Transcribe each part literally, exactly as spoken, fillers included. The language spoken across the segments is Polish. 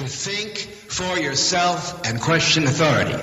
To think for yourself and question authority.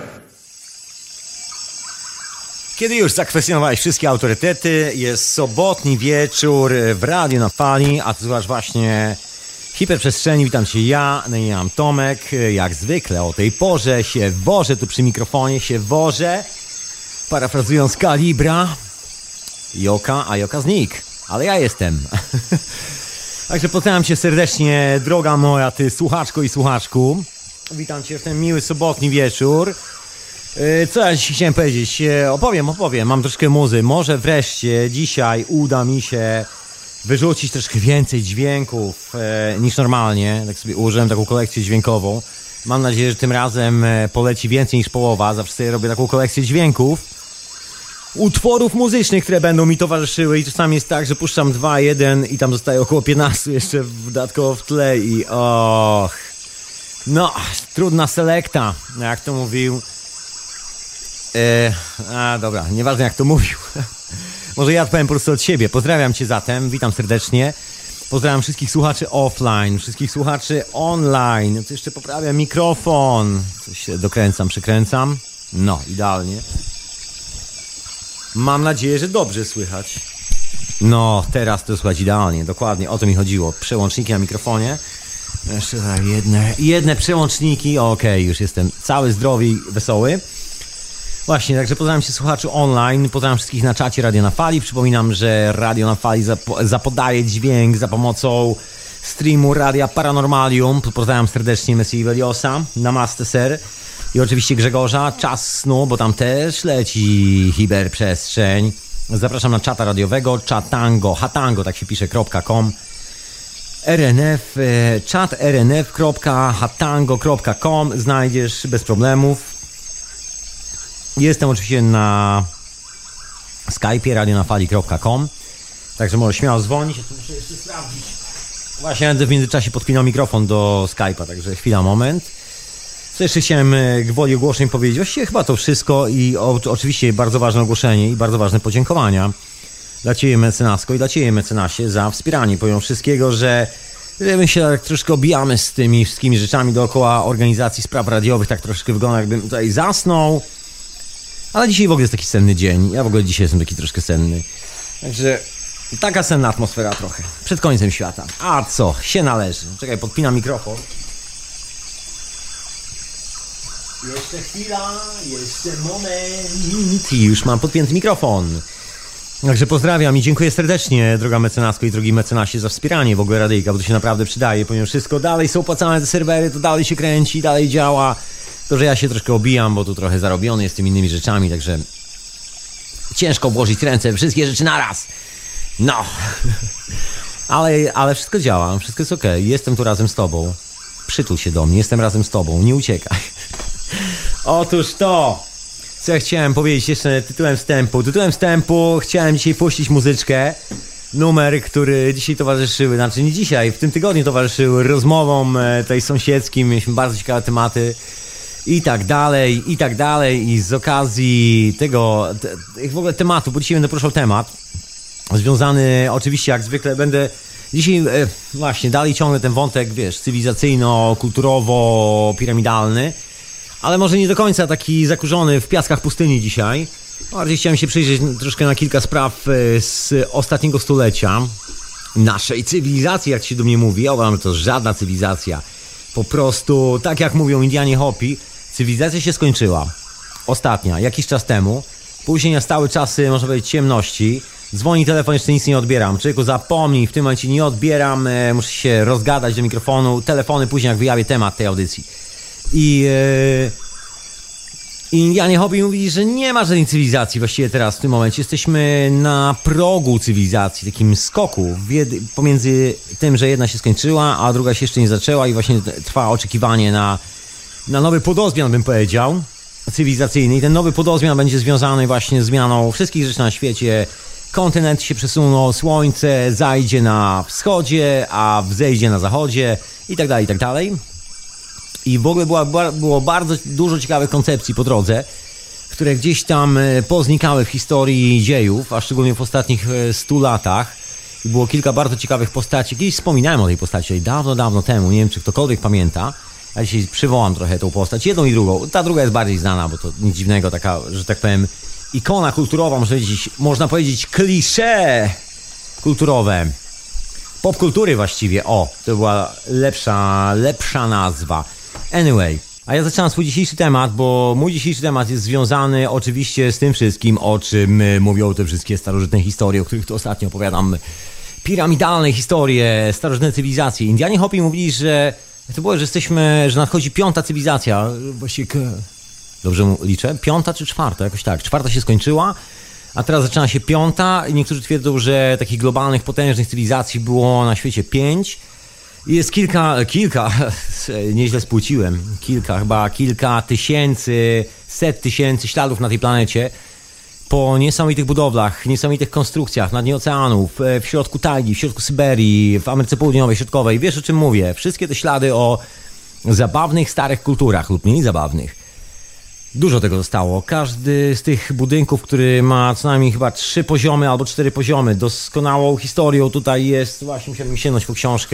Kiedy już zakwestionowałeś wszystkie autorytety, jest sobotni wieczór w Radiu na Fali, a ty słuchasz właśnie Hiperprzestrzeni. Witam cię ja, na imię mam Tomek. Jak zwykle o tej porze się wożę tu przy mikrofonie, się wożę, parafrazując Kalibra. Joka, a Joka znikł, ale ja jestem. Także pozdrawiam cię serdecznie, droga moja, ty słuchaczko i słuchaczku. Witam cię w ten miły sobotni wieczór. Co ja dzisiaj chciałem powiedzieć? Opowiem, opowiem, mam troszkę muzy. Może wreszcie dzisiaj uda mi się wyrzucić troszkę więcej dźwięków e, niż normalnie. Tak sobie ułożyłem taką kolekcję dźwiękową. Mam nadzieję, że tym razem poleci więcej niż połowa. Zawsze sobie robię taką kolekcję dźwięków, utworów muzycznych, które będą mi towarzyszyły, i czasami jest tak, że puszczam dwa, jeden i tam zostaje około piętnaście jeszcze dodatkowo w tle i och, no, trudna selekta, jak to mówił e, a dobra, nieważne jak to mówił. Może ja powiem po prostu od siebie. Pozdrawiam cię zatem, witam serdecznie. Pozdrawiam wszystkich słuchaczy offline, wszystkich słuchaczy online. To jeszcze poprawiam mikrofon, coś się dokręcam, przykręcam, no, idealnie. Mam nadzieję, że dobrze słychać. No, teraz to słychać idealnie, dokładnie, o to mi chodziło. Przełączniki na mikrofonie. Jeszcze jedne, jedne przełączniki, okej, okay, już jestem cały zdrowy i wesoły. Właśnie, także pozdrawiam się słuchaczy online, pozdrawiam wszystkich na czacie Radio na Fali. Przypominam, że Radio na Fali zap- zapodaje dźwięk za pomocą streamu Radia Paranormalium. Pozdrawiam serdecznie Messi Veliosa, Namaste Ser. I oczywiście Grzegorza, Czas Snu, bo tam też leci hiperprzestrzeń. Zapraszam na czata radiowego, czatango, hatango, tak się pisze, .com. R N F, czat r n f kropka hatango kropka com, znajdziesz bez problemów. Jestem oczywiście na Skype'ie, radionafali kropka com, także możesz śmiało dzwonić. Ja tu muszę jeszcze sprawdzić. Właśnie będę w międzyczasie podpinał mikrofon do Skype'a, także chwila, moment. Co jeszcze chciałem gwoli ogłoszeń powiedzieć? Właściwie chyba to wszystko i o, oczywiście bardzo ważne ogłoszenie i bardzo ważne podziękowania dla ciebie, mecenasko, i dla ciebie, mecenasie, za wspieranie, pomimo wszystkiego, że, że my się tak troszkę obijamy z tymi wszystkimi rzeczami dookoła organizacji spraw radiowych, tak troszkę wygląda, jakbym tutaj zasnął, ale dzisiaj w ogóle jest taki senny dzień, ja w ogóle dzisiaj jestem taki troszkę senny, także taka senna atmosfera trochę, przed końcem świata, a co, się należy. Czekaj, podpinam mikrofon. Jeszcze chwila, jeszcze moment i już mam podpięty mikrofon. Także pozdrawiam i dziękuję serdecznie, droga mecenasko i drogi mecenasie, za wspieranie w ogóle radyjka, bo to się naprawdę przydaje, ponieważ wszystko dalej są opłacane te serwery, to dalej się kręci, dalej działa. To, że ja się troszkę obijam, bo tu trochę zarobiony jestem innymi rzeczami, także ciężko włożyć ręce w wszystkie rzeczy naraz. No, ale, ale wszystko działa, wszystko jest okej, jestem tu razem z tobą. Przytul się do mnie, jestem razem z tobą, nie uciekaj. Otóż to, co ja chciałem powiedzieć jeszcze tytułem wstępu. Tytułem wstępu chciałem dzisiaj puścić muzyczkę. Numer, który dzisiaj towarzyszyły, znaczy nie dzisiaj, w tym tygodniu towarzyszyły rozmowom tej sąsiedzkim. Mieliśmy bardzo ciekawe tematy i tak dalej, i tak dalej. I z okazji tego, te, w ogóle tematu, bo dzisiaj będę poruszał temat związany, oczywiście jak zwykle będę dzisiaj e, właśnie dalej ciągnę ten wątek, wiesz, cywilizacyjno-kulturowo-piramidalny, ale może nie do końca taki zakurzony w piaskach pustyni dzisiaj. Bardziej chciałem się przyjrzeć troszkę na kilka spraw z ostatniego stulecia naszej cywilizacji, jak się do mnie mówi. Ja uważam, że to żadna cywilizacja. Po prostu, tak jak mówią Indianie Hopi, cywilizacja się skończyła. Ostatnia, jakiś czas temu. Później nastały czasy, można powiedzieć, ciemności. Dzwoni telefon, jeszcze nic nie odbieram. Człowieku, zapomnij, w tym momencie nie odbieram, e, muszę się rozgadać do mikrofonu. Telefony później, jak wyjawię temat tej audycji. I e, Indianie Hopi mówi, że nie ma żadnej cywilizacji właściwie teraz, w tym momencie. Jesteśmy na progu cywilizacji, takim skoku pomiędzy tym, że jedna się skończyła, a druga się jeszcze nie zaczęła i właśnie trwa oczekiwanie na, na nowy podozmian, bym powiedział, cywilizacyjny. I ten nowy podozmian będzie związany właśnie z zmianą wszystkich rzeczy na świecie. Kontynent się przesunął, słońce zajdzie na wschodzie, a wzejdzie na zachodzie i tak dalej, i tak dalej. I w ogóle była, było bardzo dużo ciekawych koncepcji po drodze, które gdzieś tam poznikały w historii dziejów, a szczególnie w ostatnich stu latach. I było kilka bardzo ciekawych postaci. Kiedyś wspominałem o tej postaci dawno, dawno temu, nie wiem czy ktokolwiek pamięta. A dzisiaj przywołam trochę tą postać, jedną i drugą. Ta druga jest bardziej znana, bo to nic dziwnego, taka, że tak powiem, ikona kulturowa, można powiedzieć, można powiedzieć klisze kulturowe. Popkultury właściwie, o, to była lepsza, lepsza nazwa. Anyway, a ja zaczynam swój dzisiejszy temat, bo mój dzisiejszy temat jest związany oczywiście z tym wszystkim, o czym mówią te wszystkie starożytne historie, o których to ostatnio opowiadam. Piramidalne historie, starożytne cywilizacje. Indianie Hopi mówili, że to było, że jesteśmy, że nadchodzi piąta cywilizacja. Właściwie, dobrze liczę? Piąta czy czwarta? Jakoś tak. Czwarta się skończyła, a teraz zaczyna się piąta i niektórzy twierdzą, że takich globalnych, potężnych cywilizacji było na świecie pięć. Jest kilka, kilka, nieźle spłuciłem, kilka, chyba kilka tysięcy, set tysięcy śladów na tej planecie po niesamowitych budowlach, niesamowitych konstrukcjach na dnie oceanów, w środku tajgi, w środku Syberii, w Ameryce Południowej, Środkowej. Wiesz, o czym mówię? Wszystkie te ślady o zabawnych, starych kulturach lub mniej zabawnych. Dużo tego zostało. Każdy z tych budynków, który ma co najmniej chyba trzy poziomy albo cztery poziomy, doskonałą historią. Tutaj jest, właśnie musiałem sięgnąć po książkę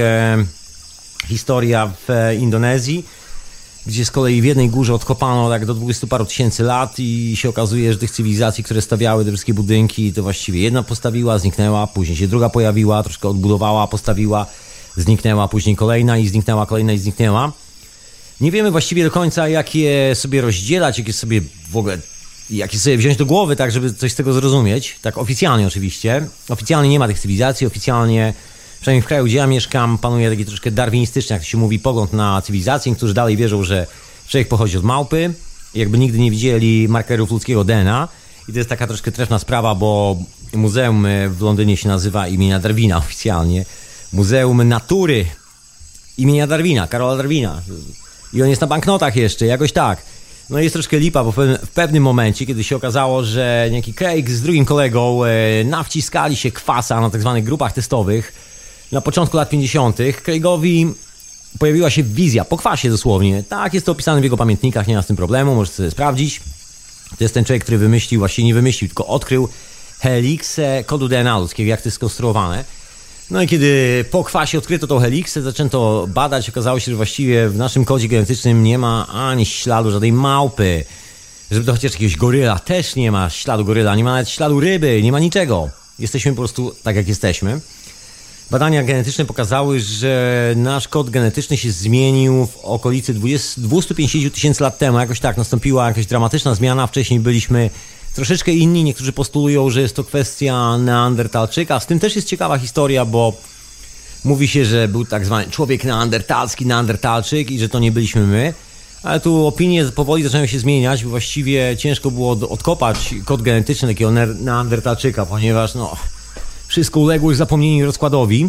Historia w Indonezji, gdzie z kolei w jednej górze odkopano tak do dwudziestu paru tysięcy lat i się okazuje, że tych cywilizacji, które stawiały te wszystkie budynki, to właściwie jedna postawiła, zniknęła, później się druga pojawiła, troszkę odbudowała, postawiła, zniknęła, później kolejna i zniknęła, kolejna i zniknęła. Nie wiemy właściwie do końca, jak je sobie rozdzielać, jak je sobie w ogóle, jak je sobie wziąć do głowy, tak, żeby coś z tego zrozumieć. Tak oficjalnie oczywiście. Oficjalnie nie ma tych cywilizacji, oficjalnie, przynajmniej w kraju, gdzie ja mieszkam, panuje taki troszkę darwinistyczny, jak to się mówi, pogląd na cywilizację, którzy dalej wierzą, że człowiek pochodzi od małpy, jakby nigdy nie widzieli markerów ludzkiego D N A. I to jest taka troszkę trefna sprawa, bo muzeum w Londynie się nazywa imienia Darwina oficjalnie. Muzeum Natury imienia Darwina, Karola Darwina. I on jest na banknotach jeszcze, jakoś tak. No jest troszkę lipa, bo w pewnym momencie, kiedy się okazało, że niejaki Craig z drugim kolegą e, nawciskali się kwasa na tak zwanych grupach testowych na początku lat pięćdziesiątych, Craigowi pojawiła się wizja, po kwasie dosłownie. Tak, jest to opisane w jego pamiętnikach, nie ma z tym problemu, możesz sobie sprawdzić. To jest ten człowiek, który wymyślił, właściwie nie wymyślił, tylko odkrył heliksę kodu D N A ludzkiego, jak to jest skonstruowane. No i kiedy po kwasie odkryto tą heliksę, zaczęto badać, okazało się, że właściwie w naszym kodzie genetycznym nie ma ani śladu żadnej małpy. Żeby to chociaż jakiegoś goryla, też nie ma śladu goryla, nie ma nawet śladu ryby, nie ma niczego. Jesteśmy po prostu tak, jak jesteśmy. Badania genetyczne pokazały, że nasz kod genetyczny się zmienił w okolicy dwieście pięćdziesiąt tysięcy lat temu. Jakoś tak nastąpiła jakaś dramatyczna zmiana. Wcześniej byliśmy troszeczkę inni. Niektórzy postulują, że jest to kwestia Neandertalczyka. Z tym też jest ciekawa historia, bo mówi się, że był tak zwany człowiek neandertalski, Neandertalczyk i że to nie byliśmy my. Ale tu opinie powoli zaczynają się zmieniać, bo właściwie ciężko było odkopać kod genetyczny takiego Neandertalczyka, ponieważ no, wszystko uległo już zapomnieniu i rozkładowi.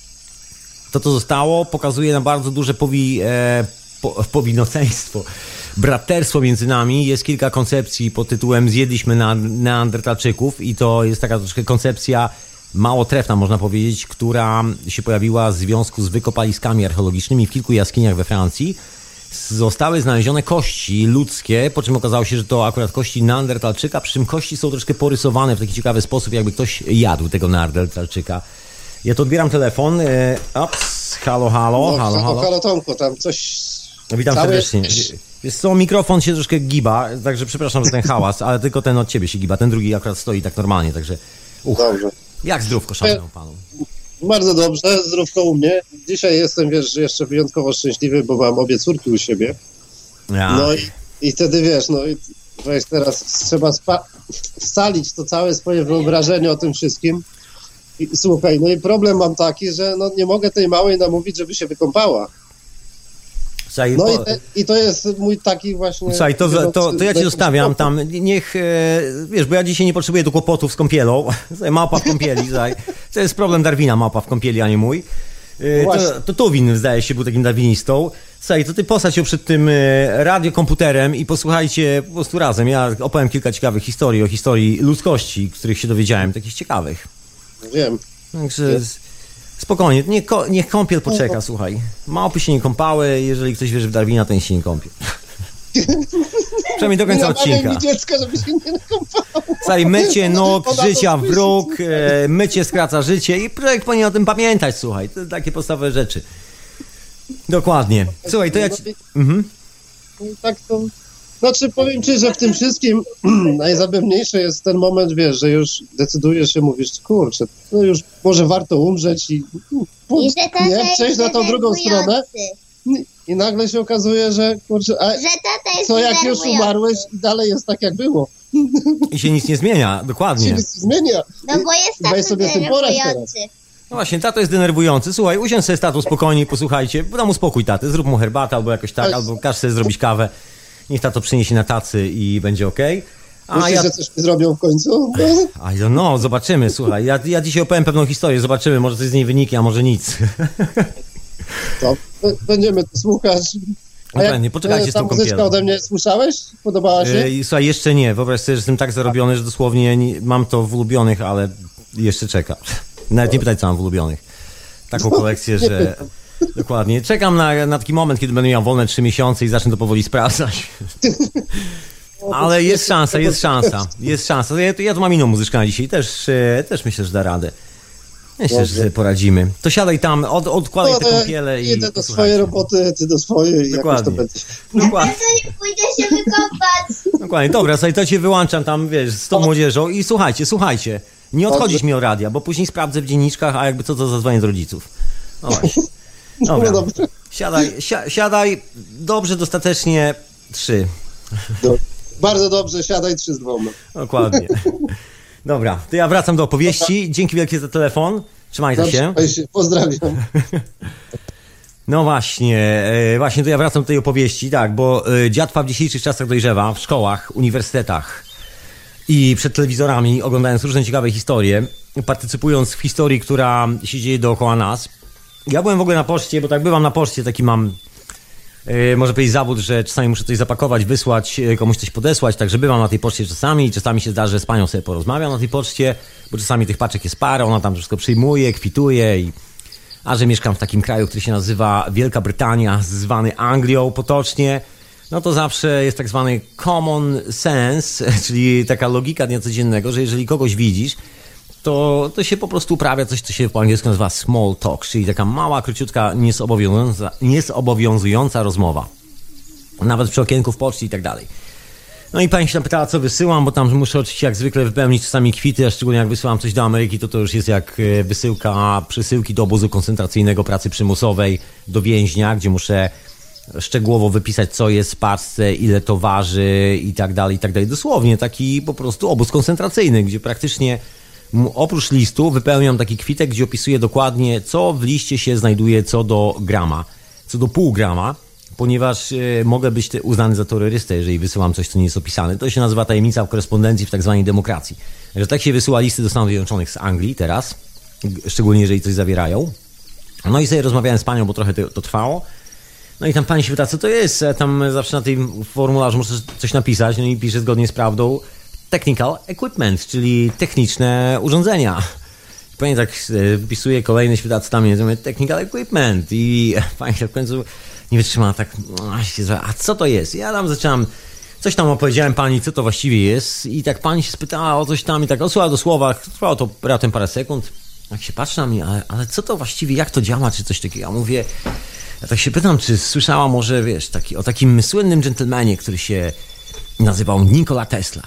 To, co zostało, pokazuje na bardzo duże powi, e, po, powinoceństwo, braterstwo między nami. Jest kilka koncepcji pod tytułem zjedliśmy na Neandertalczyków i to jest taka troszkę koncepcja mało trefna, można powiedzieć, która się pojawiła w związku z wykopaliskami archeologicznymi w kilku jaskiniach we Francji. Zostały znalezione kości ludzkie, po czym okazało się, że to akurat kości Neandertalczyka, przy czym kości są troszkę porysowane w taki ciekawy sposób, jakby ktoś jadł tego Neandertalczyka. Ja to odbieram telefon. E, ups, halo, halo, no, halo, halo. Halo Tomku, tam coś... No, witam całe... serdecznie. Wiesz co, mikrofon się troszkę giba, także przepraszam za ten hałas, ale tylko ten od ciebie się giba, ten drugi akurat stoi tak normalnie, także... Uch. Dobrze. Jak zdrówko, szanowny panu? Bardzo dobrze, zdrówko u mnie. Dzisiaj jestem, wiesz, jeszcze wyjątkowo szczęśliwy, bo mam obie córki u siebie. Ja. No i, i wtedy, wiesz, no i wiesz, teraz trzeba spa- scalić to całe swoje wyobrażenie o tym wszystkim. I słuchaj, no i problem mam taki, że no nie mogę tej małej namówić, żeby się wykąpała. Słuchaj, no po... i, te, i to jest mój taki właśnie... Słuchaj, to, to, to, to ja ci zostawiam tam, niech, e, wiesz, bo ja dzisiaj nie potrzebuję tu kłopotów z kąpielą. Małpa w kąpieli, słuchaj. To jest problem Darwina, małpa w kąpieli, a nie mój. E, to, to Tuwin, zdaje się, był takim darwinistą. Słuchaj, to ty posadź ją przed tym e, radiokomputerem i posłuchajcie po prostu razem. Ja opowiem kilka ciekawych historii o historii ludzkości, których się dowiedziałem, takich ciekawych. Wiem. Także... Jest. Spokojnie, niech, niech kąpiel poczeka, słuchaj. Małpy się nie kąpały, jeżeli ktoś wierzy w Darwina, to niech się nie kąpie. Przynajmniej do końca odcinka. Mi dziecka, żeby się nie nakąpało. Słuchaj, mycie nóg, życia wróg, mycie skraca życie i projekt powinien o tym pamiętać, słuchaj. To takie podstawowe rzeczy. Dokładnie. Słuchaj, to ja ci... Mhm. Tak to... Znaczy, powiem ci, że w tym wszystkim najzabawniejsze jest ten moment, wiesz, że już decydujesz się, mówisz, kurczę, no już może warto umrzeć i, I że tata nie, przejść na tą drugą stronę. I nagle się okazuje, że kurczę, a że tata jest co jak już umarłeś i dalej jest tak, jak było. I się nic nie zmienia, dokładnie. Się nic nie zmienia. No bo jest Weź tato sobie z tym poradź teraz. denerwujący. No właśnie, tato jest denerwujący. Słuchaj, usiądź sobie z tatą spokojnie i posłuchajcie. Dam mu spokój taty, zrób mu herbatę albo jakoś tak, Ale- albo każ sobie zrobić kawę. Niech tato przyniesie na tacy i będzie okej. A Myślisz, ja... że coś mi zrobią w końcu? I don't know, zobaczymy, słuchaj. Ja, ja dzisiaj opowiem pewną historię, zobaczymy, może coś z niej wyniknie, a może nic. To b- będziemy to słuchać. No jak, pewnie, poczekajcie e, z tą ta muzyczka kąpielą. ode mnie słyszałeś? Podobała się? Yy, słuchaj, jeszcze nie. Wyobraź sobie, że jestem tak zarobiony, że dosłownie nie, mam to w ulubionych, ale jeszcze czekam. Nawet nie pytaj, co mam w ulubionych. Taką kolekcję, że... Dokładnie. Czekam na, na taki moment, kiedy będę miał wolne trzy miesiące i zacznę to powoli sprawdzać. Ale jest szansa, jest szansa. Jest szansa. Ja, ja tu mam inną muzyczkę na dzisiaj. Też, e, też myślę, że da radę. Myślę, że sobie poradzimy. To siadaj tam, od, odkładaj No, te to kąpiele i... idę do posłuchajcie. swojej roboty, ty do swojej i jakoś to Dokładnie. będzie. Dokładnie. To nie pójdę się wykąpać. Dokładnie, dobra, słuchaj, to cię wyłączam tam, wiesz, z tą młodzieżą i słuchajcie, słuchajcie, nie odchodzić mi od radia, bo później sprawdzę w dzienniczkach, a jakby co, to zadzwonię do rodziców. No właśnie. Dobra, No dobrze. siadaj, si- siadaj, dobrze, dostatecznie, trzy. Do, bardzo dobrze, siadaj trzy z dwoma. Dokładnie. Dobra, to ja wracam do opowieści, dzięki wielkie za telefon, trzymajcie się. Dobrze, się. Pozdrawiam. No właśnie, e, właśnie to ja wracam do tej opowieści, tak, bo e, dziatwa w dzisiejszych czasach dojrzewa, w szkołach, uniwersytetach i przed telewizorami, oglądając różne ciekawe historie, partycypując w historii, która się dzieje dookoła nas. Ja byłem w ogóle na poczcie, bo tak bywam na poczcie, taki mam, e, może powiedzieć zawód, że czasami muszę coś zapakować, wysłać, e, komuś coś podesłać, także bywam na tej poczcie czasami i czasami się zdarzy, że z panią sobie porozmawiam na tej poczcie, bo czasami tych paczek jest parę, ona tam wszystko przyjmuje, kwituje i... A że mieszkam w takim kraju, który się nazywa Wielka Brytania, zwany Anglią potocznie, no to zawsze jest tak zwany common sense, czyli taka logika dnia codziennego, że jeżeli kogoś widzisz, to, to się po prostu uprawia coś, co się po angielsku nazywa small talk, czyli taka mała, króciutka, niezobowiązująca, niezobowiązująca rozmowa. Nawet przy okienku w poczcie i tak dalej. No i pani się tam pytała, co wysyłam, bo tam muszę oczywiście jak zwykle wypełnić czasami kwity, a szczególnie jak wysyłam coś do Ameryki, to to już jest jak wysyłka przesyłki do obozu koncentracyjnego, pracy przymusowej, do więźnia, gdzie muszę szczegółowo wypisać, co jest w paczce, ile to waży i tak dalej, i tak dalej. Dosłownie taki po prostu obóz koncentracyjny, gdzie praktycznie oprócz listu wypełniam taki kwitek, gdzie opisuję dokładnie, co w liście się znajduje co do grama, co do pół grama. Ponieważ e, mogę być te, uznany za terrorystę, jeżeli wysyłam coś, co nie jest opisane. To się nazywa tajemnica w korespondencji w tak zwanej demokracji. Że tak się wysyła listy do Stanów Zjednoczonych z Anglii teraz, szczególnie jeżeli coś zawierają. No i sobie rozmawiałem z panią, bo trochę to, to trwało. No i tam pani się pyta, co to jest? Tam zawsze na tym formularzu muszę coś napisać, no i pisze zgodnie z prawdą technical equipment, czyli techniczne urządzenia. Pani tak e, wypisuje kolejne świadectwa, tam jest technical equipment i pani tak w końcu nie wytrzymała, tak, a co to jest? Ja tam zaczęłam, coś tam opowiedziałem pani, co to właściwie jest i tak pani się spytała o coś tam i tak od słowa do słowa, trwało to raptem parę sekund, jak się patrzy na mnie, ale, ale co to właściwie, jak to działa, czy coś takiego? Ja mówię, ja tak się pytam, czy słyszała może, wiesz, taki, o takim słynnym dżentelmenie, który się nazywał Nikola Tesla.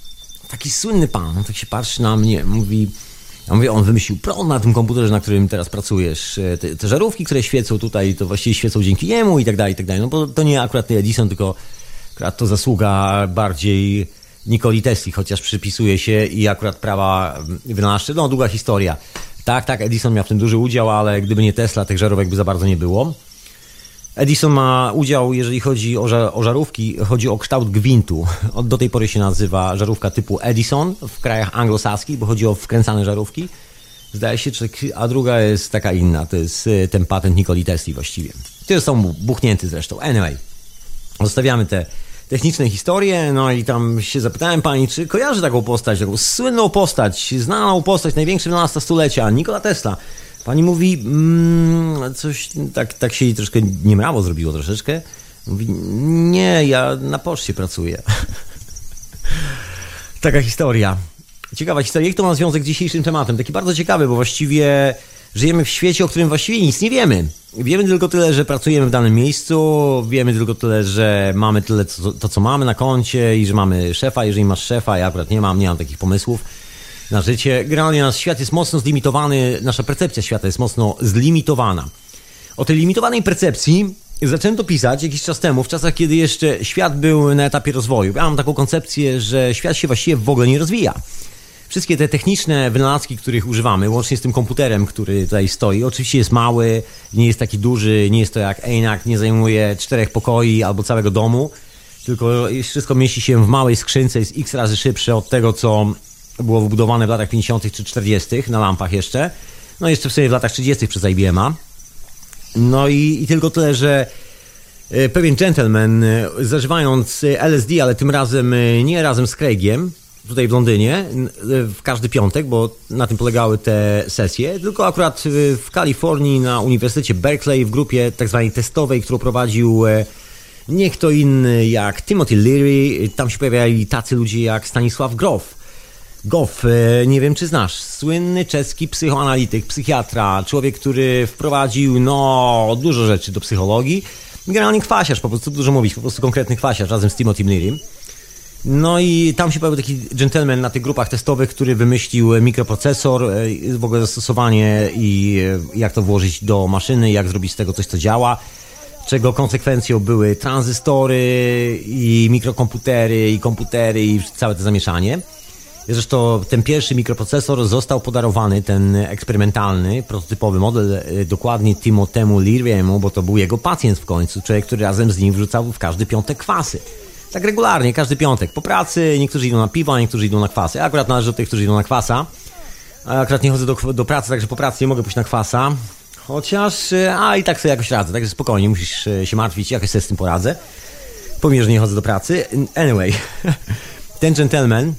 Taki słynny pan, on tak się patrzy na mnie, mówi... Ja mówię, on wymyślił prąd na tym komputerze, na którym teraz pracujesz. Te, te żarówki, które świecą tutaj, to właściwie świecą dzięki niemu i tak dalej, i tak dalej. No bo to nie akurat Edison, tylko akurat to zasługa bardziej Nikoli Tesli, chociaż przypisuje się i akurat prawa wynalazcze. No, długa historia. Tak, tak, Edison miał w tym duży udział, ale gdyby nie Tesla, tych żarówek by za bardzo nie było. Edison ma udział, jeżeli chodzi o, żar- o żarówki, chodzi o kształt gwintu. Od do tej pory się nazywa żarówka typu Edison w krajach anglosaskich, bo chodzi o wkręcane żarówki. Zdaje się, czy, a druga jest taka inna, to jest ten patent Nikoli Tesli właściwie. Te są buchnięty zresztą. Anyway, zostawiamy te techniczne historie, no i tam się zapytałem pani, czy kojarzy taką postać, taką słynną postać, znaną postać, największy wynalazca stulecia, Nikola Tesla. Pani mówi, mm, coś, tak, tak się jej troszkę niemrawo zrobiło troszeczkę. Mówi, nie, ja na poczcie pracuję. Taka historia. Ciekawa historia. Jak to ma związek z dzisiejszym tematem? Taki bardzo ciekawy, bo właściwie Żyjemy w świecie, o którym właściwie nic nie wiemy. Wiemy tylko tyle, że pracujemy w danym miejscu, wiemy tylko tyle, że mamy tyle, co, to co mamy na koncie i że mamy szefa. Jeżeli masz szefa, ja akurat nie mam, nie mam takich pomysłów na życie. Generalnie nasz świat jest mocno zlimitowany, nasza percepcja świata jest mocno zlimitowana. O tej limitowanej percepcji zacząłem to pisać jakiś czas temu, w czasach, kiedy jeszcze świat był na etapie rozwoju. Ja mam taką koncepcję, że świat się właściwie w ogóle nie rozwija. Wszystkie te techniczne wynalazki, których używamy, łącznie z tym komputerem, który tutaj stoi, oczywiście jest mały, nie jest taki duży, nie jest to jak ENIAC, nie zajmuje czterech pokoi albo całego domu, tylko wszystko mieści się w małej skrzynce, jest x razy szybsze od tego, co było wbudowane w latach pięćdziesiątych czy czterdziestych na lampach jeszcze. No jeszcze w sobie w latach trzydziestych przez I B M a. No i, i tylko tyle, że pewien gentleman, zażywając L S D, ale tym razem nie razem z Craigiem, tutaj w Londynie, w każdy piątek, bo na tym polegały te sesje, tylko akurat w Kalifornii na Uniwersytecie Berkeley w grupie tak zwanej testowej, którą prowadził nie kto inny jak Timothy Leary. Tam się pojawiali tacy ludzie jak Stanisław Grof. Goff, nie wiem czy znasz, słynny czeski psychoanalityk, psychiatra, człowiek, który wprowadził no dużo rzeczy do psychologii. Generalnie kwasiarz, po prostu dużo mówić, po prostu konkretny kwasiarz razem z Timothy Leary. No i tam się pojawił taki gentleman na tych grupach testowych, który wymyślił mikroprocesor, w ogóle zastosowanie i jak to włożyć do maszyny, jak zrobić z tego coś, co działa, czego konsekwencją były tranzystory i mikrokomputery i komputery i całe to zamieszanie. Zresztą ten pierwszy mikroprocesor został podarowany, ten eksperymentalny, prototypowy model, dokładnie Timothemu Leary'emu, bo to był jego pacjent w końcu, człowiek, który razem z nim wrzucał w każdy piątek kwasy. Tak regularnie, każdy piątek. Po pracy niektórzy idą na piwo, a niektórzy idą na kwasy. Ja akurat należę do tych, którzy idą na kwasa. A akurat nie chodzę do, do pracy, także po pracy nie mogę pójść na kwasa. Chociaż, a i tak sobie jakoś radzę, także spokojnie, musisz się martwić, jakoś sobie z tym poradzę. Pomimo, że nie chodzę do pracy. Anyway, ten gentleman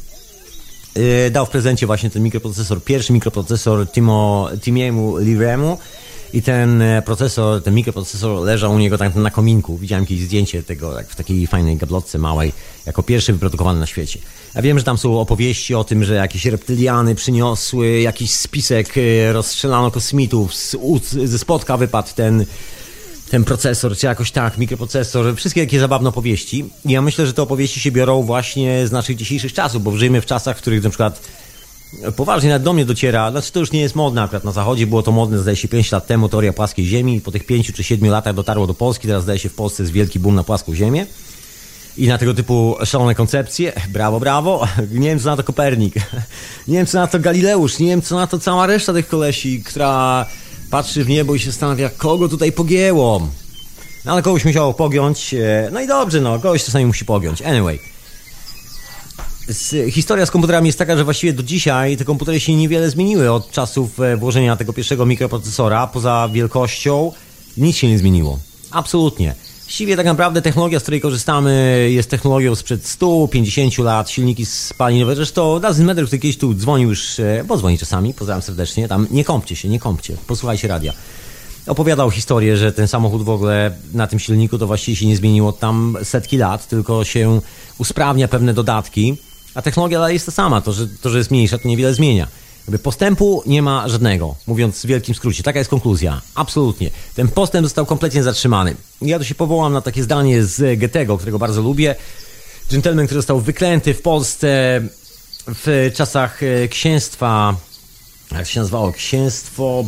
yy, dał w prezencie właśnie ten mikroprocesor, pierwszy mikroprocesor Timo, Timiemu Leary'emu. I ten procesor, ten mikroprocesor leżał u niego tak na kominku. Widziałem kiedyś zdjęcie tego tak w takiej fajnej gablotce małej, jako pierwszy wyprodukowany na świecie. Ja wiem, że tam są opowieści o tym, że jakieś reptyliany przyniosły jakiś spisek, rozstrzelano kosmitów, z, ze spotka wypadł ten, ten procesor, czy jakoś tak, mikroprocesor, wszystkie takie zabawne opowieści. I ja myślę, że te opowieści się biorą właśnie z naszych dzisiejszych czasów, bo żyjemy w czasach, w których na przykład poważnie nawet do mnie dociera, znaczy to już nie jest modne akurat na zachodzie, było to modne zdaje się pięć lat temu, teoria płaskiej ziemi, po tych pięciu czy siedmiu latach dotarło do Polski, teraz zdaje się w Polsce jest wielki boom na płaską ziemię i na tego typu szalone koncepcje, brawo, brawo, nie wiem co na to Kopernik, nie wiem co na to Galileusz, nie wiem co na to cała reszta tych kolesi, która patrzy w niebo i się zastanawia, kogo tutaj pogięło, no ale kogoś musiało pogiąć, no i dobrze, no, kogoś czasami musi pogiąć, anyway. Historia z komputerami jest taka, że właściwie do dzisiaj te komputery się niewiele zmieniły od czasów włożenia tego pierwszego mikroprocesora. Poza wielkością nic się nie zmieniło. Absolutnie. Właściwie tak naprawdę technologia, z której korzystamy, jest technologią sprzed stu pięćdziesięciu lat, silniki spalinowe. Zresztą Dazin Meder, który kiedyś tu dzwonił już, bo dzwoni czasami, pozdrawiam serdecznie, tam nie kąpcie się, nie kąpcie, posłuchajcie radia. Opowiadał historię, że ten samochód w ogóle na tym silniku to właściwie się nie zmieniło od tam setki lat, tylko się usprawnia pewne dodatki. A technologia dalej jest ta sama, to że, to, że jest mniejsza, to niewiele zmienia. Jakby postępu nie ma żadnego, mówiąc w wielkim skrócie. Taka jest konkluzja. Absolutnie. Ten postęp został kompletnie zatrzymany. Ja tu się powołam na takie zdanie z Goethego, którego bardzo lubię. Gentleman, który został wyklęty w Polsce w czasach księstwa... Jak się nazywało? Księstwo...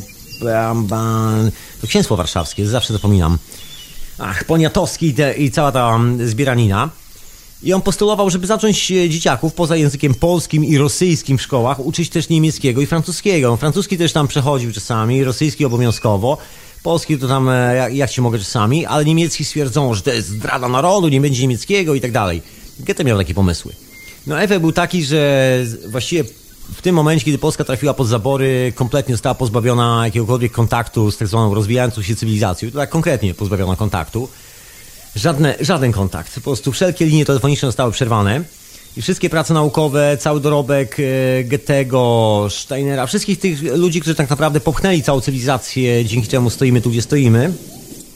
To księstwo warszawskie, zawsze zapominam. Ach, Poniatowski i, te, i cała ta zbieranina. I on postulował, żeby zacząć dzieciaków poza językiem polskim i rosyjskim w szkołach uczyć też niemieckiego i francuskiego. Francuski też tam przechodził czasami, rosyjski obowiązkowo, polski to tam jak, jak się mogę czasami, ale niemiecki stwierdzono, że to jest zdrada narodu, nie będzie niemieckiego i tak dalej. Goethe miał takie pomysły. No efekt był taki, że właściwie w tym momencie, kiedy Polska trafiła pod zabory, kompletnie została pozbawiona jakiegokolwiek kontaktu z tak zwaną rozwijającą się cywilizacją. To tak konkretnie pozbawiona kontaktu. Żadne, żaden kontakt. Po prostu wszelkie linie telefoniczne zostały przerwane i wszystkie prace naukowe, cały dorobek Goethego, Steinera, wszystkich tych ludzi, którzy tak naprawdę popchnęli całą cywilizację, dzięki czemu stoimy tu, gdzie stoimy,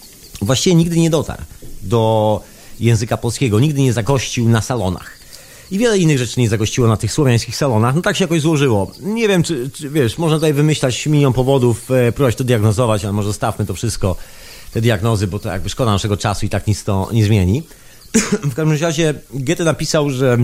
właściwie nigdy nie dotarł do języka polskiego, nigdy nie zagościł na salonach. i wiele innych rzeczy nie zagościło na tych słowiańskich salonach. No tak się jakoś złożyło. Nie wiem, czy, czy wiesz, można tutaj wymyślać milion powodów, e, próbować to diagnozować, ale może zostawmy to wszystko, te diagnozy, bo to jakby szkoda naszego czasu i tak nic to nie zmieni. W każdym razie Goethe napisał, że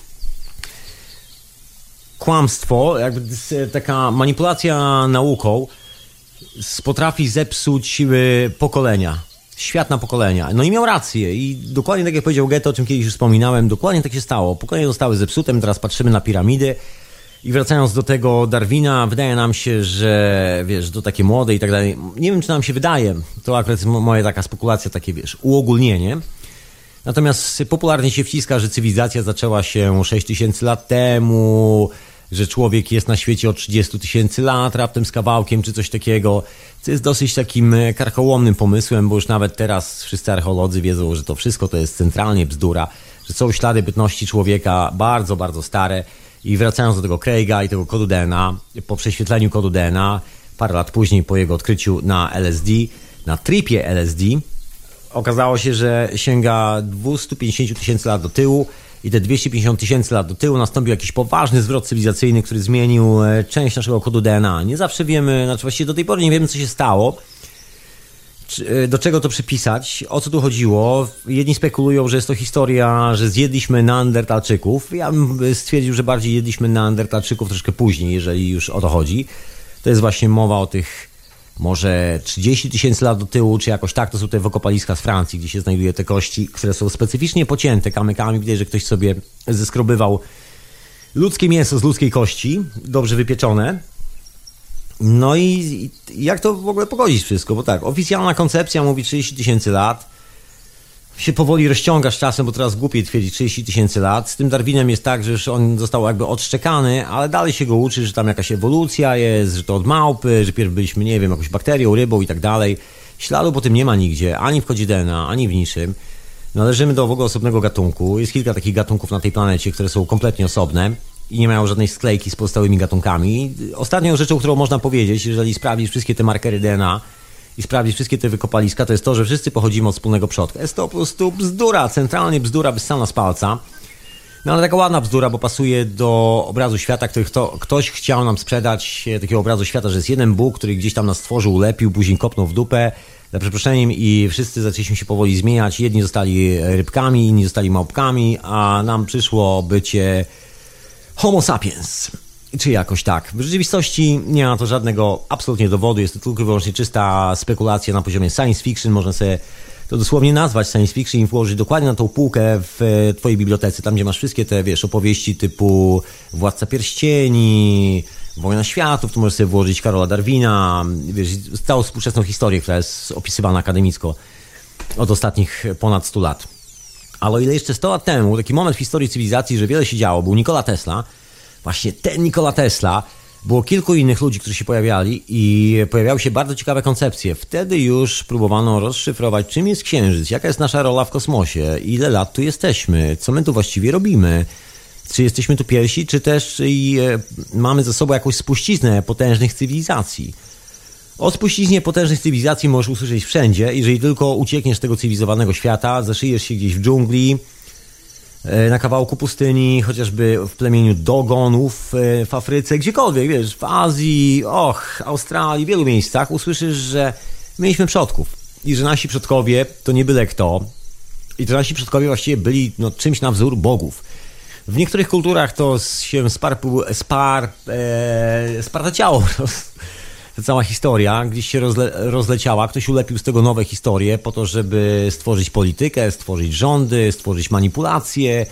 kłamstwo, jakby taka manipulacja nauką potrafi zepsuć pokolenia, świat na pokolenia. No i miał rację i dokładnie tak jak powiedział Goethe, o czym kiedyś już wspominałem, dokładnie tak się stało. Pokolenia zostały zepsute, my teraz patrzymy na piramidy i wracając do tego Darwina, wydaje nam się, że wiesz, to takie młode i tak dalej. Nie wiem, czy nam się wydaje, to akurat jest moja taka spekulacja, takie wiesz, uogólnienie. Natomiast popularnie się wciska, że cywilizacja zaczęła się sześć tysięcy lat temu, że człowiek jest na świecie od trzydzieści tysięcy lat, raptem z kawałkiem, czy coś takiego, co jest dosyć takim karkołomnym pomysłem, bo już nawet teraz wszyscy archeolodzy wiedzą, że to wszystko to jest centralnie bzdura, że są ślady bytności człowieka bardzo, bardzo stare i wracając do tego Craiga i tego kodu D N A, po prześwietleniu kodu D N A, parę lat później po jego odkryciu na L S D, na tripie L S D, okazało się, że sięga dwieście pięćdziesiąt tysięcy lat do tyłu i te dwieście pięćdziesiąt tysięcy lat do tyłu nastąpił jakiś poważny zwrot cywilizacyjny, który zmienił część naszego kodu D N A. Nie zawsze wiemy, znaczy właściwie do tej pory nie wiemy, co się stało, do czego to przypisać, o co tu chodziło. Jedni spekulują, że jest to historia, że zjedliśmy neandertalczyków. Ja bym stwierdził, że bardziej jedliśmy neandertalczyków troszkę później, jeżeli już o to chodzi. To jest właśnie mowa o tych może trzydzieści tysięcy lat do tyłu, czy jakoś tak, to są te wykopaliska z Francji, gdzie się znajduje te kości, które są specyficznie pocięte kamykami. Widać, że ktoś sobie zeskrobywał ludzkie mięso z ludzkiej kości, dobrze wypieczone. No i, i jak to w ogóle pogodzić wszystko? Bo tak, oficjalna koncepcja mówi trzydzieści tysięcy lat. Się powoli rozciąga z czasem, bo teraz głupiej twierdzi trzydzieści tysięcy lat. Z tym Darwinem jest tak, że już on został jakby odszczekany, ale dalej się go uczy, że tam jakaś ewolucja jest, że to od małpy, że pierw byliśmy, nie wiem, jakąś bakterią, rybą i tak dalej. Śladu po tym nie ma nigdzie, ani w kodzie D N A, ani w niczym. Należymy do w ogóle osobnego gatunku. Jest kilka takich gatunków na tej planecie, które są kompletnie osobne i nie mają żadnej sklejki z pozostałymi gatunkami. Ostatnią rzeczą, którą można powiedzieć, jeżeli sprawdzisz wszystkie te markery D N A i sprawdzić wszystkie te wykopaliska, to jest to, że wszyscy pochodzimy od wspólnego przodka. Jest to po prostu bzdura, centralnie bzdura wyssana z palca. No ale taka ładna bzdura, bo pasuje do obrazu świata, który kto, ktoś chciał nam sprzedać, takiego obrazu świata, że jest jeden Bóg, który gdzieś tam nas stworzył, ulepił, później kopnął w dupę, za przeproszeniem, i wszyscy zaczęliśmy się powoli zmieniać. Jedni zostali rybkami, inni zostali małpkami, a nam przyszło bycie Homo sapiens. Czy jakoś tak. W rzeczywistości nie ma to żadnego absolutnie dowodu, jest to tylko i wyłącznie czysta spekulacja na poziomie science fiction. Można sobie to dosłownie nazwać science fiction i włożyć dokładnie na tą półkę w twojej bibliotece, tam gdzie masz wszystkie te, wiesz, opowieści typu Władca Pierścieni, Wojna Światów, tu możesz sobie włożyć Karola Darwina, wiesz, całą współczesną historię, która jest opisywana akademicko od ostatnich ponad stu lat. Ale o ile jeszcze sto lat temu, taki moment w historii cywilizacji, że wiele się działo, był Nikola Tesla. Właśnie ten Nikola Tesla, było kilku innych ludzi, którzy się pojawiali i pojawiały się bardzo ciekawe koncepcje. Wtedy już próbowano rozszyfrować, czym jest Księżyc, jaka jest nasza rola w kosmosie, ile lat tu jesteśmy, co my tu właściwie robimy, czy jesteśmy tu pierwsi, czy też i mamy ze sobą jakąś spuściznę potężnych cywilizacji. O spuściźnie potężnych cywilizacji możesz usłyszeć wszędzie, jeżeli tylko uciekniesz z tego cywilizowanego świata, zaszyjesz się gdzieś w dżungli, na kawałku pustyni, chociażby w plemieniu Dogonów w Afryce, gdziekolwiek, wiesz, w Azji, och, Australii, w wielu miejscach usłyszysz, że mieliśmy przodków i że nasi przodkowie to nie byle kto i że nasi przodkowie właściwie byli no, czymś na wzór bogów. W niektórych kulturach to się spar, spar, e, spartaciało. Ta cała historia gdzieś się rozle, rozleciała. Ktoś ulepił z tego nowe historie po to, żeby stworzyć politykę, stworzyć rządy, stworzyć manipulacje.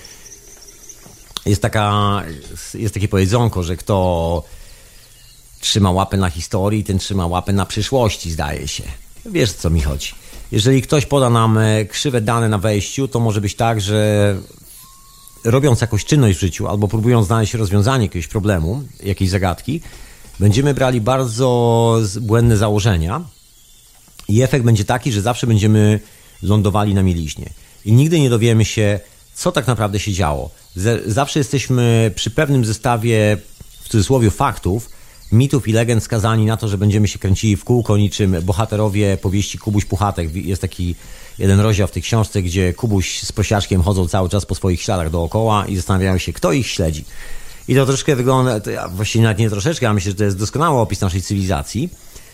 Jest taka, jest takie powiedzonko, że kto trzyma łapę na historii, ten trzyma łapę na przyszłości, zdaje się. Wiesz, co mi chodzi. Jeżeli ktoś poda nam krzywe dane na wejściu, to może być tak, że robiąc jakąś czynność w życiu albo próbując znaleźć rozwiązanie jakiegoś problemu, jakiejś zagadki, będziemy brali bardzo błędne założenia i efekt będzie taki, że zawsze będziemy lądowali na mieliźnie. I nigdy nie dowiemy się, co tak naprawdę się działo. Zawsze jesteśmy przy pewnym zestawie, w cudzysłowie, faktów, mitów i legend skazani na to, że będziemy się kręcili w kółko niczym bohaterowie powieści Kubuś Puchatek. Jest taki jeden rozdział w tej książce, gdzie Kubuś z prosiaczkiem chodzą cały czas po swoich śladach dookoła i zastanawiają się, kto ich śledzi. I to troszkę wygląda, to ja właściwie nawet nie troszeczkę, ja myślę, że to jest doskonały opis naszej cywilizacji.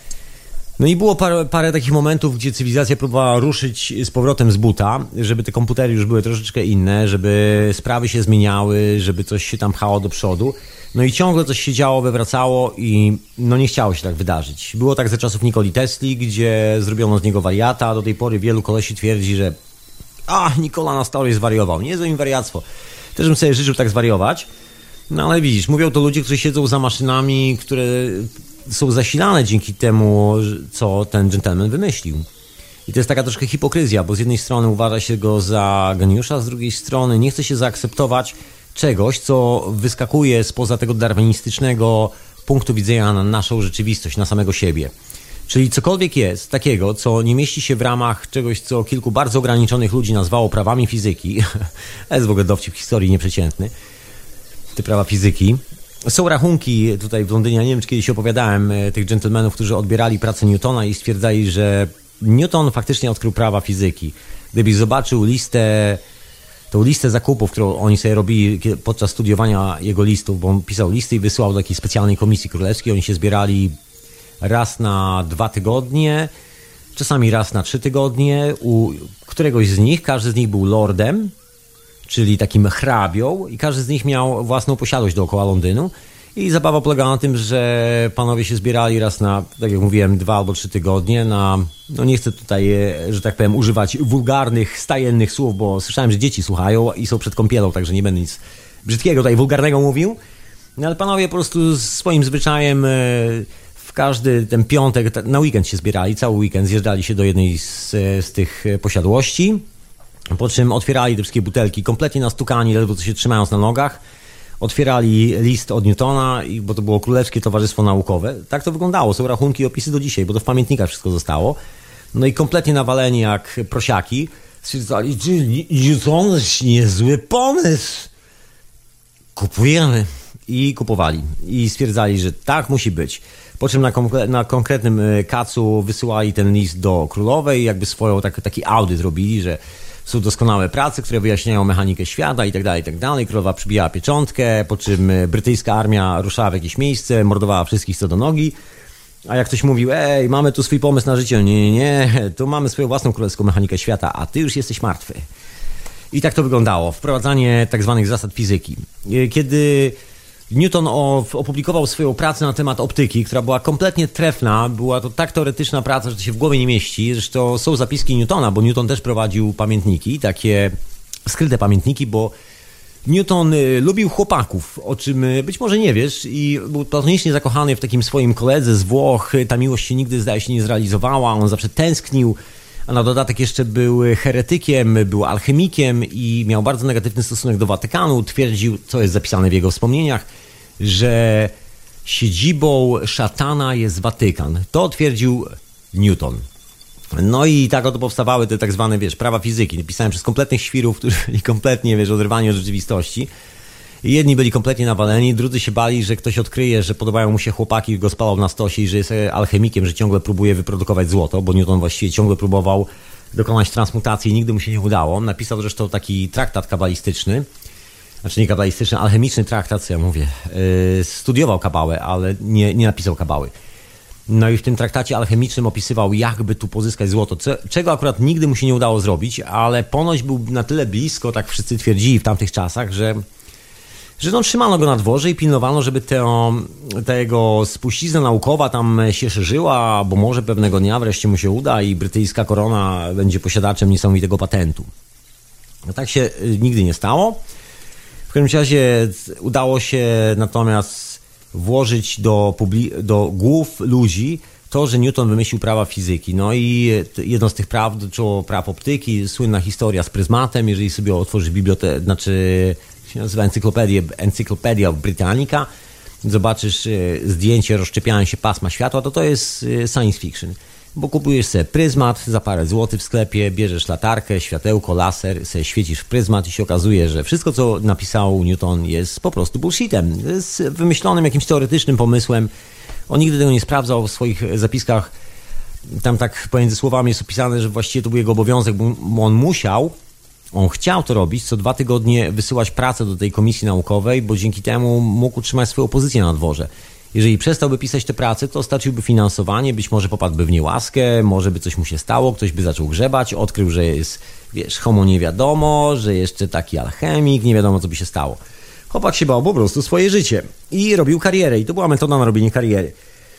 No i było parę, parę takich momentów, gdzie cywilizacja próbowała ruszyć z powrotem z buta, żeby te komputery już były troszeczkę inne, żeby sprawy się zmieniały, żeby coś się tam pchało do przodu. No i ciągle coś się działo, wywracało i no nie chciało się tak wydarzyć. Było tak za czasów Nikoli Tesli, gdzie zrobiono z niego wariata. Do tej pory wielu kolesi twierdzi, że a, Nikola na stole zwariował. Niezłe im wariactwo. Też bym sobie życzył tak zwariować. No ale widzisz, mówią to ludzie, którzy siedzą za maszynami, które są zasilane dzięki temu, co ten dżentelmen wymyślił. I to jest taka troszkę hipokryzja, bo z jednej strony uważa się go za geniusza, z drugiej strony nie chce się zaakceptować czegoś, co wyskakuje spoza tego darwinistycznego punktu widzenia na naszą rzeczywistość, na samego siebie. Czyli cokolwiek jest takiego, co nie mieści się w ramach czegoś, co kilku bardzo ograniczonych ludzi nazwało prawami fizyki. To jest w ogóle dowcip historii nieprzeciętny. Te prawa fizyki. Są rachunki tutaj w Londynie, nie wiem, czy kiedyś opowiadałem, tych dżentelmenów, którzy odbierali pracę Newtona i stwierdzali, że Newton faktycznie odkrył prawa fizyki. Gdybyś zobaczył listę, tą listę zakupów, którą oni sobie robili podczas studiowania jego listów, bo on pisał listy i wysyłał do takiej specjalnej komisji królewskiej, oni się zbierali raz na dwa tygodnie, czasami raz na trzy tygodnie. U któregoś z nich, każdy z nich był lordem, czyli takim hrabią i każdy z nich miał własną posiadłość dookoła Londynu i zabawa polegała na tym, że panowie się zbierali raz na, tak jak mówiłem, dwa albo trzy tygodnie na, no nie chcę tutaj, że tak powiem, używać wulgarnych, stajennych słów, bo słyszałem, że dzieci słuchają i są przed kąpielą, także nie będę nic brzydkiego tutaj wulgarnego mówił, no ale panowie po prostu swoim zwyczajem w każdy ten piątek, na weekend się zbierali, cały weekend zjeżdżali się do jednej z, z tych posiadłości, po czym otwierali te wszystkie butelki kompletnie nastukani, ledwo co się trzymając na nogach. Otwierali list od Newtona, bo to było Królewskie Towarzystwo Naukowe. Tak to wyglądało. Są rachunki i opisy do dzisiaj, bo to w pamiętnikach wszystko zostało. No i kompletnie nawaleni jak prosiaki. Stwierdzali, że Newton jest niezły pomysł. Kupujemy. I kupowali. I stwierdzali, że tak musi być. Po czym na, konkre- na konkretnym kacu wysyłali ten list do królowej, jakby swoją tak, taki audyt robili, że są doskonałe prace, które wyjaśniają mechanikę świata i tak dalej, i tak dalej. Królowa przybijała pieczątkę, po czym brytyjska armia ruszała w jakieś miejsce, mordowała wszystkich co do nogi. A jak ktoś mówił, ej, mamy tu swój pomysł na życie, nie, nie, nie, tu mamy swoją własną królewską mechanikę świata, a ty już jesteś martwy. I tak to wyglądało. Wprowadzanie tak zwanych zasad fizyki. Kiedy Newton opublikował swoją pracę na temat optyki, która była kompletnie trefna, była to tak teoretyczna praca, że to się w głowie nie mieści. Zresztą są zapiski Newtona, bo Newton też prowadził pamiętniki, takie skryte pamiętniki, bo Newton lubił chłopaków, o czym być może nie wiesz, i był platonicznie zakochany w takim swoim koledze z Włoch. Ta miłość się nigdy, zdaje się, nie zrealizowała, on zawsze tęsknił, a na dodatek jeszcze był heretykiem, był alchemikiem i miał bardzo negatywny stosunek do Watykanu. Twierdził, co jest zapisane w jego wspomnieniach, że siedzibą szatana jest Watykan. To twierdził Newton. No i tak oto powstawały te tak zwane, wiesz, prawa fizyki. Pisałem przez kompletnych świrów, którzy byli kompletnie, wiesz, oderwani od rzeczywistości. I jedni byli kompletnie nawaleni, drudzy się bali, że ktoś odkryje, że podobają mu się chłopaki i go spalał na stosie i że jest alchemikiem, że ciągle próbuje wyprodukować złoto, bo Newton właściwie ciągle próbował dokonać transmutacji i nigdy mu się nie udało. Napisał zresztą taki traktat kabalistyczny, znaczy nie kabalistyczny, alchemiczny traktat, co ja mówię. Yy, studiował kabałę, ale nie, nie napisał kabały. No i w tym traktacie alchemicznym opisywał, jakby tu pozyskać złoto, co, czego akurat nigdy mu się nie udało zrobić, ale ponoć był na tyle blisko, tak wszyscy twierdzili w tamtych czasach, że że no, trzymano go na dworze i pilnowano, żeby to, ta jego spuścizna naukowa tam się szerzyła, bo może pewnego dnia wreszcie mu się uda i brytyjska korona będzie posiadaczem niesamowitego patentu. No, tak się nigdy nie stało. W każdym razie udało się natomiast włożyć do, publi- do głów ludzi to, że Newton wymyślił prawa fizyki. No i jedno z tych praw dotyczyło praw optyki, słynna historia z pryzmatem. Jeżeli sobie otworzysz bibliotekę, znaczy się nazywa encyklopedię, Encyclopedia Britannica, zobaczysz zdjęcie rozszczepiania się pasma światła, to to jest science fiction. Bo kupujesz sobie pryzmat za parę złotych w sklepie, bierzesz latarkę, światełko, laser, sobie świecisz w pryzmat i się okazuje, że wszystko, co napisał Newton, jest po prostu bullshitem. Jest wymyślonym jakimś teoretycznym pomysłem, On nigdy tego nie sprawdzał w swoich zapiskach. Tam tak pomiędzy słowami jest opisane, że właściwie to był jego obowiązek, bo on musiał, on chciał to robić, co dwa tygodnie wysyłać pracę do tej komisji naukowej, bo dzięki temu mógł utrzymać swoją pozycję na dworze. Jeżeli przestałby pisać te prace, to straciłby finansowanie, być może popadłby w niełaskę, może by coś mu się stało, ktoś by zaczął grzebać, odkrył, że jest, wiesz, homo nie wiadomo, że jeszcze taki alchemik, nie wiadomo, co by się stało. Chłopak się bał po prostu swoje życie i robił karierę i to była metoda na robienie kariery.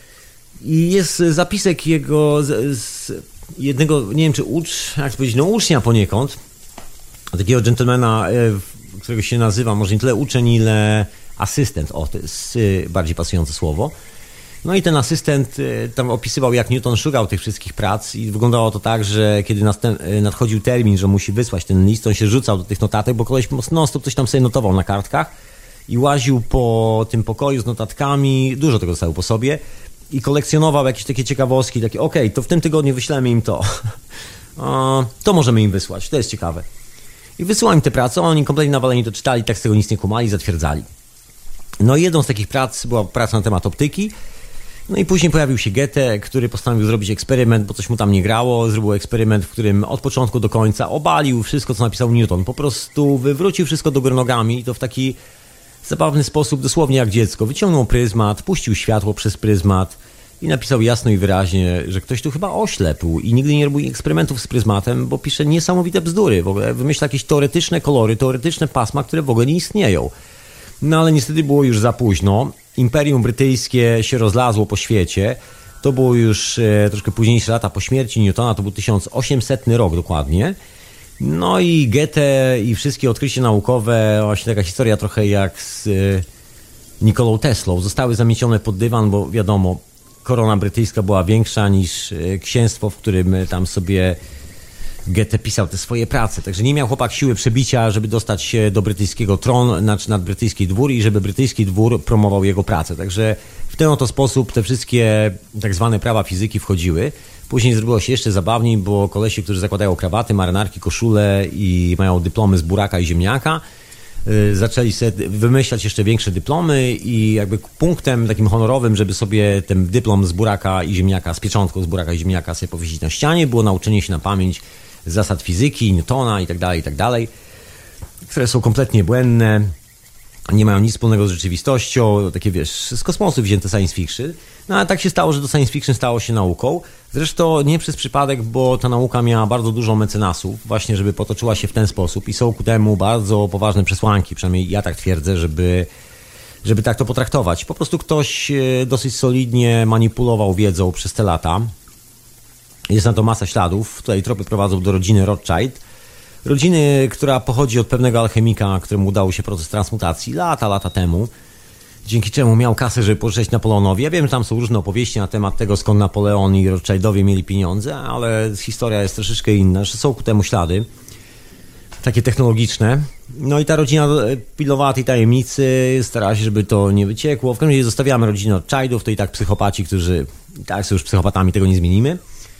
I jest zapisek jego z, z jednego, nie wiem czy ucz, jak to powiedzieć, no ucznia poniekąd, takiego dżentelmena, którego się nazywa, może nie tyle uczeń, ile asystent, o to jest bardziej pasujące słowo. No i ten asystent tam opisywał, jak Newton szukał tych wszystkich prac i wyglądało to tak, że kiedy nadchodził termin, że musi wysłać ten list, on się rzucał do tych notatek, bo koleś non stop coś tam sobie notował na kartkach i łaził po tym pokoju z notatkami, dużo tego zostało po sobie i kolekcjonował jakieś takie ciekawostki, takie okej, okay, to w tym tygodniu wyślemy im to. To możemy im wysłać, to jest ciekawe. I wysyłał im te prace, oni kompletnie nawaleni to czytali, tak z tego nic nie kumali, zatwierdzali. No i jedną z takich prac była praca na temat optyki. No i później pojawił się Goethe, który postanowił zrobić eksperyment, bo coś mu tam nie grało. Zrobił eksperyment, w którym od początku do końca obalił wszystko, co napisał Newton. Po prostu wywrócił wszystko do góry nogami i to w taki zabawny sposób, dosłownie jak dziecko. Wyciągnął pryzmat, puścił światło przez pryzmat i napisał jasno i wyraźnie, że ktoś tu chyba oślepł i nigdy nie robił eksperymentów z pryzmatem, bo pisze niesamowite bzdury. W ogóle wymyśla jakieś teoretyczne kolory, teoretyczne pasma, które w ogóle nie istnieją. No ale niestety było już za późno. Imperium brytyjskie się rozlazło po świecie. To było już e, troszkę późniejsze lata po śmierci Newtona, to był tysiąc osiemsetny rok dokładnie. No i Goethe i wszystkie odkrycia naukowe, właśnie taka historia trochę jak z e, Nikolą Teslą, zostały zamiecione pod dywan, bo wiadomo, korona brytyjska była większa niż e, księstwo, w którym tam sobie Goethe pisał te swoje prace, także nie miał chłopak siły przebicia, żeby dostać się do brytyjskiego tronu, znaczy nad brytyjski dwór i żeby brytyjski dwór promował jego pracę. Także w ten oto sposób te wszystkie tak zwane prawa fizyki wchodziły. Później zrobiło się jeszcze zabawniej, bo kolesi, którzy zakładają krawaty, marynarki, koszule i mają dyplomy z buraka i ziemniaka, yy, zaczęli sobie wymyślać jeszcze większe dyplomy i jakby punktem takim honorowym, żeby sobie ten dyplom z buraka i ziemniaka, z pieczątką z buraka i ziemniaka sobie powiesić na ścianie, było nauczenie się na pamięć zasad fizyki, Newtona i tak dalej, i tak dalej, które są kompletnie błędne, nie mają nic wspólnego z rzeczywistością, takie wiesz, z kosmosu wzięte science fiction. No ale tak się stało, że to science fiction stało się nauką. Zresztą nie przez przypadek, bo ta nauka miała bardzo dużo mecenasów, właśnie żeby potoczyła się w ten sposób i są ku temu bardzo poważne przesłanki, przynajmniej ja tak twierdzę, żeby, żeby tak to potraktować. Po prostu ktoś dosyć solidnie manipulował wiedzą przez te lata. Jest na to masa śladów. Tutaj tropy prowadzą do rodziny Rothschild. Rodziny, która pochodzi od pewnego alchemika, któremu udało się proces transmutacji lata, lata temu. Dzięki czemu miał kasę, żeby pożyczyć Napoleonowi. Ja wiem, że tam są różne opowieści na temat tego, skąd Napoleon i Rothschildowie mieli pieniądze, ale historia jest troszeczkę inna, że są ku temu ślady. Takie technologiczne. No i ta rodzina pilnowała tej tajemnicy, starała się, żeby to nie wyciekło. W każdym razie zostawiamy rodzinę Rothschildów, to i tak psychopaci, którzy i tak są już psychopatami, tego nie zmienimy.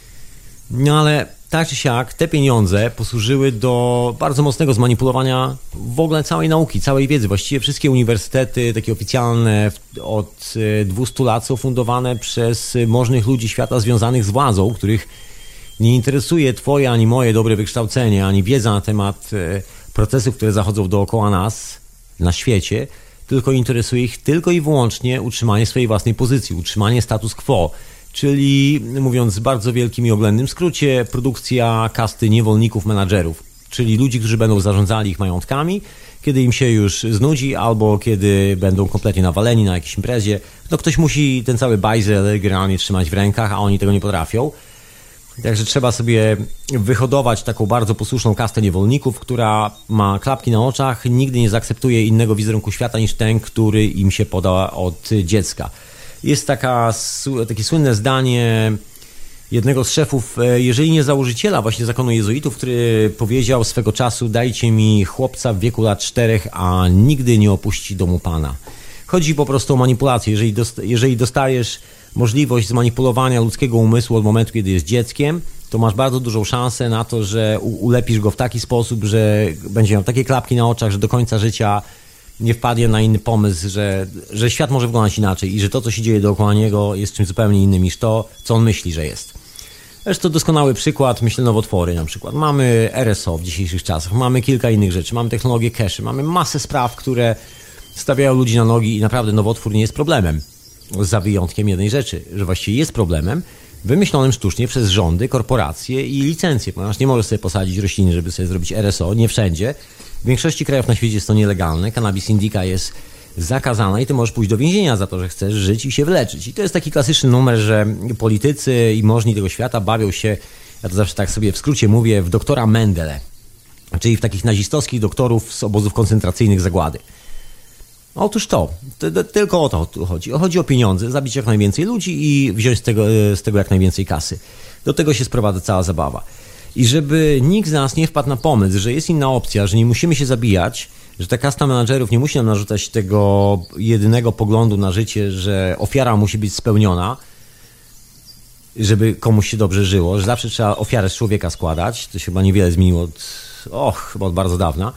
No ale tak czy siak te pieniądze posłużyły do bardzo mocnego zmanipulowania w ogóle całej nauki, całej wiedzy. Właściwie wszystkie uniwersytety takie oficjalne od dwustu lat są fundowane przez możnych ludzi świata związanych z władzą, których nie interesuje twoje ani moje dobre wykształcenie, ani wiedza na temat procesów, które zachodzą dookoła nas na świecie, tylko interesuje ich tylko i wyłącznie utrzymanie swojej własnej pozycji, utrzymanie status quo. Czyli, mówiąc w bardzo wielkim i oględnym skrócie, produkcja kasty niewolników, menadżerów, czyli ludzi, którzy będą zarządzali ich majątkami, kiedy im się już znudzi, albo kiedy będą kompletnie nawaleni na jakiejś imprezie. No ktoś musi ten cały bajzel generalnie trzymać w rękach, a oni tego nie potrafią. Także trzeba sobie wyhodować taką bardzo posłuszną kastę niewolników, która ma klapki na oczach, nigdy nie zaakceptuje innego wizerunku świata niż ten, który im się poda od dziecka. Jest taka, takie słynne zdanie jednego z szefów, jeżeli nie założyciela właśnie zakonu jezuitów, który powiedział swego czasu: dajcie mi chłopca w wieku lat czterech, a nigdy nie opuści domu Pana. Chodzi po prostu o manipulację. Jeżeli, dost, jeżeli dostajesz możliwość zmanipulowania ludzkiego umysłu od momentu, kiedy jest dzieckiem, to masz bardzo dużą szansę na to, że ulepisz go w taki sposób, że będzie miał takie klapki na oczach, że do końca życia nie wpadnie na inny pomysł, że, że świat może wyglądać inaczej i że to, co się dzieje dookoła niego, jest czymś zupełnie innym niż to, co on myśli, że jest. Zresztą doskonały przykład, myślę, nowotwory na przykład. Mamy R S O w dzisiejszych czasach, mamy kilka innych rzeczy, mamy technologię cache, mamy masę spraw, które stawiają ludzi na nogi i naprawdę nowotwór nie jest problemem. Za wyjątkiem jednej rzeczy, że właściwie jest problemem wymyślonym sztucznie przez rządy, korporacje i licencje, ponieważ nie możesz sobie posadzić rośliny, żeby sobie zrobić R S O, nie wszędzie. W większości krajów na świecie jest to nielegalne, cannabis indica jest zakazana i ty możesz pójść do więzienia za to, że chcesz żyć i się wyleczyć. I to jest taki klasyczny numer, że politycy i możni tego świata bawią się, ja to zawsze tak sobie w skrócie mówię, w doktora Mengele, czyli w takich nazistowskich doktorów z obozów koncentracyjnych zagłady. Otóż to, to, to, tylko o to tu chodzi. Chodzi o pieniądze, zabić jak najwięcej ludzi i wziąć z tego, z tego jak najwięcej kasy. Do tego się sprowadza cała zabawa. I żeby nikt z nas nie wpadł na pomysł, że jest inna opcja, że nie musimy się zabijać, że ta kasta menadżerów nie musi nam narzucać tego jedynego poglądu na życie, że ofiara musi być spełniona, żeby komuś się dobrze żyło, że zawsze trzeba ofiarę z człowieka składać. To się chyba niewiele zmieniło od, och, chyba od bardzo dawna.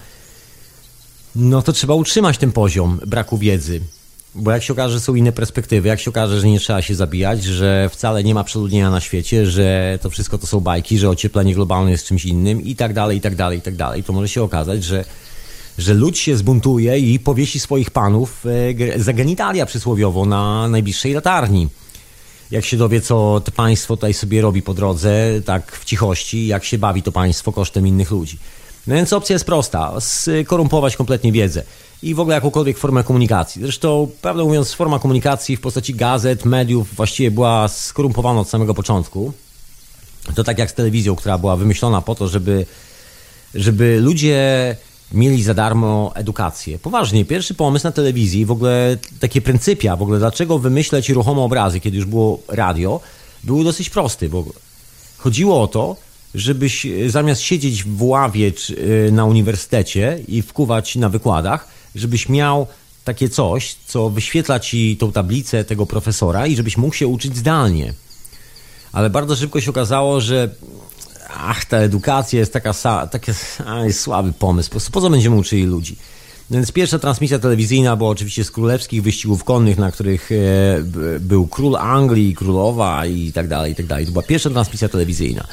No to trzeba utrzymać ten poziom braku wiedzy. Bo jak się okaże, że są inne perspektywy, jak się okaże, że nie trzeba się zabijać, że wcale nie ma przeludnienia na świecie, że to wszystko to są bajki, że ocieplenie globalne jest czymś innym i tak dalej, i tak dalej, i tak dalej, to może się okazać, że, że lud się zbuntuje i powiesi swoich panów za genitalia przysłowiowo na najbliższej latarni. Jak się dowie, co to państwo tutaj sobie robi po drodze, tak w cichości, jak się bawi to państwo kosztem innych ludzi. No więc opcja jest prosta, skorumpować kompletnie wiedzę i w ogóle jakąkolwiek formę komunikacji. Zresztą, prawdę mówiąc, forma komunikacji w postaci gazet, mediów właściwie była skorumpowana od samego początku. To tak jak z telewizją, która była wymyślona po to, żeby, żeby ludzie mieli za darmo edukację. Poważnie, pierwszy pomysł na telewizji, w ogóle takie pryncypia, w ogóle dlaczego wymyśleć ruchome obrazy, kiedy już było radio, był dosyć prosty. Bo chodziło o to, żebyś zamiast siedzieć w ławie czy na uniwersytecie i wkuwać na wykładach, żebyś miał takie coś, co wyświetla ci tą tablicę tego profesora i żebyś mógł się uczyć zdalnie. Ale bardzo szybko się okazało, że ach, ta edukacja jest taka, taka a, jest słaby pomysł. Po, po co będziemy uczyli ludzi? Więc pierwsza transmisja telewizyjna była oczywiście z królewskich wyścigów konnych, na których e, był król Anglii, królowa i tak dalej, i tak dalej. To była pierwsza transmisja telewizyjna.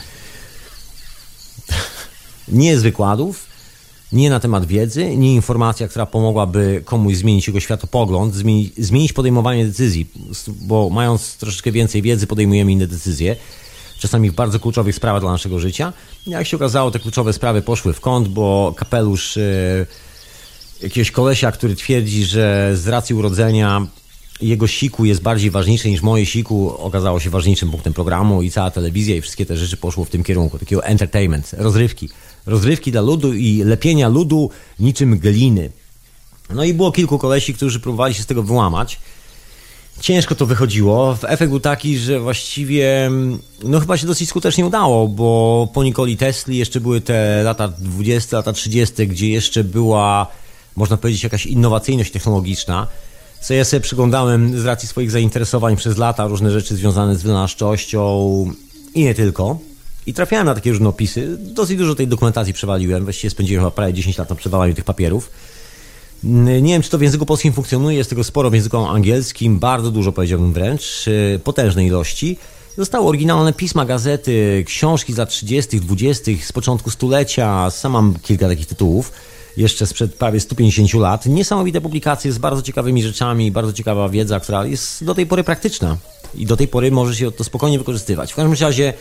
Nie z wykładów, nie na temat wiedzy, nie informacja, która pomogłaby komuś zmienić jego światopogląd, zmienić, zmienić podejmowanie decyzji, bo mając troszeczkę więcej wiedzy podejmujemy inne decyzje, czasami w bardzo kluczowych sprawach dla naszego życia. Jak się okazało, te kluczowe sprawy poszły w kąt, bo kapelusz e, jakiegoś kolesia, który twierdzi, że z racji urodzenia jego siku jest bardziej ważniejsze niż moje siku, okazało się ważniejszym punktem programu i cała telewizja i wszystkie te rzeczy poszło w tym kierunku, takiego entertainment, rozrywki. Rozrywki dla ludu i lepienia ludu niczym gliny. No i było kilku kolesi, którzy próbowali się z tego wyłamać. Ciężko to wychodziło. Efekt był taki, że właściwie no chyba się dosyć skutecznie udało, bo po Nikoli Tesli jeszcze były te lata dwudzieste, lata trzydzieste, gdzie jeszcze była, można powiedzieć, jakaś innowacyjność technologiczna. Co ja sobie przyglądałem z racji swoich zainteresowań przez lata, różne rzeczy związane z wynalazczością i nie tylko. I trafiałem na takie różne opisy. Dosyć dużo tej dokumentacji przewaliłem. Właściwie spędziłem chyba prawie dziesięć lat na przewalaniu tych papierów. Nie wiem, czy to w języku polskim funkcjonuje. Jest tego sporo w języku angielskim. Bardzo dużo, powiedziałbym wręcz. Potężnej ilości. Zostały oryginalne pisma, gazety, książki z lat trzydziestych, dwudziestych, z początku stulecia. Sam mam kilka takich tytułów. Jeszcze sprzed prawie stu pięćdziesięciu lat. Niesamowite publikacje z bardzo ciekawymi rzeczami, bardzo ciekawa wiedza, która jest do tej pory praktyczna. I do tej pory może się to spokojnie wykorzystywać. W każdym razie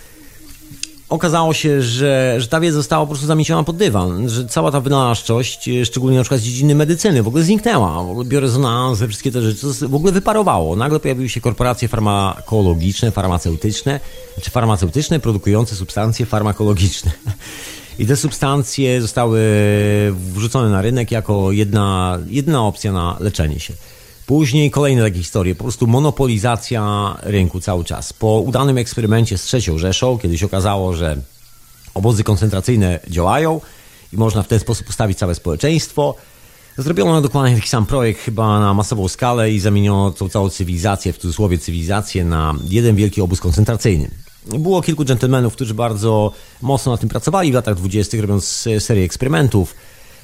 okazało się, że, że ta wiedza została po prostu zamieciona pod dywan, że cała ta wynalazczość, szczególnie na przykład z dziedziny medycyny, w ogóle zniknęła. W ogóle biorezonanse, wszystkie te rzeczy, to w ogóle wyparowało. Nagle pojawiły się korporacje farmakologiczne, farmaceutyczne, czy farmaceutyczne produkujące substancje farmakologiczne. I te substancje zostały wrzucone na rynek jako jedna, jedna opcja na leczenie się. Później kolejne takie historie, po prostu monopolizacja rynku cały czas. Po udanym eksperymencie z trzecią Rzeszą, kiedy się okazało, że obozy koncentracyjne działają i można w ten sposób ustawić całe społeczeństwo, zrobiono dokładnie taki sam projekt chyba na masową skalę i zamieniono tą całą cywilizację, w cudzysłowie cywilizację, na jeden wielki obóz koncentracyjny. Było kilku dżentelmenów, którzy bardzo mocno na tym pracowali w latach dwudziestych, robiąc serię eksperymentów.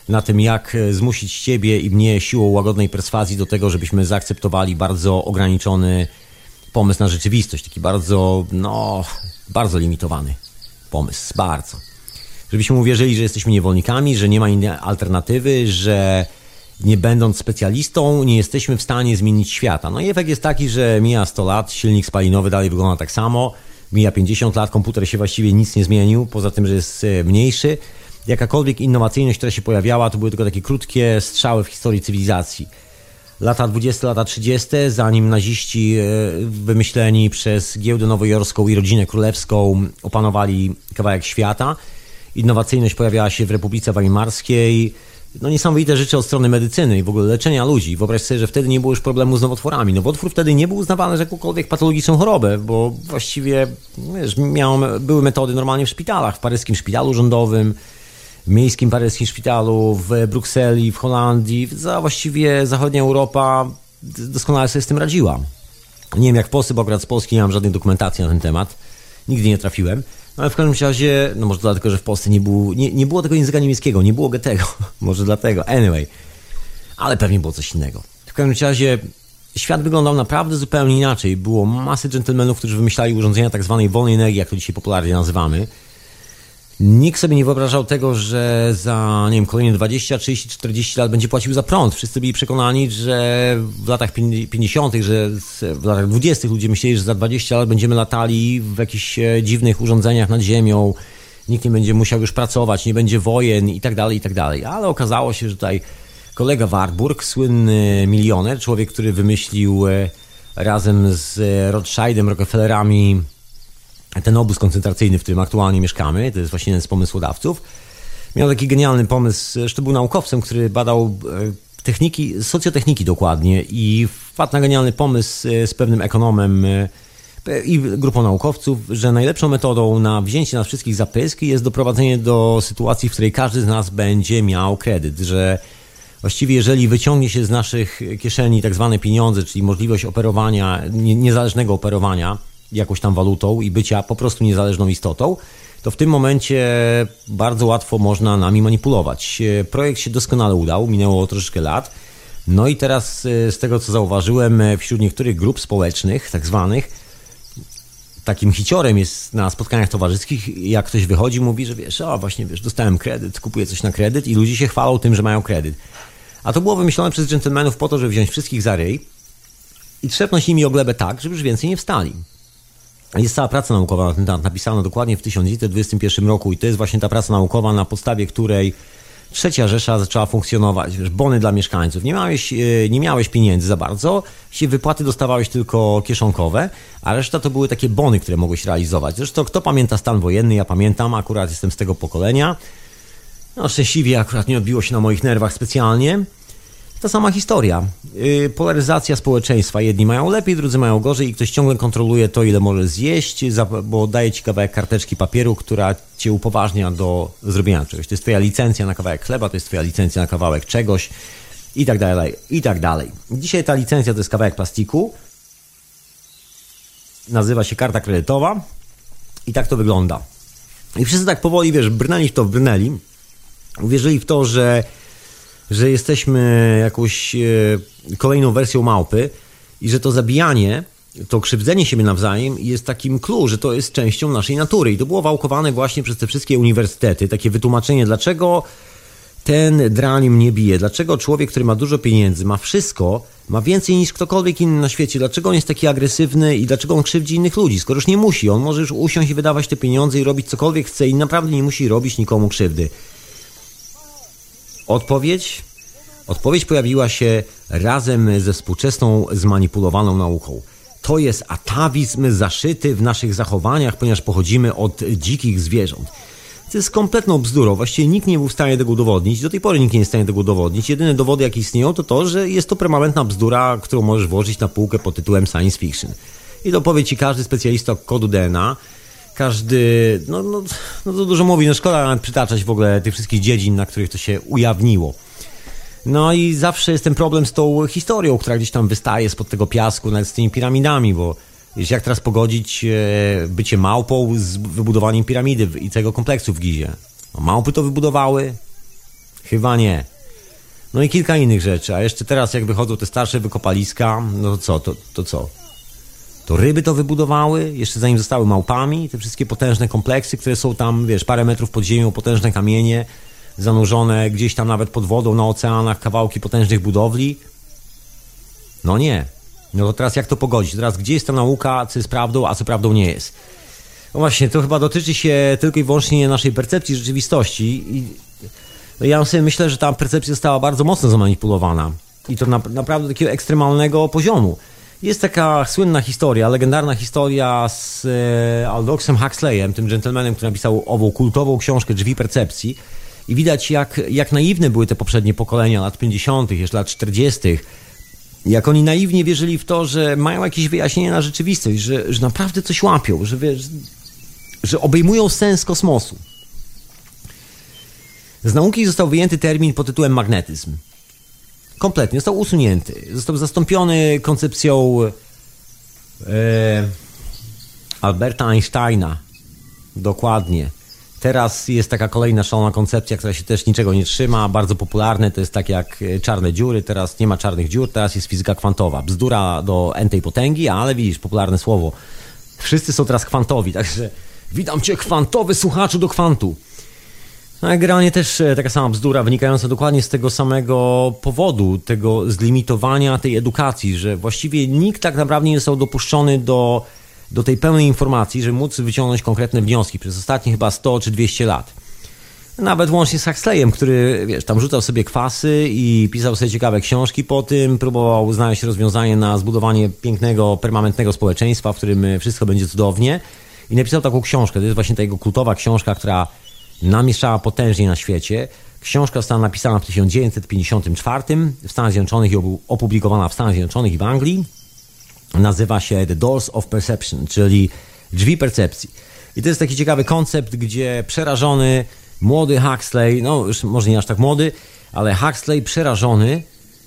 na tym, jak zmusić ciebie i mnie siłą łagodnej perswazji do tego, żebyśmy zaakceptowali bardzo ograniczony pomysł na rzeczywistość, taki bardzo, no, bardzo limitowany pomysł, bardzo. Żebyśmy uwierzyli, że jesteśmy niewolnikami, że nie ma innej alternatywy, że nie będąc specjalistą nie jesteśmy w stanie zmienić świata. No i efekt jest taki, że mija sto lat, silnik spalinowy dalej wygląda tak samo, mija pięćdziesiąt lat, komputer się właściwie nic nie zmienił, poza tym, że jest mniejszy. Jakakolwiek innowacyjność, która się pojawiała, to były tylko takie krótkie strzały w historii cywilizacji. Lata dwudzieste, lata trzydzieste, zanim naziści wymyśleni przez giełdę nowojorską i rodzinę królewską opanowali kawałek świata, innowacyjność pojawiała się w Republice Weimarskiej. No niesamowite rzeczy od strony medycyny i w ogóle leczenia ludzi. Wyobraź sobie, że wtedy nie było już problemu z nowotworami. Nowotwór wtedy nie był uznawany za jakąkolwiek patologiczną chorobę, bo właściwie wiesz, miał, były metody normalnie w szpitalach, w paryskim szpitalu rządowym, w miejskim paryskim szpitalu, w Brukseli, w Holandii. Za właściwie zachodnia Europa doskonale sobie z tym radziła. Nie wiem jak w Polsce, bo akurat z Polski nie mam żadnej dokumentacji na ten temat. Nigdy nie trafiłem. No ale w każdym razie, no może dlatego, że w Polsce nie było, nie, nie było tego języka niemieckiego, nie było Goethego. Może dlatego. Anyway. Ale pewnie było coś innego. W każdym razie świat wyglądał naprawdę zupełnie inaczej. Było masy dżentelmenów, którzy wymyślali urządzenia tak zwanej wolnej energii, jak to dzisiaj popularnie nazywamy. Nikt sobie nie wyobrażał tego, że za, nie wiem, kolejne dwadzieścia, trzydzieści, czterdzieści lat będzie płacił za prąd. Wszyscy byli przekonani, że w latach pięćdziesiątych, że w latach dwudziestych ludzie myśleli, że za dwadzieścia lat będziemy latali w jakichś dziwnych urządzeniach nad ziemią. Nikt nie będzie musiał już pracować, nie będzie wojen i tak dalej, i tak dalej. Ale okazało się, że tutaj kolega Warburg, słynny milioner, człowiek, który wymyślił razem z Rothschildem, Rockefellerami ten obóz koncentracyjny, w którym aktualnie mieszkamy, to jest właśnie jeden z pomysłodawców, miał taki genialny pomysł, że to był naukowcem, który badał techniki, socjotechniki dokładnie i wpadł na genialny pomysł z pewnym ekonomem i grupą naukowców, że najlepszą metodą na wzięcie nas wszystkich za pysk jest doprowadzenie do sytuacji, w której każdy z nas będzie miał kredyt, że właściwie jeżeli wyciągnie się z naszych kieszeni tak zwane pieniądze, czyli możliwość operowania, niezależnego operowania jakąś tam walutą i bycia po prostu niezależną istotą, to w tym momencie bardzo łatwo można nami manipulować. Projekt się doskonale udał, minęło troszeczkę lat. No i teraz z tego, co zauważyłem, wśród niektórych grup społecznych, tak zwanych, takim hiciorem jest na spotkaniach towarzyskich, jak ktoś wychodzi, mówi, że wiesz, o właśnie, wiesz, dostałem kredyt, kupuję coś na kredyt i ludzie się chwalą tym, że mają kredyt. A to było wymyślone przez dżentelmenów po to, żeby wziąć wszystkich za ryj i trzepnąć nimi o glebę tak, żeby już więcej nie wstali. Jest cała praca naukowa na ten temat, napisana dokładnie w tysiąc dziewięćset dwudziestym pierwszym roku i to jest właśnie ta praca naukowa, na podstawie której Trzecia Rzesza zaczęła funkcjonować. Wiesz, bony dla mieszkańców. Nie miałeś, nie miałeś pieniędzy za bardzo, się wypłaty dostawałeś tylko kieszonkowe, a reszta to były takie bony, które mogłeś realizować. Zresztą kto pamięta stan wojenny? Ja pamiętam, akurat jestem z tego pokolenia. No szczęśliwie akurat nie odbiło się na moich nerwach specjalnie. Ta sama historia. Yy, polaryzacja społeczeństwa. Jedni mają lepiej, drudzy mają gorzej i ktoś ciągle kontroluje to, ile możesz zjeść, bo daje ci kawałek karteczki papieru, która cię upoważnia do zrobienia czegoś. To jest twoja licencja na kawałek chleba, to jest twoja licencja na kawałek czegoś i tak dalej, i tak dalej. Dzisiaj ta licencja to jest kawałek plastiku. Nazywa się karta kredytowa i tak to wygląda. I wszyscy tak powoli, wiesz, brnęli w to, brnęli. Uwierzyli w to, że że jesteśmy jakąś e, kolejną wersją małpy i że to zabijanie, to krzywdzenie siebie nawzajem jest takim clue, że to jest częścią naszej natury. I to było wałkowane właśnie przez te wszystkie uniwersytety. Takie wytłumaczenie, dlaczego ten drań mnie bije, dlaczego człowiek, który ma dużo pieniędzy, ma wszystko, ma więcej niż ktokolwiek inny na świecie, dlaczego on jest taki agresywny i dlaczego on krzywdzi innych ludzi, skoro już nie musi. On może już usiąść i wydawać te pieniądze i robić cokolwiek chce i naprawdę nie musi robić nikomu krzywdy. Odpowiedź? Odpowiedź pojawiła się razem ze współczesną zmanipulowaną nauką. To jest atawizm zaszyty w naszych zachowaniach, ponieważ pochodzimy od dzikich zwierząt. To jest kompletną bzdurą. Właściwie nikt nie był w stanie tego udowodnić. Do tej pory nikt nie jest w stanie tego udowodnić. Jedyne dowody, jakie istnieją, to to, że jest to permanentna bzdura, którą możesz włożyć na półkę pod tytułem science fiction. I to powie ci każdy specjalista kodu D N A. Każdy, no, no, no to dużo mówi, no szkoda nawet przytaczać w ogóle tych wszystkich dziedzin, na których to się ujawniło. No i zawsze jest ten problem z tą historią, która gdzieś tam wystaje spod tego piasku, nawet z tymi piramidami, bo wiesz, jak teraz pogodzić bycie małpą z wybudowaniem piramidy i tego kompleksu w Gizie? No, małpy to wybudowały, Chyba nie. No i kilka innych rzeczy, a jeszcze teraz jak wychodzą te starsze wykopaliska, no to co, to, to co? To ryby to wybudowały, jeszcze zanim zostały małpami, te wszystkie potężne kompleksy, które są tam, wiesz, parę metrów pod ziemią, potężne kamienie, zanurzone gdzieś tam nawet pod wodą, na oceanach, kawałki potężnych budowli. No nie. No to teraz jak to pogodzić? Teraz gdzie jest ta nauka, co jest prawdą, a co prawdą nie jest? No właśnie, to chyba dotyczy się tylko i wyłącznie naszej percepcji rzeczywistości i ja sobie myślę, że ta percepcja została bardzo mocno zamanipulowana i to na, naprawdę takiego ekstremalnego poziomu. Jest taka słynna historia, legendarna historia z e, Aldoxem Huxleyem, tym dżentelmenem, który napisał ową kultową książkę Drzwi percepcji i widać jak, jak naiwne były te poprzednie pokolenia lat pięćdziesiątych, jeszcze lat czterdziestych. Jak oni naiwnie wierzyli w to, że mają jakieś wyjaśnienie na rzeczywistość, że, że naprawdę coś łapią, że, wiesz, że obejmują sens kosmosu. Z nauki został wyjęty termin pod tytułem magnetyzm. Kompletnie, został usunięty. Został zastąpiony koncepcją e, Alberta Einsteina. Dokładnie. Teraz jest taka kolejna szalona koncepcja, która się też niczego nie trzyma, bardzo popularne, to jest tak jak czarne dziury, teraz nie ma czarnych dziur, teraz jest fizyka kwantowa. Bzdura do n-tej potęgi, ale widzisz, popularne słowo. Wszyscy są teraz kwantowi, także witam cię kwantowy słuchaczu do kwantu. No a generalnie też taka sama bzdura wynikająca dokładnie z tego samego powodu, tego zlimitowania tej edukacji, że właściwie nikt tak naprawdę nie został dopuszczony do, do tej pełnej informacji, żeby móc wyciągnąć konkretne wnioski przez ostatnie chyba sto czy dwieście lat. Nawet łącznie z Huxleyem, który, wiesz, tam rzucał sobie kwasy i pisał sobie ciekawe książki po tym, próbował znaleźć rozwiązanie na zbudowanie pięknego, permanentnego społeczeństwa, w którym wszystko będzie cudownie i napisał taką książkę. To jest właśnie ta jego kultowa książka, która namieszczała potężnie na świecie. Książka została napisana w tysiąc dziewięćset pięćdziesiątym czwartym w Stanach Zjednoczonych i opublikowana w Stanach Zjednoczonych i w Anglii. Nazywa się The Doors of Perception, czyli drzwi percepcji. I to jest taki ciekawy koncept, gdzie przerażony młody Huxley, no już może nie aż tak młody, ale Huxley przerażony,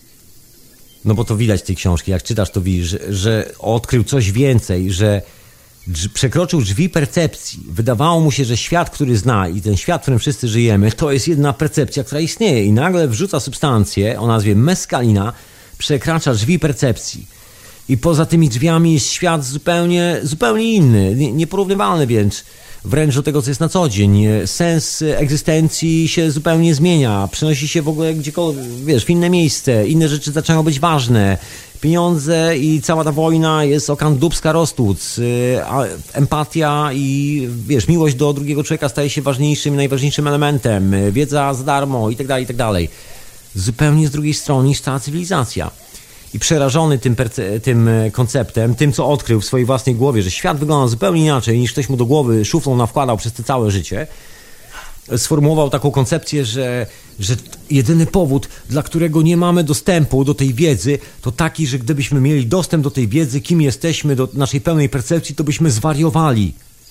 no bo to widać z tej książki, jak czytasz to widzisz, że, że odkrył coś więcej, że przekroczył drzwi percepcji. Wydawało mu się, że świat, który zna i ten świat, w którym wszyscy żyjemy, to jest jedna percepcja, która istnieje i nagle wrzuca substancję o nazwie meskalina, przekracza drzwi percepcji. I poza tymi drzwiami jest świat zupełnie, zupełnie inny, nieporównywalny wręcz, wręcz do tego, co jest na co dzień. Sens egzystencji się zupełnie zmienia, przenosi się w ogóle gdziekolwiek, wiesz, w inne miejsce, inne rzeczy zaczynają być ważne. Pieniądze i cała ta wojna jest o kandubska rostłuc, empatia i, wiesz, miłość do drugiego człowieka staje się ważniejszym i najważniejszym elementem, wiedza za darmo i tak dalej, i tak dalej. Zupełnie z drugiej strony niż cała cywilizacja. I przerażony tym, tym konceptem, tym co odkrył w swojej własnej głowie, że świat wygląda zupełnie inaczej niż ktoś mu do głowy szuflą nawkładał przez to całe życie, sformułował taką koncepcję, że, że jedyny powód, dla którego nie mamy dostępu do tej wiedzy, to taki, że gdybyśmy mieli dostęp do tej wiedzy, kim jesteśmy, do naszej pełnej percepcji, to byśmy zwariowali.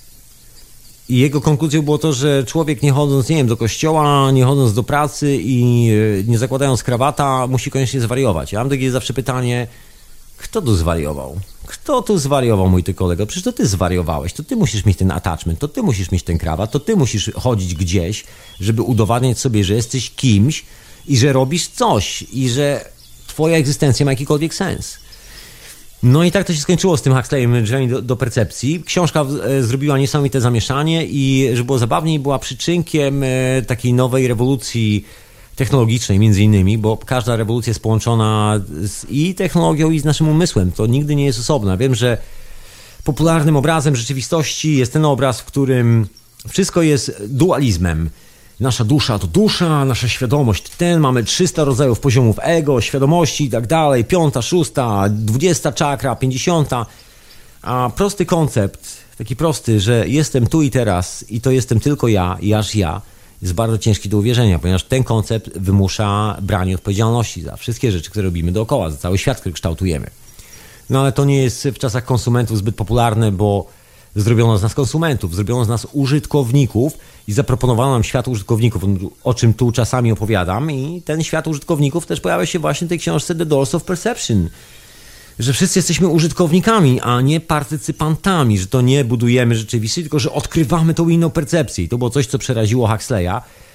I jego konkluzją było to, że człowiek nie chodząc, nie wiem, do kościoła, nie chodząc do pracy i nie zakładając krawata, musi koniecznie zwariować. Ja mam takie zawsze pytanie, kto tu zwariował? Kto tu zwariował, mój ty kolego? Przecież to ty zwariowałeś, to ty musisz mieć ten attachment, to ty musisz mieć ten krawat, to ty musisz chodzić gdzieś, żeby udowadniać sobie, że jesteś kimś i że robisz coś i że twoja egzystencja ma jakikolwiek sens. No i tak to się skończyło z tym Huxleyem, drzwiami do, do percepcji. Książka e, zrobiła niesamowite zamieszanie i, żeby było zabawniej, była przyczynkiem e, takiej nowej rewolucji technologicznej między innymi, bo każda rewolucja jest połączona z, i technologią, i z naszym umysłem. To nigdy nie jest osobna. Wiem, że popularnym obrazem rzeczywistości jest ten obraz, w którym wszystko jest dualizmem. Nasza dusza to dusza, nasza świadomość to ten, mamy trzysta rodzajów poziomów ego, świadomości i tak dalej, piąta, szósta, dwudziesta czakra, pięćdziesiąta. A prosty koncept, taki prosty, że jestem tu i teraz i to jestem tylko ja i aż ja, jest bardzo ciężki do uwierzenia, ponieważ ten koncept wymusza branie odpowiedzialności za wszystkie rzeczy, które robimy dookoła, za cały świat, który kształtujemy. No ale to nie jest w czasach konsumentów zbyt popularne, bo zrobiono z nas konsumentów, zrobiono z nas użytkowników i zaproponowano nam świat użytkowników, o czym tu czasami opowiadam, i ten świat użytkowników też pojawia się właśnie w tej książce The Doors of Perception, że wszyscy jesteśmy użytkownikami, a nie partycypantami, że to nie budujemy rzeczywistości, tylko że odkrywamy tą inną percepcję. I to było coś, co przeraziło Huxleya,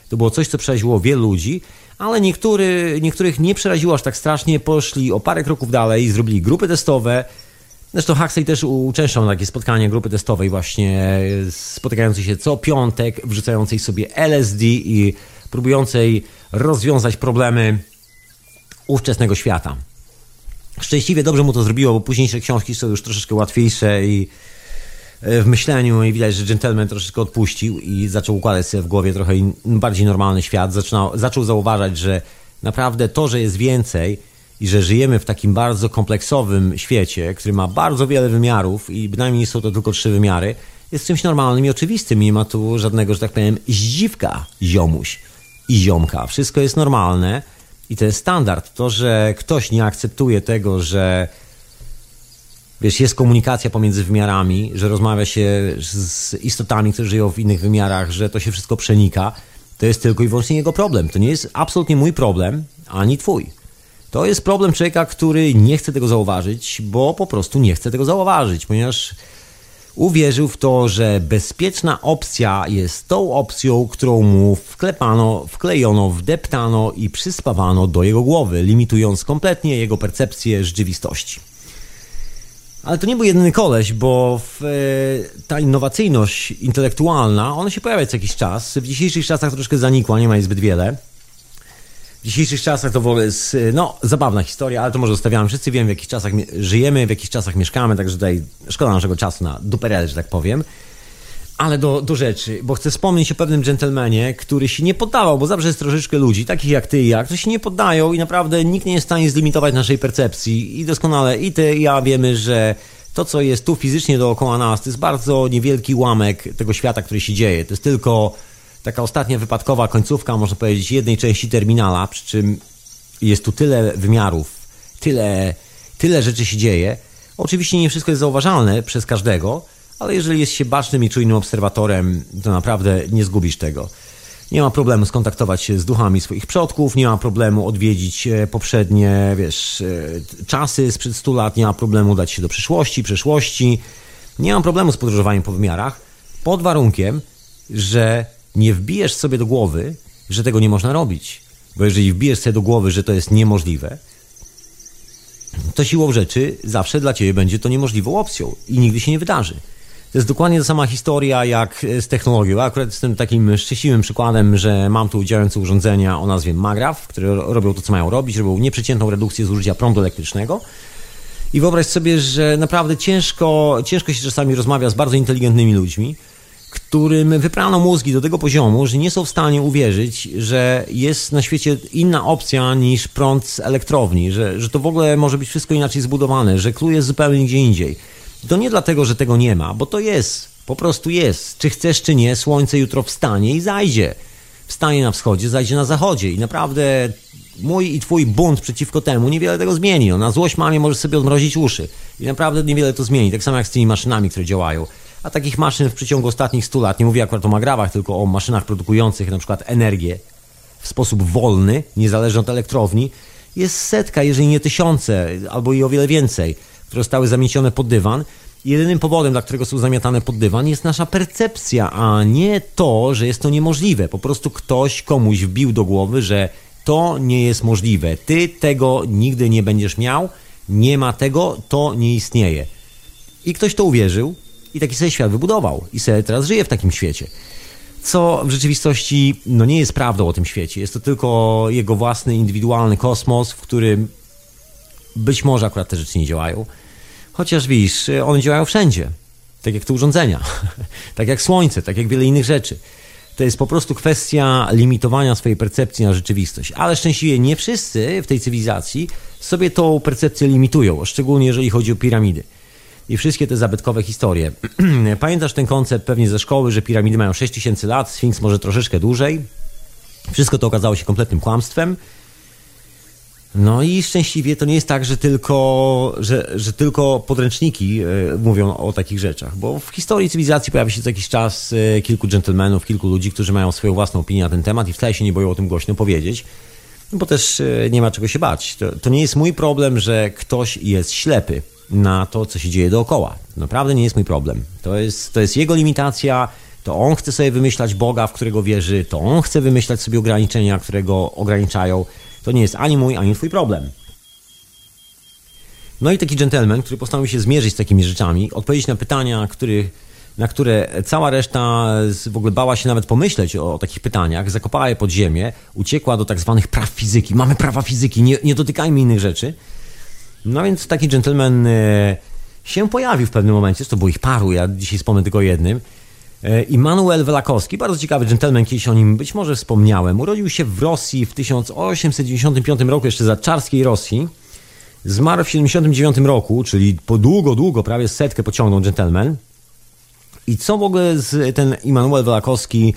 To było coś, co przeraziło wielu ludzi, ale niektóry, niektórych nie przeraziło aż tak strasznie, poszli o parę kroków dalej i zrobili grupy testowe. Zresztą Huxley też uczęszczał na takie spotkania grupy testowej właśnie, spotykającej się co piątek, wrzucającej sobie L S D i próbującej rozwiązać problemy ówczesnego świata. Szczęśliwie dobrze mu to zrobiło, bo późniejsze książki są już troszeczkę łatwiejsze i w myśleniu i widać, że gentleman troszeczkę odpuścił i zaczął układać sobie w głowie trochę bardziej normalny świat. Zaczynał, zaczął zauważać, że naprawdę to, że jest więcej i że żyjemy w takim bardzo kompleksowym świecie, który ma bardzo wiele wymiarów i bynajmniej są to tylko trzy wymiary, jest czymś normalnym i oczywistym. Nie ma tu żadnego, że tak powiem, zdziwka, ziomuś i ziomka. Wszystko jest normalne i to jest standard. To, że ktoś nie akceptuje tego, że wiesz, jest komunikacja pomiędzy wymiarami, że rozmawia się z istotami, które żyją w innych wymiarach, że to się wszystko przenika, to jest tylko i wyłącznie jego problem. To nie jest absolutnie mój problem, ani twój. To jest problem człowieka, który nie chce tego zauważyć, bo po prostu nie chce tego zauważyć, ponieważ uwierzył w to, że bezpieczna opcja jest tą opcją, którą mu wklepano, wklejono, wdeptano i przyspawano do jego głowy, limitując kompletnie jego percepcję rzeczywistości. Ale to nie był jedyny koleś, bo w, e, ta innowacyjność intelektualna, ona się pojawia co jakiś czas. W dzisiejszych czasach troszkę zanikła, nie ma jej zbyt wiele. W dzisiejszych czasach to w ogóle jest, no, zabawna historia, ale to może zostawiamy. Wszyscy wiemy, w jakich czasach żyjemy, w jakich czasach mieszkamy, także tutaj szkoda naszego czasu na duperele, że tak powiem. Ale do, do rzeczy, bo chcę wspomnieć o pewnym dżentelmenie, który się nie poddawał, bo zawsze jest troszeczkę ludzi, takich jak ty i ja, którzy się nie poddają i naprawdę nikt nie jest w stanie zlimitować naszej percepcji. I doskonale i ty, i ja wiemy, że to, co jest tu fizycznie dookoła nas, to jest bardzo niewielki ułamek tego świata, który się dzieje. To jest tylko taka ostatnia wypadkowa końcówka, można powiedzieć, jednej części terminala, przy czym jest tu tyle wymiarów, tyle, tyle rzeczy się dzieje. Oczywiście nie wszystko jest zauważalne przez każdego, ale jeżeli jest się bacznym i czujnym obserwatorem, to naprawdę nie zgubisz tego. Nie ma problemu skontaktować się z duchami swoich przodków, nie ma problemu odwiedzić poprzednie, wiesz, czasy sprzed stu lat, nie ma problemu dać się do przyszłości, przeszłości, nie ma problemu z podróżowaniem po wymiarach, pod warunkiem, że nie wbijesz sobie do głowy, że tego nie można robić. Bo jeżeli wbijesz sobie do głowy, że to jest niemożliwe, to siłą rzeczy zawsze dla ciebie będzie to niemożliwą opcją i nigdy się nie wydarzy. To jest dokładnie ta sama historia jak z technologią. Ja akurat jestem takim szczęśliwym przykładem, że mam tu działające urządzenia o nazwie Magraf, które robią to, co mają robić, robią nieprzeciętną redukcję zużycia prądu elektrycznego. I wyobraź sobie, że naprawdę ciężko, ciężko się czasami rozmawia z bardzo inteligentnymi ludźmi, którym wyprano mózgi do tego poziomu, że nie są w stanie uwierzyć, że jest na świecie inna opcja niż prąd z elektrowni, że, że to w ogóle może być wszystko inaczej zbudowane, że clue jest zupełnie gdzie indziej. To nie dlatego, że tego nie ma, bo to jest, po prostu jest. Czy chcesz, czy nie, słońce jutro wstanie i zajdzie. Wstanie na wschodzie, zajdzie na zachodzie i naprawdę mój i twój bunt przeciwko temu niewiele tego zmieni. No, na złość mamie możesz sobie odmrozić uszy i naprawdę niewiele to zmieni, tak samo jak z tymi maszynami, które działają. A takich maszyn w przeciągu ostatnich stu lat, nie mówię akurat o magrawach, tylko o maszynach produkujących na przykład energię w sposób wolny, niezależnie od elektrowni, jest setka, jeżeli nie tysiące, albo i o wiele więcej, które zostały zamiecione pod dywan. Jedynym powodem, dla którego są zamiatane pod dywan, jest nasza percepcja, a nie to, że jest to niemożliwe. Po prostu ktoś komuś wbił do głowy, że to nie jest możliwe. Ty tego nigdy nie będziesz miał, nie ma tego, to nie istnieje. I ktoś to uwierzył i taki sobie świat wybudował. I sobie teraz żyje w takim świecie. Co w rzeczywistości no nie jest prawdą o tym świecie. Jest to tylko jego własny, indywidualny kosmos, w którym być może akurat te rzeczy nie działają. Chociaż widzisz, one działają wszędzie. Tak jak te urządzenia. Tak jak słońce, tak jak wiele innych rzeczy. To jest po prostu kwestia limitowania swojej percepcji na rzeczywistość. Ale szczęśliwie nie wszyscy w tej cywilizacji sobie tą percepcję limitują. Szczególnie jeżeli chodzi o piramidy. I wszystkie te zabytkowe historie. Pamiętasz ten koncept pewnie ze szkoły, że piramidy mają sześć tysięcy lat, Sfinks może troszeczkę dłużej. Wszystko to okazało się kompletnym kłamstwem. No i szczęśliwie to nie jest tak, że tylko, że, że tylko podręczniki y, mówią o takich rzeczach, bo w historii cywilizacji pojawia się co jakiś czas y, kilku dżentelmenów, kilku ludzi, którzy mają swoją własną opinię na ten temat i wcale się nie boją o tym głośno powiedzieć, bo też y, nie ma czego się bać. To, to nie jest mój problem, że ktoś jest ślepy na to, co się dzieje dookoła. Naprawdę nie jest mój problem. To jest, to jest jego limitacja, to on chce sobie wymyślać Boga, w którego wierzy, to on chce wymyślać sobie ograniczenia, które go ograniczają. To nie jest ani mój, ani twój problem. No i taki dżentelmen, który postanowił się zmierzyć z takimi rzeczami, odpowiedzieć na pytania, których, na które cała reszta w ogóle bała się nawet pomyśleć o, o takich pytaniach, zakopała je pod ziemię, uciekła do tak zwanych praw fizyki. Mamy prawa fizyki, nie, nie dotykajmy innych rzeczy. No więc taki dżentelmen e, się pojawił w pewnym momencie, to było ich paru, ja dzisiaj wspomnę tylko o jednym. E, Immanuel Welakowski, bardzo ciekawy dżentelmen, kiedyś o nim być może wspomniałem. Urodził się w Rosji w tysiąc osiemset dziewięćdziesiątym piątym roku, jeszcze za czarskiej Rosji. Zmarł w siedemdziesiątym dziewiątym roku, czyli po długo, długo, prawie setkę pociągnął dżentelmen. I co w ogóle z ten Immanuel Welakowski,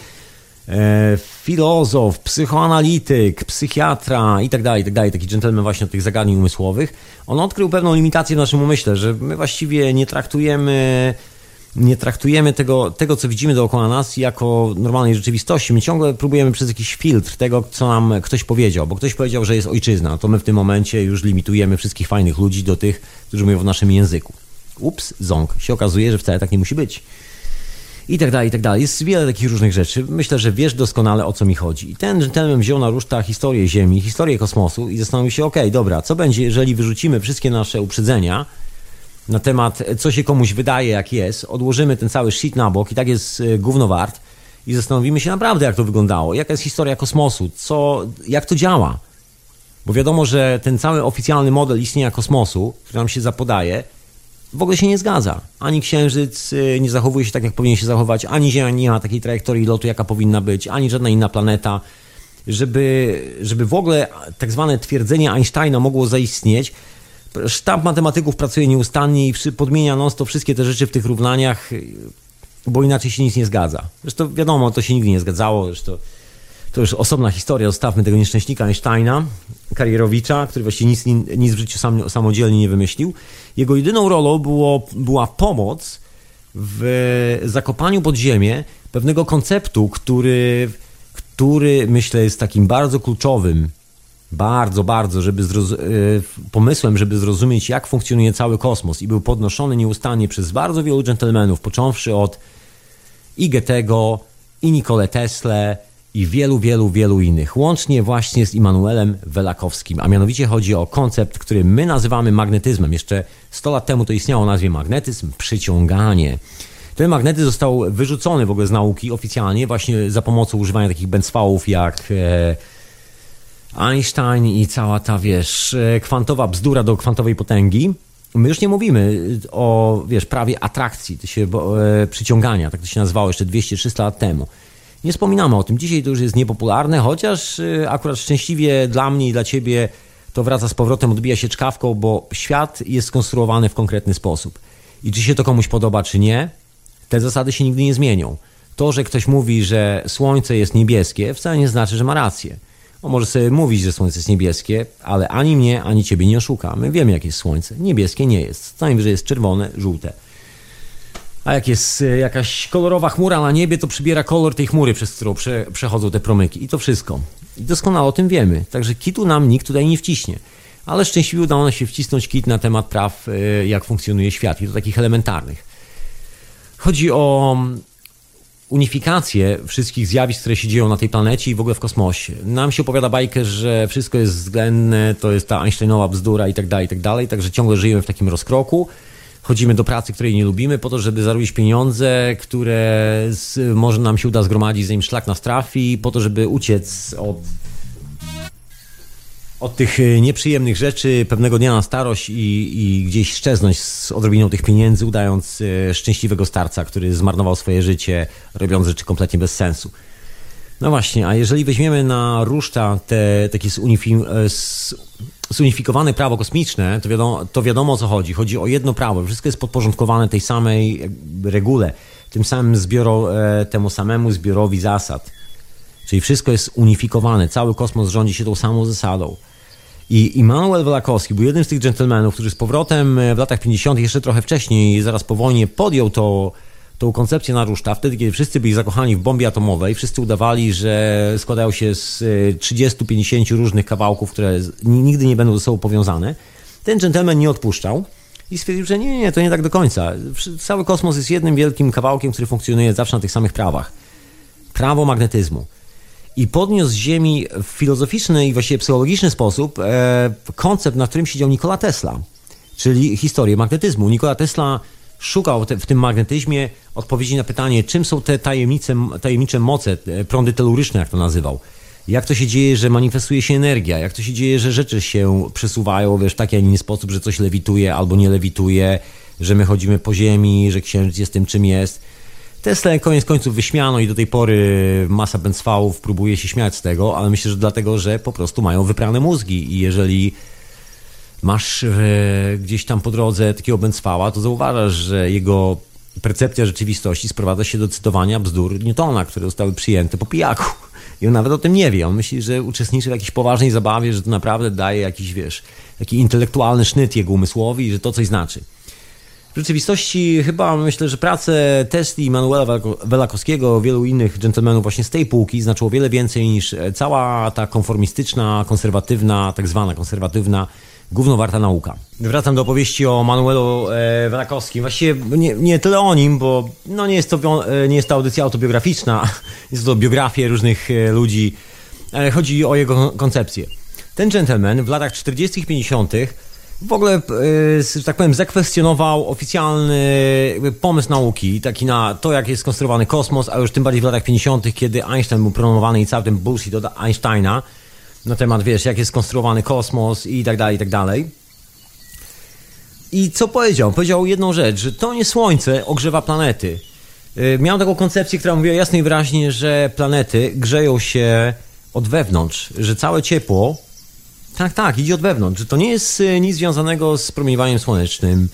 e, filozof, psychoanalityk, psychiatra i tak dalej, i tak dalej, taki dżentelmen właśnie od tych zagadnień umysłowych, on odkrył pewną limitację w naszym umyśle, że my właściwie nie traktujemy, nie traktujemy tego, tego, co widzimy dookoła nas jako normalnej rzeczywistości. My ciągle próbujemy przez jakiś filtr tego, co nam ktoś powiedział, bo ktoś powiedział, że jest ojczyzna, to my w tym momencie już limitujemy wszystkich fajnych ludzi do tych, którzy mówią w naszym języku. Ups, ząg. Się okazuje, że wcale tak nie musi być. I tak dalej, i tak dalej. Jest wiele takich różnych rzeczy. Myślę, że wiesz doskonale, o co mi chodzi. I ten dżentelmen wziął na ruszta historię Ziemi, historię kosmosu i zastanowił się, okej, okay, dobra, co będzie, jeżeli wyrzucimy wszystkie nasze uprzedzenia na temat, co się komuś wydaje, jak jest, odłożymy ten cały shit na bok i tak jest gówno wart i zastanowimy się naprawdę, jak to wyglądało, jaka jest historia kosmosu, co, jak to działa. Bo wiadomo, że ten cały oficjalny model istnienia kosmosu, który nam się zapodaje, w ogóle się nie zgadza. Ani Księżyc nie zachowuje się tak, jak powinien się zachować, ani Ziemia nie ma takiej trajektorii lotu, jaka powinna być, ani żadna inna planeta. Żeby, żeby w ogóle tak zwane twierdzenie Einsteina mogło zaistnieć, sztab matematyków pracuje nieustannie i podmienia non-stop wszystkie te rzeczy w tych równaniach, bo inaczej się nic nie zgadza. Zresztą wiadomo, to się nigdy nie zgadzało, zresztą to już osobna historia, zostawmy tego nieszczęśnika Einsteina, karierowicza, który właściwie nic, nic w życiu sam, samodzielnie nie wymyślił. Jego jedyną rolą było, była pomoc w zakopaniu pod ziemię pewnego konceptu, który, który myślę jest takim bardzo kluczowym, bardzo, bardzo, żeby zroz- pomysłem, żeby zrozumieć, jak funkcjonuje cały kosmos i był podnoszony nieustannie przez bardzo wielu dżentelmenów, począwszy od i Goethego, i Nikolę Teslę, i wielu, wielu, wielu innych, łącznie właśnie z Immanuelem Welakowskim, a mianowicie chodzi o koncept, który my nazywamy magnetyzmem. Jeszcze sto lat temu to istniało o nazwie magnetyzm, przyciąganie. Ten magnetyzm został wyrzucony w ogóle z nauki oficjalnie właśnie za pomocą używania takich bęcwałów jak e, Einstein i cała ta, wiesz, kwantowa bzdura do kwantowej potęgi. My już nie mówimy o, wiesz, prawie atrakcji, to się, bo, e, przyciągania, tak to się nazywało jeszcze dwieście trzysta lat temu. Nie wspominamy o tym. Dzisiaj to już jest niepopularne, chociaż akurat szczęśliwie dla mnie i dla ciebie to wraca z powrotem, odbija się czkawką, bo świat jest skonstruowany w konkretny sposób. I czy się to komuś podoba, czy nie, te zasady się nigdy nie zmienią. To, że ktoś mówi, że słońce jest niebieskie, wcale nie znaczy, że ma rację. On może sobie mówić, że słońce jest niebieskie, ale ani mnie, ani ciebie nie oszuka. My wiemy, jakie jest słońce. Niebieskie nie jest. Co najwyżej jest czerwone, żółte. A jak jest jakaś kolorowa chmura na niebie, to przybiera kolor tej chmury, przez którą prze, przechodzą te promyki. I to wszystko. I doskonale o tym wiemy. Także kitu nam nikt tutaj nie wciśnie. Ale szczęśliwie udało nam się wcisnąć kit na temat praw, jak funkcjonuje świat. I to takich elementarnych. Chodzi o unifikację wszystkich zjawisk, które się dzieją na tej planecie i w ogóle w kosmosie. Nam się opowiada bajkę, że wszystko jest względne, to jest ta Einsteinowa bzdura i tak dalej, i tak dalej. Także ciągle żyjemy w takim rozkroku. Chodzimy do pracy, której nie lubimy, po to, żeby zarobić pieniądze, które z, może nam się uda zgromadzić, zanim szlak nas trafi, po to, żeby uciec od, od tych nieprzyjemnych rzeczy pewnego dnia na starość i, i gdzieś szczeznąć z odrobiną tych pieniędzy, udając szczęśliwego starca, który zmarnował swoje życie, robiąc rzeczy kompletnie bez sensu. No właśnie, a jeżeli weźmiemy na ruszta te takie zunifikowane zunifikowane prawo kosmiczne, to wiadomo, to wiadomo o co chodzi. Chodzi o jedno prawo. Wszystko jest podporządkowane tej samej regule, tym samym zbioro, temu samemu zbiorowi zasad. Czyli wszystko jest unifikowane. Cały kosmos rządzi się tą samą zasadą. I Immanuel Welakowski był jednym z tych dżentelmenów, który z powrotem w latach pięćdziesiątych, jeszcze trochę wcześniej, zaraz po wojnie, podjął to tą koncepcję na ruszta, wtedy kiedy wszyscy byli zakochani w bombie atomowej, wszyscy udawali, że składają się z trzydziestu pięćdziesięciu różnych kawałków, które nigdy nie będą ze sobą powiązane. Ten dżentelmen nie odpuszczał i stwierdził, że nie, nie, nie, to nie tak do końca. Cały kosmos jest jednym wielkim kawałkiem, który funkcjonuje zawsze na tych samych prawach. Prawo magnetyzmu. I podniósł z Ziemi w filozoficzny i właściwie psychologiczny sposób e, koncept, na którym siedział Nikola Tesla, czyli historię magnetyzmu. Nikola Tesla szukał te, w tym magnetyzmie odpowiedzi na pytanie, czym są te tajemnice, tajemnicze moce, prądy teluryczne, jak to nazywał. Jak to się dzieje, że manifestuje się energia, jak to się dzieje, że rzeczy się przesuwają, wiesz, w taki, a nie inny sposób, że coś lewituje albo nie lewituje, że my chodzimy po ziemi, że księżyc jest tym, czym jest. Tesla koniec końców wyśmiano i do tej pory masa bęcwałów próbuje się śmiać z tego, ale myślę, że dlatego, że po prostu mają wyprane mózgi i jeżeli masz e, gdzieś tam po drodze takiego bęcwała, to zauważasz, że jego percepcja rzeczywistości sprowadza się do cytowania bzdur Newtona, które zostały przyjęte po pijaku. I on nawet o tym nie wie. On myśli, że uczestniczy w jakiejś poważnej zabawie, że to naprawdę daje jakiś, wiesz, taki intelektualny sznyt jego umysłowi i że to coś znaczy. W rzeczywistości chyba myślę, że prace Tesli, Manuela Welakowskiego, wielu innych dżentelmenów właśnie z tej półki znaczyło wiele więcej niż cała ta konformistyczna, konserwatywna, tak zwana konserwatywna, gównowarta nauka. Wracam do opowieści o Manuelu e, Welakowskim. Właściwie nie, nie tyle o nim, bo no nie, jest to, nie jest to audycja autobiograficzna, jest to biografie różnych ludzi, ale chodzi o jego koncepcję. Ten gentleman w latach czterdziestych, pięćdziesiątych w ogóle, że tak powiem, zakwestionował oficjalny pomysł nauki, taki na to, jak jest skonstruowany kosmos, a już tym bardziej w latach pięćdziesiątych, kiedy Einstein był promowany i cały ten bullshit od Einsteina na temat, wiesz, jak jest skonstruowany kosmos i tak dalej, i tak dalej. I co powiedział? Powiedział jedną rzecz, że to nie Słońce ogrzewa planety. Miał taką koncepcję, która mówiła jasno i wyraźnie, że planety grzeją się od wewnątrz, że całe ciepło Tak, tak, idzie od wewnątrz, że to nie jest nic związanego z promieniowaniem słonecznym.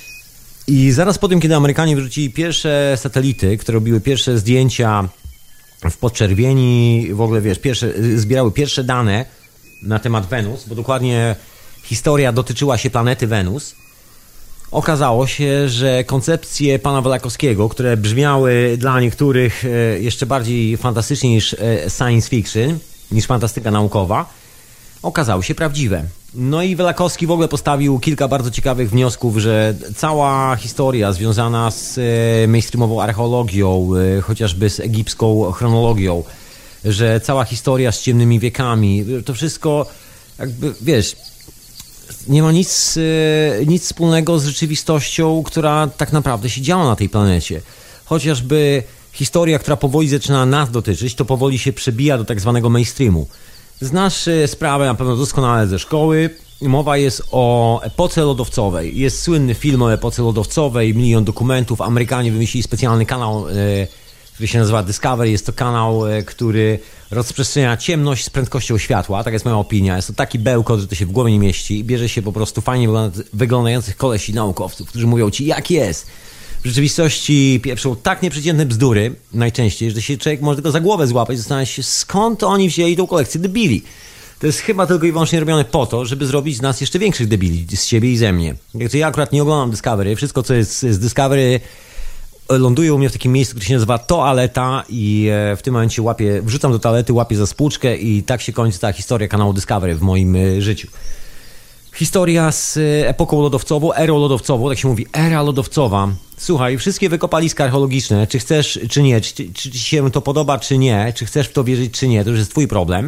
I zaraz po tym, kiedy Amerykanie wyrzucili pierwsze satelity, które robiły pierwsze zdjęcia w podczerwieni, w ogóle wiesz, pierwsze, zbierały pierwsze dane na temat Wenus, bo dokładnie historia dotyczyła się planety Wenus, okazało się, że koncepcje pana Welakowskiego, które brzmiały dla niektórych jeszcze bardziej fantastycznie niż science fiction, niż fantastyka naukowa, okazały się prawdziwe. No i Welakowski w ogóle postawił kilka bardzo ciekawych wniosków, że cała historia związana z mainstreamową archeologią, chociażby z egipską chronologią, że cała historia z ciemnymi wiekami, to wszystko jakby, wiesz, nie ma nic, nic wspólnego z rzeczywistością, która tak naprawdę się działa na tej planecie. Chociażby historia, która powoli zaczyna nas dotyczyć, to powoli się przebija do tak zwanego mainstreamu. Znasz sprawę na pewno doskonale ze szkoły. Mowa jest o epoce lodowcowej. Jest słynny film o epoce lodowcowej, milion dokumentów. Amerykanie wymyślili specjalny kanał, który się nazywa Discovery. Jest to kanał, który rozprzestrzenia ciemność z prędkością światła. Tak jest moja opinia. Jest to taki bełkot, że to się w głowie nie mieści. I bierze się po prostu fajnie wyglądających kolesi naukowców, którzy mówią ci, jak jest. W rzeczywistości pieprzą tak nieprzeciętne bzdury najczęściej, że się człowiek może tylko za głowę złapać i zastanawiać się, skąd oni wzięli tą kolekcję debili. To jest chyba tylko i wyłącznie robione po to, żeby zrobić z nas jeszcze większych debili, z siebie i ze mnie. Ja akurat nie oglądam Discovery, wszystko co jest z Discovery ląduje u mnie w takim miejscu, które się nazywa toaleta i w tym momencie łapię, wrzucam do toalety, łapię za spłuczkę i tak się kończy ta historia kanału Discovery w moim życiu. Historia z epoką lodowcową, erą lodowcową, tak się mówi, era lodowcowa. Słuchaj, wszystkie wykopaliska archeologiczne, czy chcesz, czy nie, czy, czy ci się to podoba, czy nie, czy chcesz w to wierzyć, czy nie, to już jest twój problem,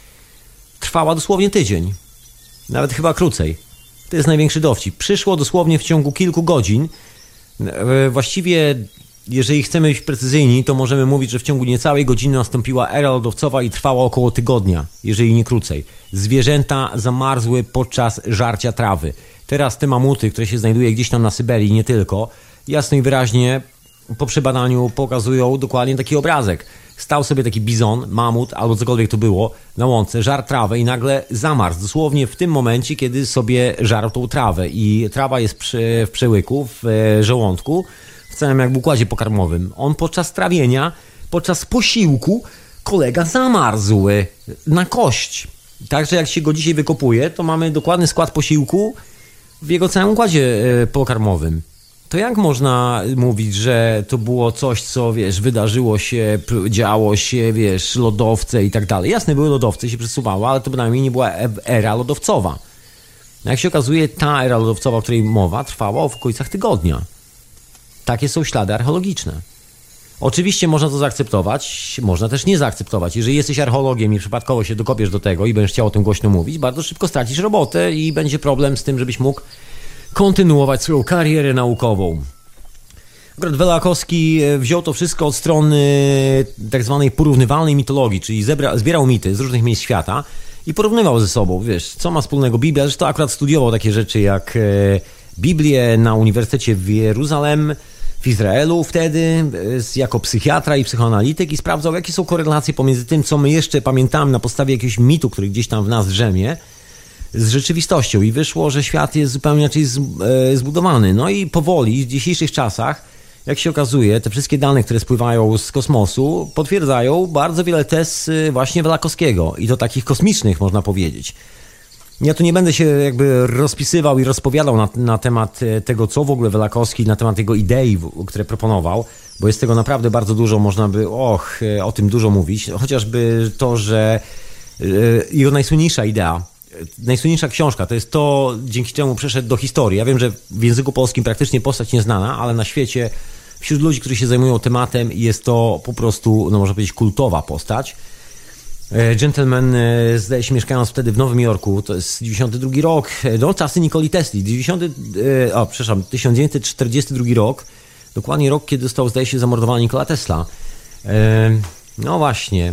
trwała dosłownie tydzień. Nawet chyba krócej. To jest największy dowcip. Przyszło dosłownie w ciągu kilku godzin. Właściwie, jeżeli chcemy być precyzyjni, to możemy mówić, że w ciągu niecałej godziny nastąpiła era lodowcowa i trwała około tygodnia, jeżeli nie krócej. Zwierzęta zamarzły podczas żarcia trawy. Teraz te mamuty, które się znajduje gdzieś tam na Syberii, nie tylko, jasno i wyraźnie po przebadaniu pokazują dokładnie taki obrazek. Stał sobie taki bizon, mamut albo cokolwiek to było na łące, żarł trawę i nagle zamarzł. Dosłownie w tym momencie, kiedy sobie żarł tą trawę i trawa jest w przełyku, w żołądku, w całym jakby układzie pokarmowym. On podczas trawienia, podczas posiłku kolega zamarzł na kość. Także jak się go dzisiaj wykopuje, to mamy dokładny skład posiłku w jego całym układzie pokarmowym. To jak można mówić, że to było coś, co, wiesz, wydarzyło się, działo się, wiesz, lodowce i tak dalej. Jasne, były lodowce, się przesuwało, ale to bynajmniej nie była era lodowcowa. Jak się okazuje, ta era lodowcowa, o której mowa, trwała w okolicach tygodnia. Takie są ślady archeologiczne. Oczywiście można to zaakceptować, można też nie zaakceptować. Jeżeli jesteś archeologiem i przypadkowo się dokopiesz do tego i będziesz chciał o tym głośno mówić, bardzo szybko stracisz robotę i będzie problem z tym, żebyś mógł kontynuować swoją karierę naukową. Akurat Velakowski wziął to wszystko od strony tak zwanej porównywalnej mitologii, czyli zebra, zbierał mity z różnych miejsc świata i porównywał ze sobą, wiesz, co ma wspólnego Biblia. Zresztą akurat studiował takie rzeczy jak Biblię na Uniwersytecie w Jeruzalem, w Izraelu wtedy, jako psychiatra i psychoanalityk i sprawdzał, jakie są korelacje pomiędzy tym, co my jeszcze pamiętamy na podstawie jakiegoś mitu, który gdzieś tam w nas drzemie, z rzeczywistością. I wyszło, że świat jest zupełnie inaczej zbudowany. No i powoli, w dzisiejszych czasach, jak się okazuje, te wszystkie dane, które spływają z kosmosu, potwierdzają bardzo wiele tez właśnie Velakowskiego. I to takich kosmicznych, można powiedzieć. Ja tu nie będę się jakby rozpisywał i rozpowiadał na, na temat tego, co w ogóle Velakowski, na temat jego idei, które proponował, bo jest tego naprawdę bardzo dużo, można by, och, o tym dużo mówić. Chociażby to, że jego najsłynniejsza idea, najsłynniejsza książka, to jest to, dzięki czemu przeszedł do historii. Ja wiem, że w języku polskim praktycznie postać nieznana, ale na świecie, wśród ludzi, którzy się zajmują tematem, jest to po prostu, no można powiedzieć, kultowa postać. Gentleman, zdaje się, mieszkając wtedy w Nowym Jorku, to jest dziewięćdziesiąty drugi rok, no czasy Nikoli Tesli, dziewięćdziesiąty, o, przepraszam, tysiąc dziewięćset czterdziesty drugi rok, dokładnie rok, kiedy został, zdaje się, zamordowany Nikola Tesla. No właśnie,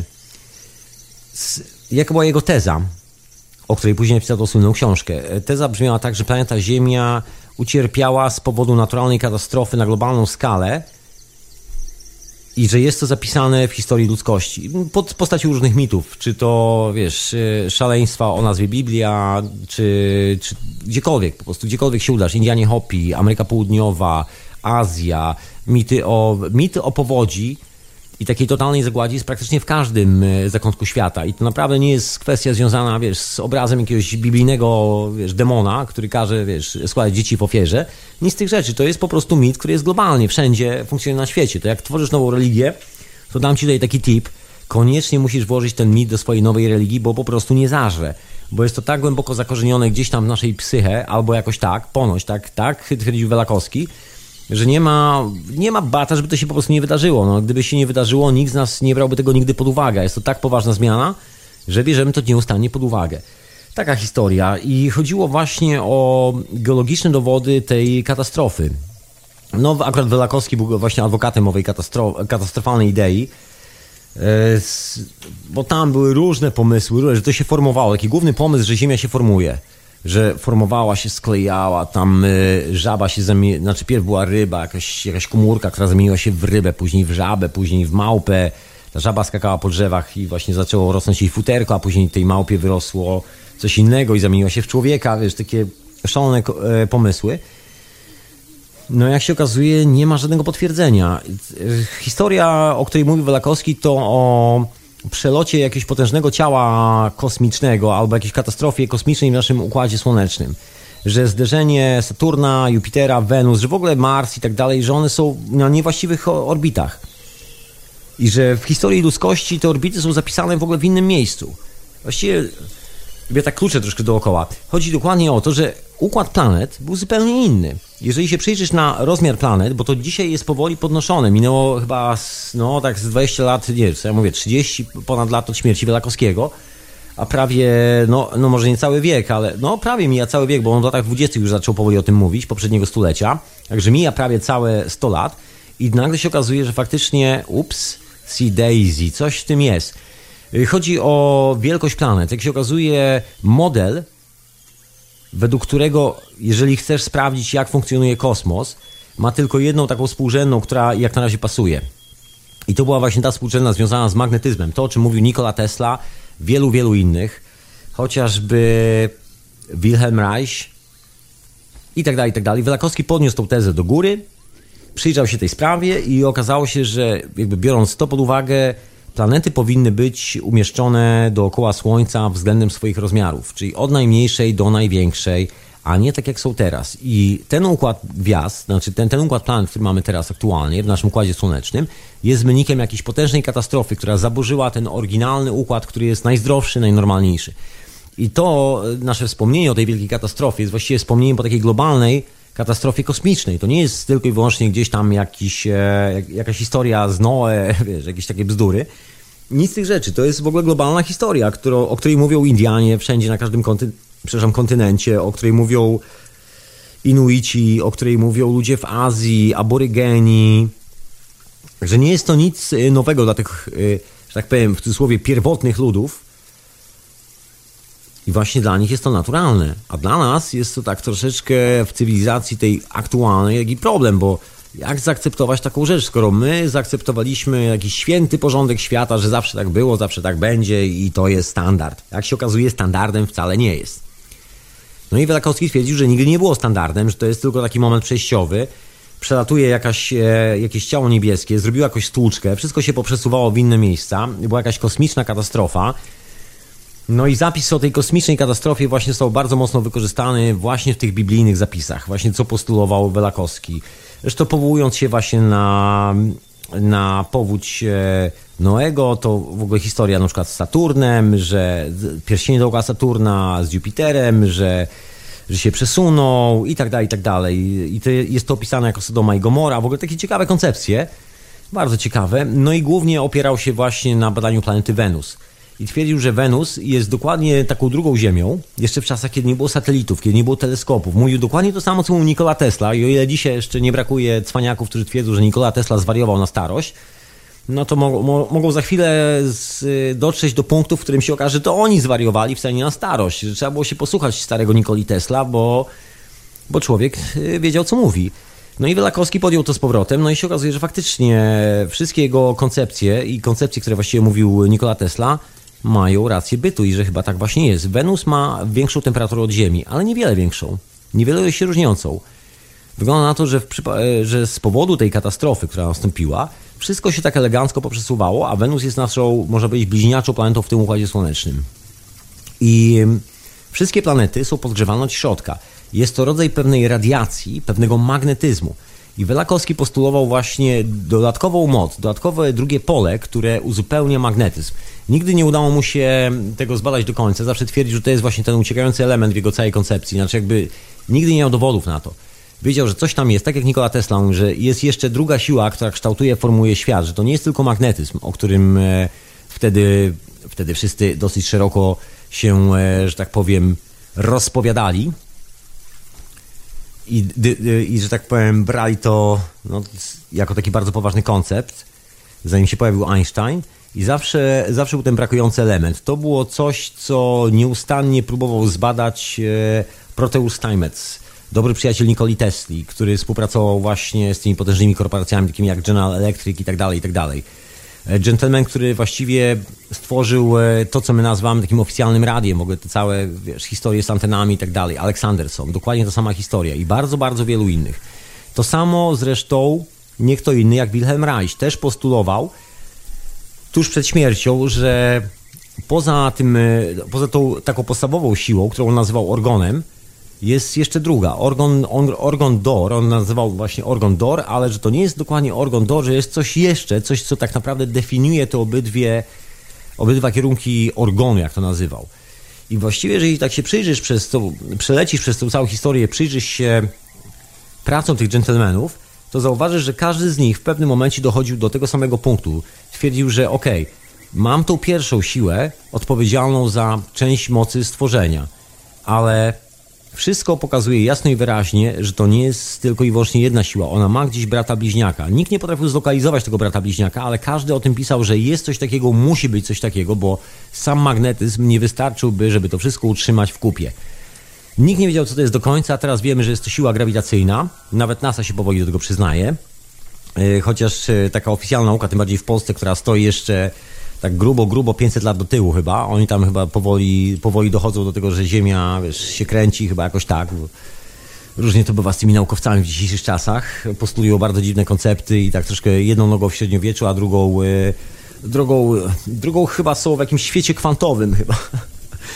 jaka była jego teza, o której później napisał tą słynną książkę? Teza brzmiała tak, że planeta Ziemia ucierpiała z powodu naturalnej katastrofy na globalną skalę, i że jest to zapisane w historii ludzkości pod postacią różnych mitów, czy to, wiesz, szaleństwa o nazwie Biblia, czy, czy gdziekolwiek, po prostu gdziekolwiek się udasz, Indianie Hopi, Ameryka Południowa, Azja, mity o, mity o powodzi i takiej totalnej zagładzie jest praktycznie w każdym zakątku świata i to naprawdę nie jest kwestia związana, wiesz, z obrazem jakiegoś biblijnego, wiesz, demona, który każe, wiesz, składać dzieci w ofierze. Nic z tych rzeczy, to jest po prostu mit, który jest globalnie, wszędzie funkcjonuje na świecie. To jak tworzysz nową religię, to dam ci tutaj taki tip, koniecznie musisz włożyć ten mit do swojej nowej religii, bo po prostu nie zażre, bo jest to tak głęboko zakorzenione gdzieś tam w naszej psyche, albo jakoś tak, ponoć tak, tak, twierdził Velakowski, że nie ma, nie ma bata, żeby to się po prostu nie wydarzyło. No, gdyby się nie wydarzyło, nikt z nas nie brałby tego nigdy pod uwagę. Jest to tak poważna zmiana, że bierzemy to nieustannie pod uwagę. Taka historia. I chodziło właśnie o geologiczne dowody tej katastrofy. No, akurat Velakowski był właśnie adwokatem owej katastro- katastrofalnej idei, bo tam były różne pomysły, że to się formowało. Taki główny pomysł, że Ziemia się formuje. Że formowała się, sklejała, tam y, żaba się zamieniła, znaczy pierw była ryba, jakaś, jakaś komórka, która zamieniła się w rybę, później w żabę, później w małpę. Ta żaba skakała po drzewach i właśnie zaczęło rosnąć jej futerko, a później tej małpie wyrosło coś innego i zamieniła się w człowieka, wiesz, takie szalone y, pomysły. No jak się okazuje, nie ma żadnego potwierdzenia. Y, historia, o której mówi Velakowski, to o przelocie jakiegoś potężnego ciała kosmicznego albo jakiejś katastrofie kosmicznej w naszym Układzie Słonecznym. Że zderzenie Saturna, Jupitera, Wenus, że w ogóle Mars i tak dalej, że one są na niewłaściwych orbitach. I że w historii ludzkości te orbity są zapisane w ogóle w innym miejscu. Właściwie, ja tak kluczę troszkę dookoła. Chodzi dokładnie o to, że układ planet był zupełnie inny. Jeżeli się przyjrzysz na rozmiar planet, bo to dzisiaj jest powoli podnoszone, minęło chyba no tak z dwadzieścia lat, nie co ja mówię, trzydzieści ponad lat od śmierci Velakowskiego, a prawie, no, no może nie cały wiek, ale no prawie mija cały wiek, bo on w latach dwudziestych już zaczął powoli o tym mówić, poprzedniego stulecia, także mija prawie całe sto lat i nagle się okazuje, że faktycznie, ups, see daisy, coś w tym jest. Chodzi o wielkość planet. Jak się okazuje, model, według którego, jeżeli chcesz sprawdzić, jak funkcjonuje kosmos, ma tylko jedną taką współrzędną, która jak na razie pasuje. I to była właśnie ta współrzędna związana z magnetyzmem. To, o czym mówił Nikola Tesla, wielu, wielu innych, chociażby Wilhelm Reich i tak dalej, i tak dalej. Velakowski podniósł tą tezę do góry, przyjrzał się tej sprawie i okazało się, że jakby biorąc to pod uwagę, planety powinny być umieszczone dookoła Słońca względem swoich rozmiarów, czyli od najmniejszej do największej, a nie tak jak są teraz. I ten układ gwiazd, znaczy ten, ten układ planet, który mamy teraz aktualnie w naszym Układzie Słonecznym, jest wynikiem jakiejś potężnej katastrofy, która zaburzyła ten oryginalny układ, który jest najzdrowszy, najnormalniejszy. I to nasze wspomnienie o tej wielkiej katastrofie jest właściwie wspomnieniem po takiej globalnej katastrofie kosmicznej. To nie jest tylko i wyłącznie gdzieś tam jakiś, e, jakaś historia z Noe, wiesz, jakieś takie bzdury. Nic z tych rzeczy. To jest w ogóle globalna historia, którą, o której mówią Indianie wszędzie, na każdym konty, przepraszam, kontynencie, o której mówią Inuici, o której mówią ludzie w Azji, aborygeni. Że nie jest to nic nowego dla tych, że tak powiem, w cudzysłowie pierwotnych ludów. I właśnie dla nich jest to naturalne. A dla nas jest to tak troszeczkę w cywilizacji tej aktualnej taki problem, bo jak zaakceptować taką rzecz, skoro my zaakceptowaliśmy jakiś święty porządek świata, że zawsze tak było, zawsze tak będzie i to jest standard. Jak się okazuje, standardem wcale nie jest. No i Velakowski twierdził, że nigdy nie było standardem, że to jest tylko taki moment przejściowy. Przelatuje jakaś, e, jakieś ciało niebieskie, zrobiło jakąś stłuczkę, wszystko się poprzesuwało w inne miejsca, była jakaś kosmiczna katastrofa. No i zapis o tej kosmicznej katastrofie właśnie został bardzo mocno wykorzystany właśnie w tych biblijnych zapisach, właśnie co postulował Velakowski. Zresztą powołując się właśnie na, na powódź Noego, to w ogóle historia na przykład z Saturnem, że pierścienie dookoła Saturna z Jupiterem, że, że się przesunął i tak dalej, i tak dalej. I to jest to opisane jako Sodoma i Gomora. W ogóle takie ciekawe koncepcje, bardzo ciekawe. No i głównie opierał się właśnie na badaniu planety Wenus. I twierdził, że Wenus jest dokładnie taką drugą Ziemią, jeszcze w czasach, kiedy nie było satelitów, kiedy nie było teleskopów. Mówił dokładnie to samo, co mówił Nikola Tesla. I o ile dzisiaj jeszcze nie brakuje cwaniaków, którzy twierdzą, że Nikola Tesla zwariował na starość, no to mo- mo- mogą za chwilę z, dotrzeć do punktu, w którym się okaże, że to oni zwariowali wcale nie na starość. Że trzeba było się posłuchać starego Nikoli Tesla, bo, bo człowiek wiedział, co mówi. No i Velakowski podjął to z powrotem, no i się okazuje, że faktycznie wszystkie jego koncepcje i koncepcje, które właściwie mówił Nikola Tesla, mają rację bytu i że chyba tak właśnie jest. Wenus ma większą temperaturę od Ziemi, ale niewiele większą, niewiele się różniącą. Wygląda na to, że, w przypa- że z powodu tej katastrofy, która nastąpiła, wszystko się tak elegancko poprzesuwało, a Wenus jest naszą, można powiedzieć, bliźniaczą planetą w tym Układzie Słonecznym. I wszystkie planety są podgrzewane od środka. Jest to rodzaj pewnej radiacji, pewnego magnetyzmu. I Velakowski postulował właśnie dodatkową moc, dodatkowe drugie pole, które uzupełnia magnetyzm. Nigdy nie udało mu się tego zbadać do końca. Zawsze twierdził, że to jest właśnie ten uciekający element w jego całej koncepcji. Znaczy jakby nigdy nie miał dowodów na to. Wiedział, że coś tam jest, tak jak Nikola Tesla mówi, że jest jeszcze druga siła, która kształtuje, formuje świat, że to nie jest tylko magnetyzm, o którym wtedy, wtedy wszyscy dosyć szeroko się, że tak powiem, rozpowiadali. I, i, że tak powiem, brali to no, jako taki bardzo poważny koncept, zanim się pojawił Einstein. I zawsze, zawsze był ten brakujący element. To było coś, co nieustannie próbował zbadać e, Proteus Steinmetz, dobry przyjaciel Nikoli Tesli, który współpracował właśnie z tymi potężnymi korporacjami, takimi jak General Electric i tak dalej, i tak dalej. Gentleman, który właściwie stworzył to, co my nazywamy takim oficjalnym radiem, w ogóle te całe, wiesz, historie z antenami i tak dalej. Aleksanderson, dokładnie ta sama historia i bardzo, bardzo wielu innych. To samo zresztą nie kto inny jak Wilhelm Reich też postulował tuż przed śmiercią, że poza tym, poza tą taką podstawową siłą, którą on nazywał orgonem, jest jeszcze druga, orgon, on, orgon d'or, on nazywał właśnie orgon d'or, ale że to nie jest dokładnie orgon d'or, że jest coś jeszcze, coś, co tak naprawdę definiuje te obydwie, obydwa kierunki organu, jak to nazywał. I właściwie, jeżeli tak się przyjrzysz przez to, przelecisz przez tą całą historię, przyjrzysz się pracom tych dżentelmenów, to zauważysz, że każdy z nich w pewnym momencie dochodził do tego samego punktu. Twierdził, że okej, okay, mam tą pierwszą siłę odpowiedzialną za część mocy stworzenia, ale wszystko pokazuje jasno i wyraźnie, że to nie jest tylko i wyłącznie jedna siła. Ona ma gdzieś brata bliźniaka. Nikt nie potrafił zlokalizować tego brata bliźniaka, ale każdy o tym pisał, że jest coś takiego, musi być coś takiego, bo sam magnetyzm nie wystarczyłby, żeby to wszystko utrzymać w kupie. Nikt nie wiedział, co to jest do końca, a teraz wiemy, że jest to siła grawitacyjna. Nawet NASA się powoli do tego przyznaje. Chociaż taka oficjalna nauka, tym bardziej w Polsce, która stoi jeszcze tak grubo, grubo pięćset lat do tyłu chyba. Oni tam chyba powoli, powoli dochodzą do tego, że Ziemia, wiesz, się kręci, chyba jakoś tak. Różnie to bywa z tymi naukowcami w dzisiejszych czasach. Postulują bardzo dziwne koncepty i tak troszkę jedną nogą w średniowieczu, a drugą, drugą, drugą chyba są w jakimś świecie kwantowym chyba.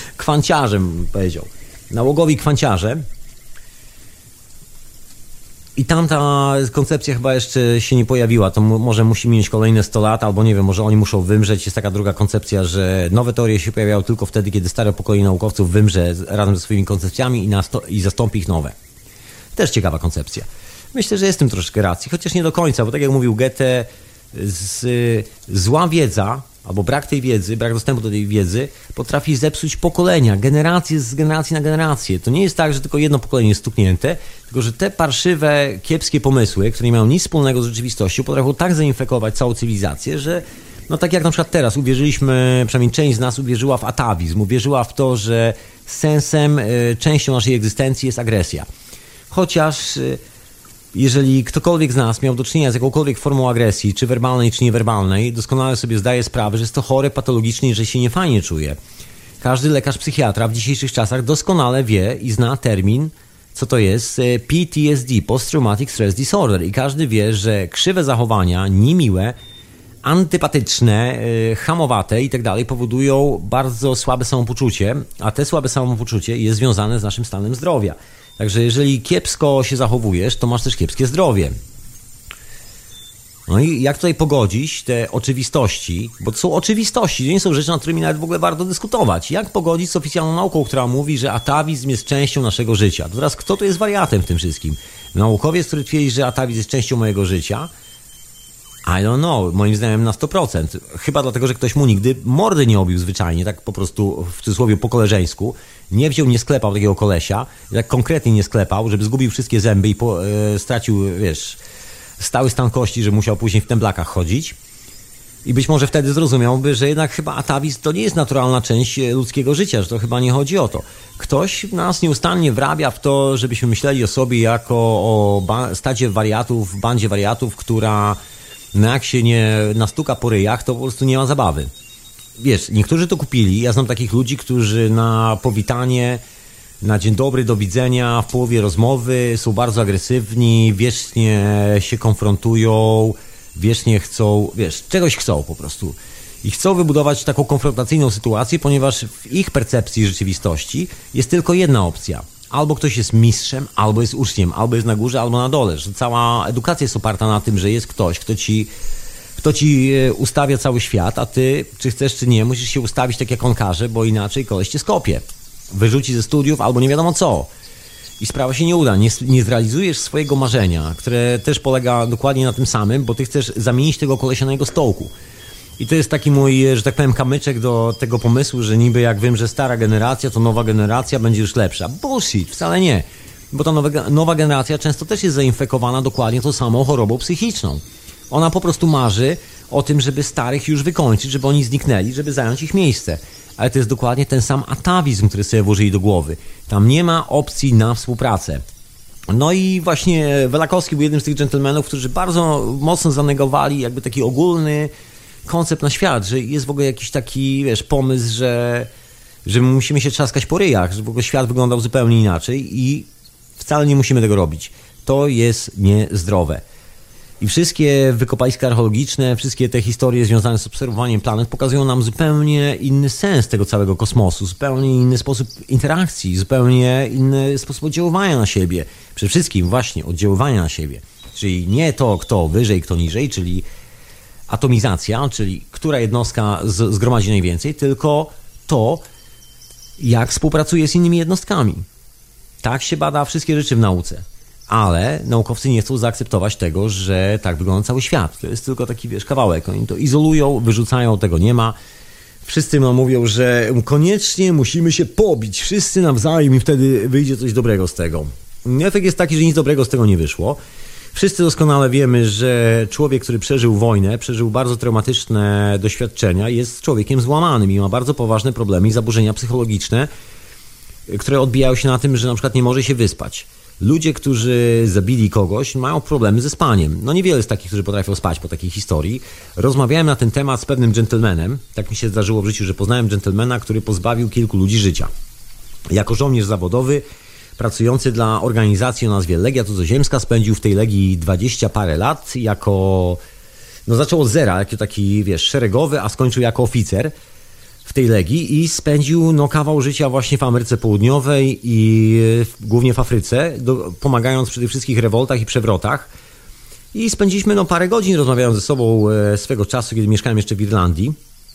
Kwanciarzem powiedział. Nałogowi kwanciarze. I tamta koncepcja chyba jeszcze się nie pojawiła, to m- może musi minąć kolejne sto lat, albo nie wiem, może oni muszą wymrzeć. Jest taka druga koncepcja, że nowe teorie się pojawiają tylko wtedy, kiedy stare pokolenie naukowców wymrze z, razem ze swoimi koncepcjami i, nasto- i zastąpi ich nowe. Też ciekawa koncepcja. Myślę, że jest w tym troszeczkę racji, chociaż nie do końca, bo tak jak mówił Goethe, z, zła wiedza, albo brak tej wiedzy, brak dostępu do tej wiedzy potrafi zepsuć pokolenia, generacje z generacji na generację. To nie jest tak, że tylko jedno pokolenie jest stuknięte, tylko że te parszywe, kiepskie pomysły, które nie mają nic wspólnego z rzeczywistością, potrafią tak zainfekować całą cywilizację, że no tak jak na przykład teraz uwierzyliśmy, przynajmniej część z nas uwierzyła w atawizm, uwierzyła w to, że sensem, częścią naszej egzystencji jest agresja. Chociaż jeżeli ktokolwiek z nas miał do czynienia z jakąkolwiek formą agresji, czy werbalnej, czy niewerbalnej, doskonale sobie zdaje sprawę, że jest to chore patologicznie i że się niefajnie czuje. Każdy lekarz psychiatra w dzisiejszych czasach doskonale wie i zna termin, co to jest P T S D, Post Traumatic Stress Disorder. I każdy wie, że krzywe zachowania, niemiłe, antypatyczne, hamowate i tak dalej powodują bardzo słabe samopoczucie, a te słabe samopoczucie jest związane z naszym stanem zdrowia. Także jeżeli kiepsko się zachowujesz, to masz też kiepskie zdrowie. No i jak tutaj pogodzić te oczywistości, bo to są oczywistości, to nie są rzeczy, nad którymi nawet w ogóle warto dyskutować. Jak pogodzić z oficjalną nauką, która mówi, że atawizm jest częścią naszego życia? To teraz kto tu jest wariatem w tym wszystkim? Naukowiec, który twierdzi, że atawizm jest częścią mojego życia? I don't know, moim zdaniem na sto procent. Chyba dlatego, że ktoś mu nigdy mordy nie obił zwyczajnie, tak po prostu w cudzysłowie po koleżeńsku. Nie wziął, nie sklepał takiego kolesia, tak konkretnie nie sklepał, żeby zgubił wszystkie zęby i po, e, stracił, wiesz, stały stan kości, że musiał później w temblakach chodzić. I być może wtedy zrozumiałby, że jednak chyba atawizm to nie jest naturalna część ludzkiego życia, że to chyba nie chodzi o to. Ktoś nas nieustannie wrabia w to, żebyśmy myśleli o sobie jako o ba- stadzie wariatów, bandzie wariatów, która no jak się nie nastuka po ryjach, to po prostu nie ma zabawy. Wiesz, niektórzy to kupili. Ja znam takich ludzi, którzy na powitanie, na dzień dobry, do widzenia, w połowie rozmowy są bardzo agresywni, wiecznie się konfrontują, wiecznie chcą, wiesz, czegoś chcą po prostu. I chcą wybudować taką konfrontacyjną sytuację, ponieważ w ich percepcji rzeczywistości jest tylko jedna opcja. Albo ktoś jest mistrzem, albo jest uczniem, albo jest na górze, albo na dole. Że cała edukacja jest oparta na tym, że jest ktoś, kto ci, kto ci ustawia cały świat, a ty, czy chcesz, czy nie, musisz się ustawić tak, jak on każe, bo inaczej koleś cię skopie. Wyrzuci ze studiów, albo nie wiadomo co. I sprawa się nie uda. Nie, nie zrealizujesz swojego marzenia, które też polega dokładnie na tym samym, bo ty chcesz zamienić tego kolesia na jego stołku. I to jest taki mój, że tak powiem, kamyczek do tego pomysłu, że niby jak wiem, że stara generacja, to nowa generacja będzie już lepsza. Bullshit, wcale nie. Bo ta nowa, nowa generacja często też jest zainfekowana dokładnie tą samą chorobą psychiczną. Ona po prostu marzy o tym, żeby starych już wykończyć, żeby oni zniknęli, żeby zająć ich miejsce. Ale to jest dokładnie ten sam atawizm, który sobie włożyli do głowy. Tam nie ma opcji na współpracę. No i właśnie Welakowski był jednym z tych dżentelmenów, którzy bardzo mocno zanegowali jakby taki ogólny koncept na świat, że jest w ogóle jakiś taki, wiesz, pomysł, że, że musimy się trzaskać po ryjach, że w ogóle świat wyglądał zupełnie inaczej i wcale nie musimy tego robić. To jest niezdrowe. I wszystkie wykopaliska archeologiczne, wszystkie te historie związane z obserwowaniem planet pokazują nam zupełnie inny sens tego całego kosmosu, zupełnie inny sposób interakcji, zupełnie inny sposób oddziaływania na siebie. Przede wszystkim właśnie oddziaływania na siebie. Czyli nie to, kto wyżej, kto niżej, czyli atomizacja, czyli która jednostka z, zgromadzi najwięcej, tylko to, jak współpracuje z innymi jednostkami. Tak się bada wszystkie rzeczy w nauce. Ale naukowcy nie chcą zaakceptować tego, że tak wygląda cały świat. To jest tylko taki, wiesz, kawałek. Oni to izolują, wyrzucają, tego nie ma. Wszyscy no, mówią, że koniecznie musimy się pobić. Wszyscy nawzajem i wtedy wyjdzie coś dobrego z tego. Efekt jest taki, że nic dobrego z tego nie wyszło. Wszyscy doskonale wiemy, że człowiek, który przeżył wojnę, przeżył bardzo traumatyczne doświadczenia, jest człowiekiem złamanym i ma bardzo poważne problemy i zaburzenia psychologiczne, które odbijają się na tym, że na przykład nie może się wyspać. Ludzie, którzy zabili kogoś, mają problemy ze spaniem. No niewiele jest takich, którzy potrafią spać po takiej historii. Rozmawiałem na ten temat z pewnym dżentelmenem. Tak mi się zdarzyło w życiu, że poznałem dżentelmena, który pozbawił kilku ludzi życia. Jako żołnierz zawodowy, pracujący dla organizacji o nazwie Legia Cudzoziemska, spędził w tej Legii dwadzieścia parę lat jako... No zaczął od zera, jako taki, wiesz, szeregowy, a skończył jako oficer. w tej Legii i spędził no, kawał życia właśnie w Ameryce Południowej i głównie w Afryce, do, pomagając przy tych wszystkich rewoltach i przewrotach. I spędziliśmy no, parę godzin rozmawiając ze sobą e, swego czasu, kiedy mieszkałem jeszcze w Irlandii.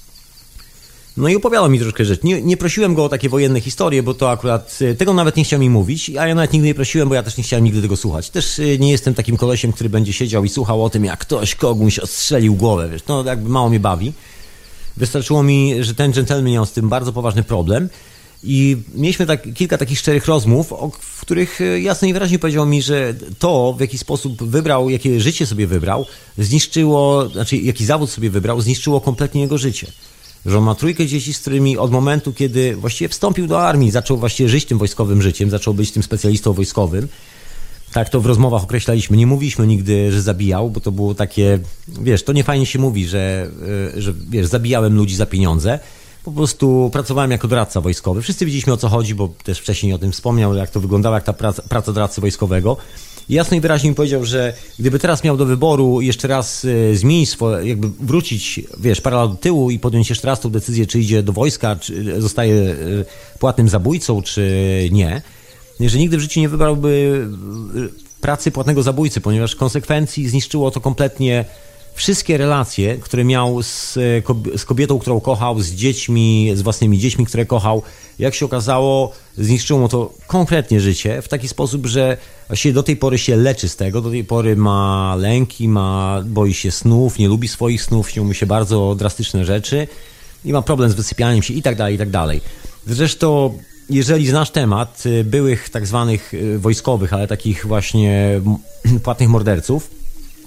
No i opowiadał mi troszkę rzeczy. Nie, nie prosiłem go o takie wojenne historie, bo to akurat, tego nawet nie chciał mi mówić, a ja nawet nigdy nie prosiłem, bo ja też nie chciałem nigdy tego słuchać. Też nie jestem takim kolesiem, który będzie siedział i słuchał o tym, jak ktoś komuś ostrzelił głowę, wiesz, no jakby mało mnie bawi. Wystarczyło mi, że ten gentleman miał z tym bardzo poważny problem i mieliśmy tak, kilka takich szczerych rozmów, o, w których jasno i wyraźnie powiedział mi, że to, w jaki sposób wybrał, jakie życie sobie wybrał, zniszczyło, znaczy jaki zawód sobie wybrał, zniszczyło kompletnie jego życie. Że on ma trójkę dzieci, z którymi od momentu, kiedy właściwie wstąpił do armii, zaczął właściwie żyć tym wojskowym życiem, zaczął być tym specjalistą wojskowym. Tak to w rozmowach określaliśmy. Nie mówiliśmy nigdy, że zabijał, bo to było takie, wiesz, to nie fajnie się mówi, że, że wiesz, zabijałem ludzi za pieniądze. Po prostu pracowałem jako doradca wojskowy. Wszyscy widzieliśmy, o co chodzi, bo też wcześniej o tym wspomniał, jak to wyglądało, jak ta praca, praca doradcy wojskowego. I jasno i wyraźnie mi powiedział, że gdyby teraz miał do wyboru jeszcze raz e, zmienić swoje, jakby wrócić, wiesz, parę lat do tyłu i podjąć jeszcze raz tą decyzję, czy idzie do wojska, czy zostaje e, płatnym zabójcą, czy nie, że nigdy w życiu nie wybrałby pracy płatnego zabójcy, ponieważ konsekwencji zniszczyło to kompletnie wszystkie relacje, które miał z, z kobietą, którą kochał, z dziećmi, z własnymi dziećmi, które kochał. Jak się okazało, zniszczyło mu to konkretnie życie w taki sposób, że właściwie do tej pory się leczy z tego, do tej pory ma lęki, ma, boi się snów, nie lubi swoich snów, śnią mu się bardzo drastyczne rzeczy i ma problem z wysypianiem się i tak dalej, i tak dalej. Zresztą, jeżeli znasz temat byłych tak zwanych wojskowych, ale takich właśnie płatnych morderców,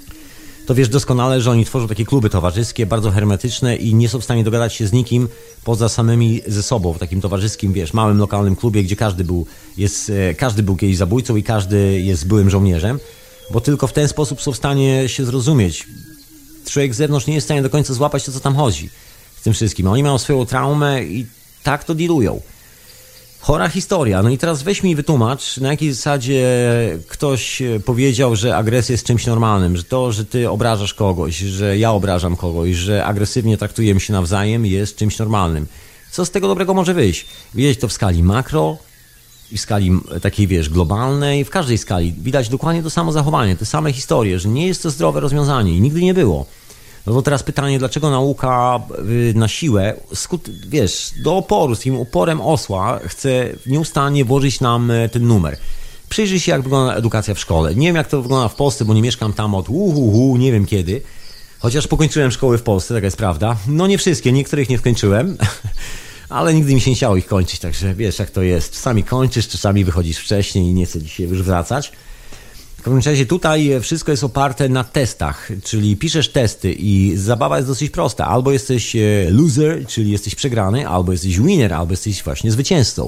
to wiesz doskonale, że oni tworzą takie kluby towarzyskie, bardzo hermetyczne i nie są w stanie dogadać się z nikim poza samymi ze sobą, w takim towarzyskim, wiesz, małym lokalnym klubie, gdzie każdy był, jest, każdy był kiedyś zabójcą i każdy jest byłym żołnierzem, bo tylko w ten sposób są w stanie się zrozumieć. Człowiek z zewnątrz nie jest w stanie do końca złapać to, co tam chodzi z tym wszystkim. Oni mają swoją traumę i tak to dealują. Chora historia. No i teraz weź mi i wytłumacz, na jakiej zasadzie ktoś powiedział, że agresja jest czymś normalnym, że to, że ty obrażasz kogoś, że ja obrażam kogoś, że agresywnie traktujemy się nawzajem jest czymś normalnym. Co z tego dobrego może wyjść? Widać to w skali makro i w skali takiej, wiesz, globalnej, w każdej skali. Widać dokładnie to samo zachowanie, te same historie, że nie jest to zdrowe rozwiązanie i nigdy nie było. No to teraz pytanie, dlaczego nauka na siłę, wiesz, do oporu, z tym uporem osła chce nieustannie włożyć nam ten numer. Przyjrzyj się, jak wygląda edukacja w szkole. Nie wiem, jak to wygląda w Polsce, bo nie mieszkam tam od uhuhu, nie wiem kiedy. Chociaż pokończyłem szkoły w Polsce, taka jest prawda. No nie wszystkie, niektórych nie skończyłem, ale nigdy mi się nie chciało ich kończyć, także wiesz, jak to jest. Czasami kończysz, czasami wychodzisz wcześniej i nie chcę dzisiaj już wracać. W każdym razie tutaj wszystko jest oparte na testach, czyli piszesz testy i zabawa jest dosyć prosta. Albo jesteś loser, czyli jesteś przegrany, albo jesteś winner, albo jesteś właśnie zwycięzcą.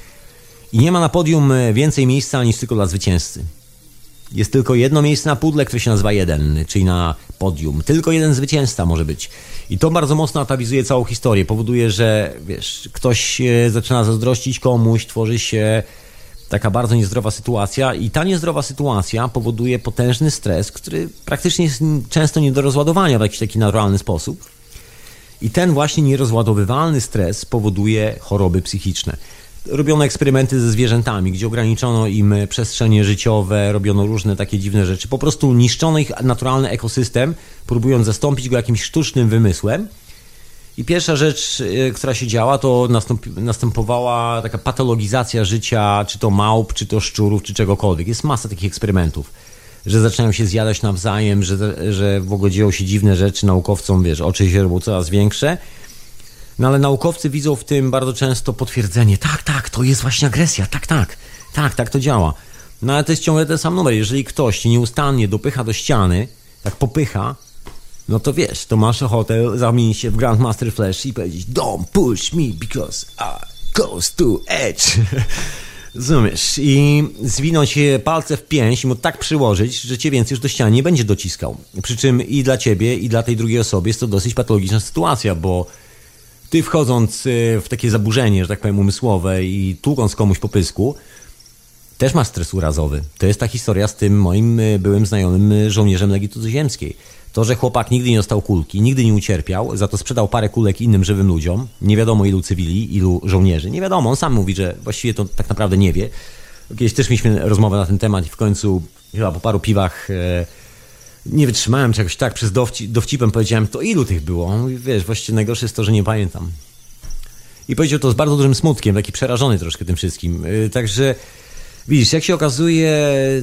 I nie ma na podium więcej miejsca niż tylko dla zwycięzcy. Jest tylko jedno miejsce na pudle, które się nazywa jeden, czyli na podium. Tylko jeden zwycięzca może być. I to bardzo mocno atawizuje całą historię. Powoduje, że wiesz, ktoś zaczyna zazdrościć komuś, tworzy się taka bardzo niezdrowa sytuacja i ta niezdrowa sytuacja powoduje potężny stres, który praktycznie jest często nie do rozładowania w jakiś taki naturalny sposób. I ten właśnie nierozładowywalny stres powoduje choroby psychiczne. Robiono eksperymenty ze zwierzętami, gdzie ograniczono im przestrzenie życiowe, robiono różne takie dziwne rzeczy. Po prostu niszczono ich naturalny ekosystem, próbując zastąpić go jakimś sztucznym wymysłem. I pierwsza rzecz, która się działa, to nastąpi, następowała taka patologizacja życia, czy to małp, czy to szczurów, czy czegokolwiek. Jest masa takich eksperymentów, że zaczynają się zjadać nawzajem, że, że w ogóle dzieją się dziwne rzeczy, naukowcom, wiesz, oczy się robią coraz większe. No ale naukowcy widzą w tym bardzo często potwierdzenie. Tak, tak, to jest właśnie agresja, tak, tak, tak, tak to działa. No ale to jest ciągle ten sam numer. Jeżeli ktoś cię nieustannie dopycha do ściany, tak popycha, no to wiesz, to masz ochotę zamienić się w Grandmaster Flash i powiedzieć don't push me because I goes to edge. Rozumiesz? I zwinąć palce w pięść i mu tak przyłożyć, że cię więcej już do ściany nie będzie dociskał. Przy czym i dla ciebie, i dla tej drugiej osoby jest to dosyć patologiczna sytuacja, bo ty wchodząc w takie zaburzenie, że tak powiem, umysłowe i tłukąc komuś po pysku, też masz stres urazowy. To jest ta historia z tym moim byłym znajomym żołnierzem Legii Cudzoziemskiej. To, że chłopak nigdy nie dostał kulki, nigdy nie ucierpiał, za to sprzedał parę kulek innym żywym ludziom. Nie wiadomo ilu cywili, ilu żołnierzy. Nie wiadomo, on sam mówi, że właściwie to tak naprawdę nie wie. Kiedyś też mieliśmy rozmowę na ten temat i w końcu chyba po paru piwach e, nie wytrzymałem czegoś tak, przez dowci, dowcipem powiedziałem, to ilu tych było? On mówi, wiesz, właściwie najgorsze jest to, że nie pamiętam. I powiedział to z bardzo dużym smutkiem, taki przerażony troszkę tym wszystkim. E, także widzisz, jak się okazuje,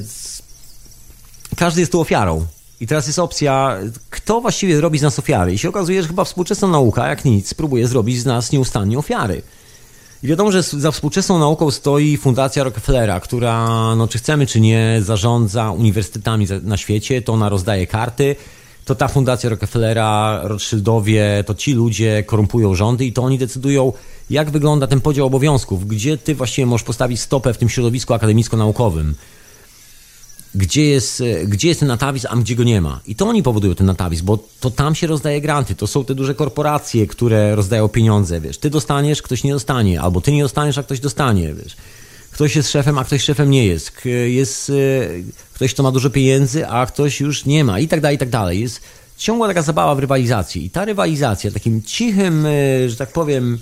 każdy jest tu ofiarą. I teraz jest opcja, kto właściwie robi z nas ofiary. I się okazuje, że chyba współczesna nauka, jak nic, próbuje zrobić z nas nieustannie ofiary. I wiadomo, że za współczesną nauką stoi Fundacja Rockefellera, która, no czy chcemy, czy nie, zarządza uniwersytetami na świecie, to ona rozdaje karty, to ta Fundacja Rockefellera, Rothschildowie, to ci ludzie korumpują rządy i to oni decydują, jak wygląda ten podział obowiązków, gdzie ty właściwie możesz postawić stopę w tym środowisku akademicko-naukowym. Gdzie jest, gdzie jest ten natawizm, a gdzie go nie ma. I to oni powodują ten natawizm, bo to tam się rozdaje granty. To są te duże korporacje, które rozdają pieniądze, wiesz. Ty dostaniesz, ktoś nie dostanie. Albo ty nie dostaniesz, a ktoś dostanie, wiesz. Ktoś jest szefem, a ktoś szefem nie jest. Jest ktoś, kto ma dużo pieniędzy, a ktoś już nie ma. I tak dalej, i tak dalej. Jest ciągła taka zabawa w rywalizacji. I ta rywalizacja takim cichym, że tak powiem,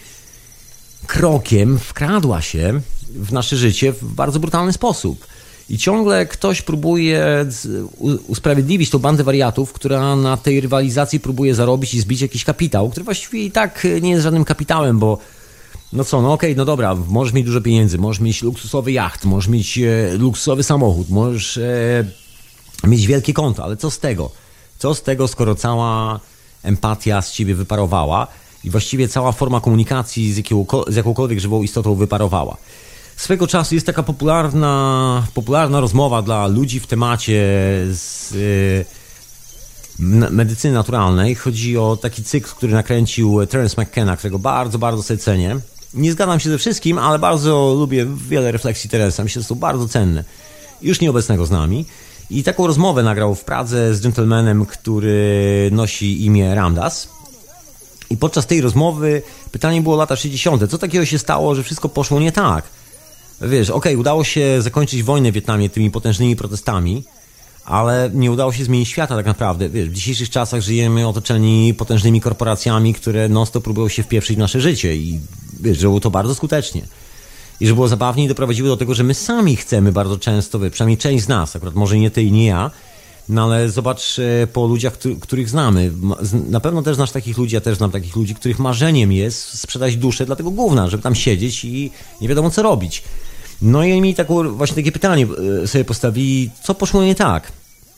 krokiem wkradła się w nasze życie w bardzo brutalny sposób. I ciągle ktoś próbuje usprawiedliwić tą bandę wariatów, która na tej rywalizacji próbuje zarobić i zbić jakiś kapitał, który właściwie i tak nie jest żadnym kapitałem, bo no co, no okej, okay, no dobra, możesz mieć dużo pieniędzy, możesz mieć luksusowy jacht, możesz mieć e, luksusowy samochód, możesz e, mieć wielkie konto, ale co z tego? Co z tego, skoro cała empatia z ciebie wyparowała i właściwie cała forma komunikacji z, z jakąkolwiek żywą istotą wyparowała? Swego czasu jest taka popularna, popularna rozmowa dla ludzi w temacie z y, medycyny naturalnej. Chodzi o taki cykl, który nakręcił Terence McKenna, którego bardzo, bardzo sobie cenię. Nie zgadzam się ze wszystkim, ale bardzo lubię wiele refleksji Terence'a. Myślę, że są bardzo cenne. Już nieobecnego z nami. I taką rozmowę nagrał w Pradze z gentlemanem, który nosi imię Ramdas. I podczas tej rozmowy pytanie było lata sześćdziesiąte. Co takiego się stało, że wszystko poszło nie tak? Wiesz, okej, okay, udało się zakończyć wojnę w Wietnamie tymi potężnymi protestami, ale nie udało się zmienić świata tak naprawdę. Wiesz, w dzisiejszych czasach żyjemy otoczeni potężnymi korporacjami, które non-stop próbują się wpieprzyć w nasze życie i wiesz, że było to bardzo skutecznie. I że było zabawnie i doprowadziło do tego, że my sami chcemy bardzo często, wiesz, przynajmniej część z nas, akurat może nie ty i nie ja, no ale zobacz po ludziach, których znamy. Na pewno też znasz takich ludzi, ja też znam takich ludzi, których marzeniem jest sprzedać duszę dla tego gówna, żeby tam siedzieć i nie wiadomo co robić. No i oni mi taką, właśnie takie pytanie sobie postawili, co poszło nie tak.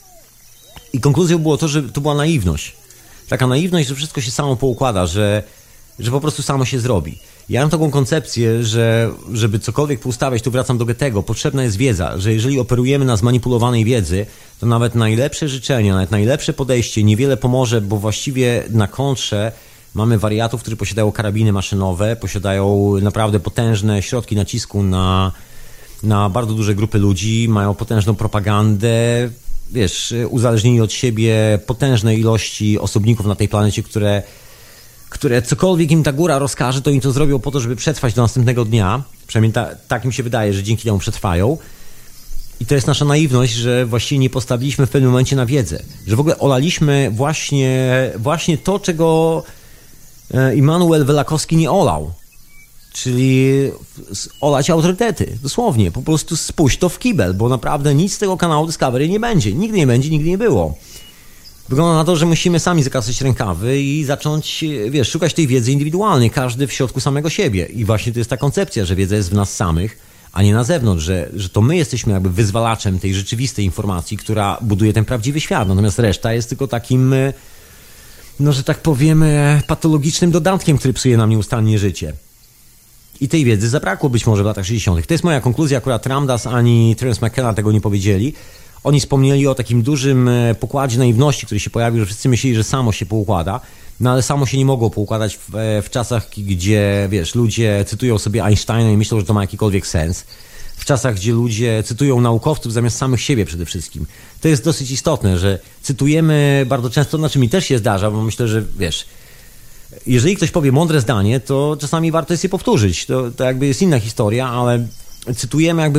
I konkluzją było to, że to była naiwność. Taka naiwność, że wszystko się samo poukłada, że, że po prostu samo się zrobi. Ja mam taką koncepcję, że żeby cokolwiek poustawiać, tu wracam do Goethego, potrzebna jest wiedza, że jeżeli operujemy na zmanipulowanej wiedzy, to nawet najlepsze życzenia, nawet najlepsze podejście niewiele pomoże, bo właściwie na kontrze mamy wariatów, którzy posiadają karabiny maszynowe, posiadają naprawdę potężne środki nacisku na, na bardzo duże grupy ludzi, mają potężną propagandę, wiesz, uzależnieni od siebie potężne ilości osobników na tej planecie, które które cokolwiek im ta góra rozkaże, to im to zrobią po to, żeby przetrwać do następnego dnia. Przynajmniej ta, tak mi się wydaje, że dzięki temu przetrwają. I to jest nasza naiwność, że właściwie nie postawiliśmy w pewnym momencie na wiedzę. Że w ogóle olaliśmy właśnie, właśnie to, czego Immanuel Welakowski nie olał. Czyli olać autorytety. Dosłownie. Po prostu spuść to w kibel, bo naprawdę nic z tego kanału Discovery nie będzie. Nigdy nie będzie, nigdy nie było. Wygląda na to, że musimy sami zakasać rękawy i zacząć, wiesz, szukać tej wiedzy indywidualnej, każdy w środku samego siebie. I właśnie to jest ta koncepcja, że wiedza jest w nas samych, a nie na zewnątrz, że, że to my jesteśmy jakby wyzwalaczem tej rzeczywistej informacji, która buduje ten prawdziwy świat. Natomiast reszta jest tylko takim, no że tak powiem, patologicznym dodatkiem, który psuje nam nieustannie życie. I tej wiedzy zabrakło być może w latach sześćdziesiątych. To jest moja konkluzja, akurat Ramdas ani Terence McKenna tego nie powiedzieli. Oni wspomnieli o takim dużym pokładzie naiwności, który się pojawił, że wszyscy myśleli, że samo się poukłada, no ale samo się nie mogło poukładać w, w czasach, gdzie, wiesz, ludzie cytują sobie Einsteina i myślą, że to ma jakikolwiek sens. W czasach, gdzie ludzie cytują naukowców zamiast samych siebie przede wszystkim. To jest dosyć istotne, że cytujemy bardzo często, znaczy mi też się zdarza, bo myślę, że, wiesz, jeżeli ktoś powie mądre zdanie, to czasami warto jest je powtórzyć. To, to jakby jest inna historia, ale cytujemy jakby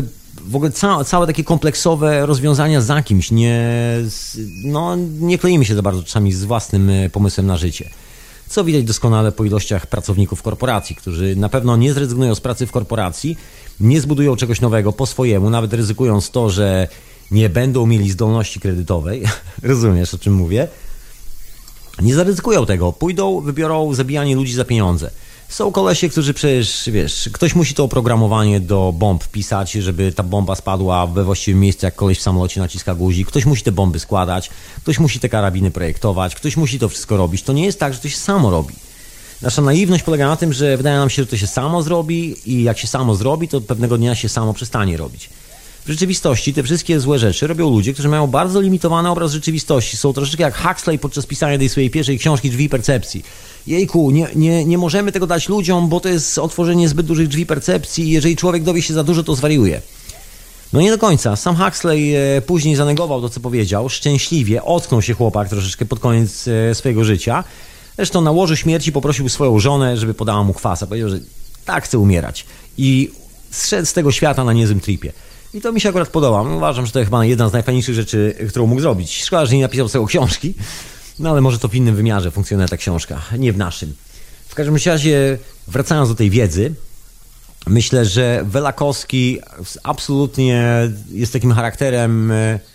w ogóle całe, całe takie kompleksowe rozwiązania za kimś. Nie, no, nie kleimy się za bardzo czasami z własnym pomysłem na życie. Co widać doskonale po ilościach pracowników korporacji, którzy na pewno nie zrezygnują z pracy w korporacji, nie zbudują czegoś nowego po swojemu, nawet ryzykując to, że nie będą mieli zdolności kredytowej. Rozumiesz, o czym mówię? Nie zaryzykują tego. Pójdą, wybiorą zabijanie ludzi za pieniądze. Są kolesie, którzy przecież, wiesz, ktoś musi to oprogramowanie do bomb pisać, żeby ta bomba spadła we właściwym miejscu, jak koleś w samolocie naciska guzik. Ktoś musi te bomby składać, ktoś musi te karabiny projektować, ktoś musi to wszystko robić. To nie jest tak, że to się samo robi. Nasza naiwność polega na tym, że wydaje nam się, że to się samo zrobi i jak się samo zrobi, to pewnego dnia się samo przestanie robić. W rzeczywistości te wszystkie złe rzeczy robią ludzie, którzy mają bardzo limitowany obraz rzeczywistości. Są troszeczkę jak Huxley podczas pisania tej swojej pierwszej książki Drzwi percepcji. Jejku, nie, nie, nie możemy tego dać ludziom, bo to jest otworzenie zbyt dużych drzwi percepcji i jeżeli człowiek dowie się za dużo, to zwariuje. No nie do końca. Sam Huxley e, później zanegował to, co powiedział. Szczęśliwie ocknął się chłopak troszeczkę pod koniec e, swojego życia. Zresztą na łożu śmierci poprosił swoją żonę, żeby podała mu kwasa. Powiedział, że tak chce umierać. I zszedł z tego świata na niezłym tripie. I to mi się akurat podoba. Uważam, że to chyba jedna z najfajniejszych rzeczy, którą mógł zrobić. Szkoda, że nie napisał sobie książki, no ale może to w innym wymiarze funkcjonuje ta książka, nie w naszym. W każdym razie, wracając do tej wiedzy, myślę, że Welakowski absolutnie jest takim charakterem,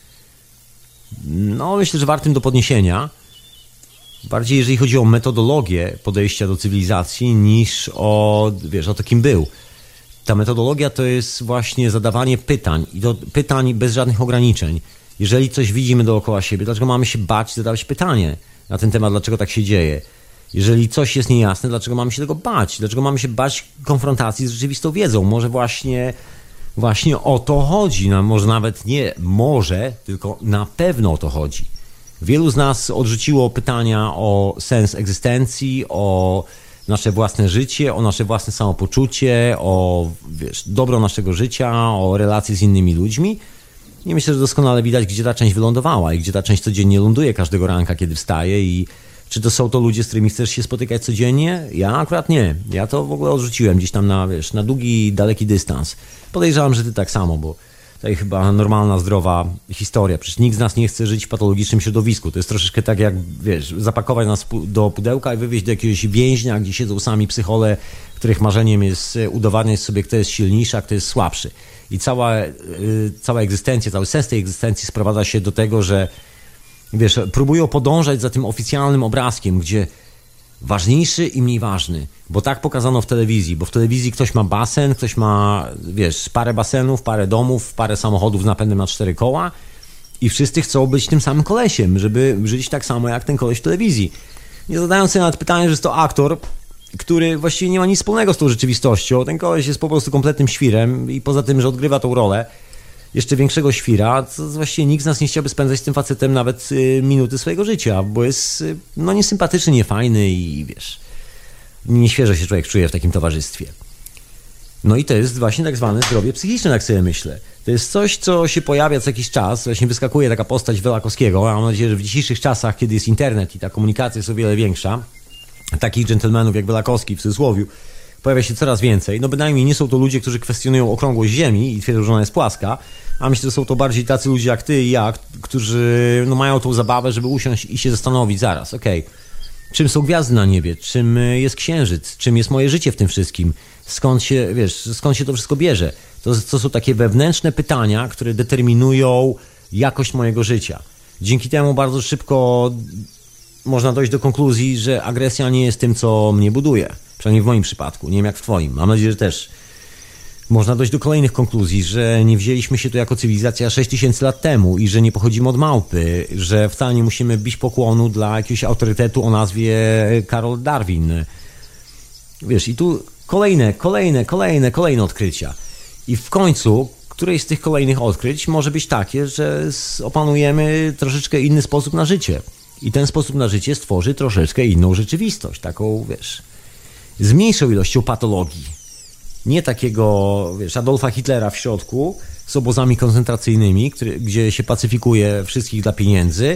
no myślę, że wartym do podniesienia. Bardziej jeżeli chodzi o metodologię podejścia do cywilizacji niż o, wiesz, o to, kim był. Ta metodologia to jest właśnie zadawanie pytań i to pytań bez żadnych ograniczeń. Jeżeli coś widzimy dookoła siebie, dlaczego mamy się bać zadawać pytanie na ten temat, dlaczego tak się dzieje? Jeżeli coś jest niejasne, dlaczego mamy się tego bać? Dlaczego mamy się bać konfrontacji z rzeczywistą wiedzą? Może właśnie, właśnie o to chodzi. No, może nawet nie może, tylko na pewno o to chodzi. Wielu z nas odrzuciło pytania o sens egzystencji, o nasze własne życie, o nasze własne samopoczucie, o, wiesz, dobro naszego życia, o relacje z innymi ludźmi. I myślę, że doskonale widać, gdzie ta część wylądowała i gdzie ta część codziennie ląduje każdego ranka, kiedy wstaje i czy to są to ludzie, z którymi chcesz się spotykać codziennie? Ja akurat nie. Ja to w ogóle odrzuciłem gdzieś tam na, wiesz, na długi, daleki dystans. Podejrzewam, że ty tak samo, bo to jest chyba normalna, zdrowa historia. Przecież nikt z nas nie chce żyć w patologicznym środowisku. To jest troszeczkę tak jak, wiesz, zapakować nas do pudełka i wywieźć do jakiegoś więźnia, gdzie siedzą sami psychole, których marzeniem jest udowadniać sobie, kto jest silniejszy, a kto jest słabszy. I cała, cała egzystencja, cały sens tej egzystencji sprowadza się do tego, że, wiesz, próbują podążać za tym oficjalnym obrazkiem, gdzie ważniejszy i mniej ważny, bo tak pokazano w telewizji, bo w telewizji ktoś ma basen, ktoś ma, wiesz, parę basenów, parę domów, parę samochodów z napędem na cztery koła i wszyscy chcą być tym samym kolesiem, żeby żyć tak samo jak ten koleś w telewizji. Nie zadając sobie nawet pytania, że jest to aktor, który właściwie nie ma nic wspólnego z tą rzeczywistością. Ten koleś jest po prostu kompletnym świrem i poza tym, że odgrywa tą rolę jeszcze większego świra, to właściwie nikt z nas nie chciałby spędzać z tym facetem nawet y, minuty swojego życia, bo jest y, no niesympatyczny, niefajny i wiesz, nieświeżo się człowiek czuje w takim towarzystwie. No i to jest właśnie tak zwane zdrowie psychiczne, tak sobie myślę. To jest coś, co się pojawia co jakiś czas, właśnie wyskakuje taka postać Welakowskiego. Ja mam nadzieję, że w dzisiejszych czasach, kiedy jest internet i ta komunikacja jest o wiele większa, takich dżentelmenów jak Welakowski w cudzysłowiu pojawia się coraz więcej. No bynajmniej nie są to ludzie, którzy kwestionują okrągłość Ziemi i twierdzą, że ona jest płaska, a myślę, że są to bardziej tacy ludzie jak ty i ja, którzy no, mają tą zabawę, żeby usiąść i się zastanowić zaraz, okej, okay, czym są gwiazdy na niebie, czym jest księżyc, czym jest moje życie w tym wszystkim, skąd się, wiesz, skąd się to wszystko bierze. To, to są takie wewnętrzne pytania, które determinują jakość mojego życia. Dzięki temu bardzo szybko można dojść do konkluzji, że agresja nie jest tym, co mnie buduje. Przynajmniej w moim przypadku, nie wiem jak w twoim. Mam nadzieję, że też można dojść do kolejnych konkluzji, że nie wzięliśmy się tu jako cywilizacja sześć tysięcy lat temu i że nie pochodzimy od małpy, że wcale nie musimy bić pokłonu dla jakiegoś autorytetu o nazwie Karol Darwin. Wiesz, i tu kolejne, kolejne, kolejne, kolejne odkrycia. I w końcu któreś z tych kolejnych odkryć może być takie, że opanujemy troszeczkę inny sposób na życie. I ten sposób na życie stworzy troszeczkę inną rzeczywistość, taką, wiesz, z mniejszą ilością patologii. Nie takiego, wiesz, Adolfa Hitlera w środku z obozami koncentracyjnymi, który, gdzie się pacyfikuje wszystkich dla pieniędzy,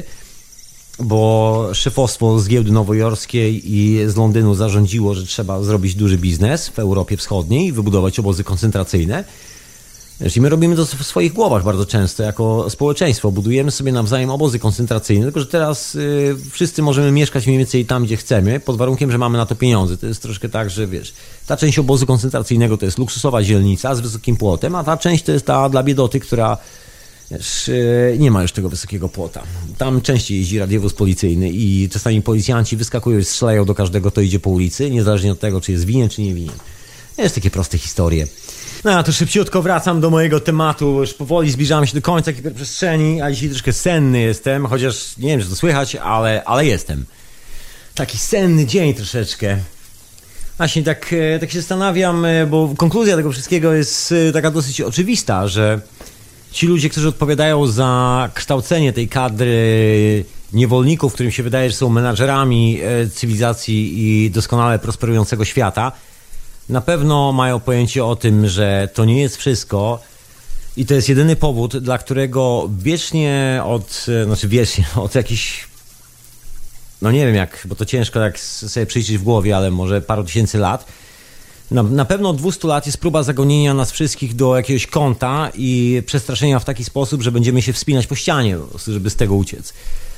bo szefostwo z giełdy nowojorskiej i z Londynu zarządziło, że trzeba zrobić duży biznes w Europie Wschodniej i wybudować obozy koncentracyjne. Wiesz, i my robimy to w swoich głowach bardzo często jako społeczeństwo. Budujemy sobie nawzajem obozy koncentracyjne, tylko że teraz y, wszyscy możemy mieszkać mniej więcej tam, gdzie chcemy, pod warunkiem, że mamy na to pieniądze. To jest troszkę tak, że wiesz, ta część obozu koncentracyjnego to jest luksusowa dzielnica z wysokim płotem, a ta część to jest ta dla biedoty, która wiesz, y, nie ma już tego wysokiego płota. Tam częściej jeździ radiowóz policyjny i czasami policjanci wyskakują i strzelają do każdego, kto idzie po ulicy, niezależnie od tego, czy jest winien, czy nie winien. Jest takie proste historie. No ja tu szybciutko wracam do mojego tematu, już powoli zbliżamy się do końca hiperprzestrzeni, a dzisiaj troszkę senny jestem, chociaż nie wiem, czy to słychać, ale, ale jestem. Taki senny dzień troszeczkę. Właśnie tak, tak się zastanawiam, bo konkluzja tego wszystkiego jest taka dosyć oczywista, że ci ludzie, którzy odpowiadają za kształcenie tej kadry niewolników, którym się wydaje, że są menadżerami cywilizacji i doskonale prosperującego świata, na pewno mają pojęcie o tym, że to nie jest wszystko i to jest jedyny powód, dla którego wiecznie od, znaczy wiecznie, od jakichś, no nie wiem jak, bo to ciężko tak sobie przyjrzeć w głowie, ale może paru tysięcy lat, na, na pewno od dwustu lat jest próba zagonienia nas wszystkich do jakiegoś kąta i przestraszenia w taki sposób, że będziemy się wspinać po ścianie, po prostu, żeby z tego uciec.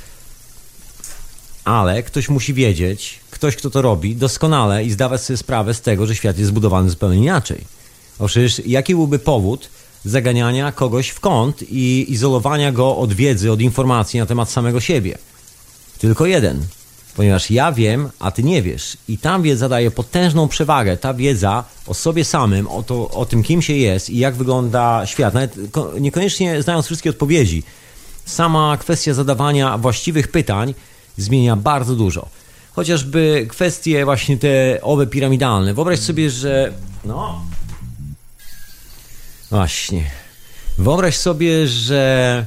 Ale ktoś musi wiedzieć, ktoś, kto to robi, doskonale i zdawać sobie sprawę z tego, że świat jest zbudowany zupełnie inaczej. Bo przecież jaki byłby powód zaganiania kogoś w kąt i izolowania go od wiedzy, od informacji na temat samego siebie? Tylko jeden. Ponieważ ja wiem, a ty nie wiesz. I ta wiedza daje potężną przewagę. Ta wiedza o sobie samym, o, to, o tym, kim się jest i jak wygląda świat. Nawet niekoniecznie znając wszystkie odpowiedzi. Sama kwestia zadawania właściwych pytań zmienia bardzo dużo. Chociażby kwestie właśnie te owe piramidalne. Wyobraź sobie, że... No... Właśnie. Wyobraź sobie, że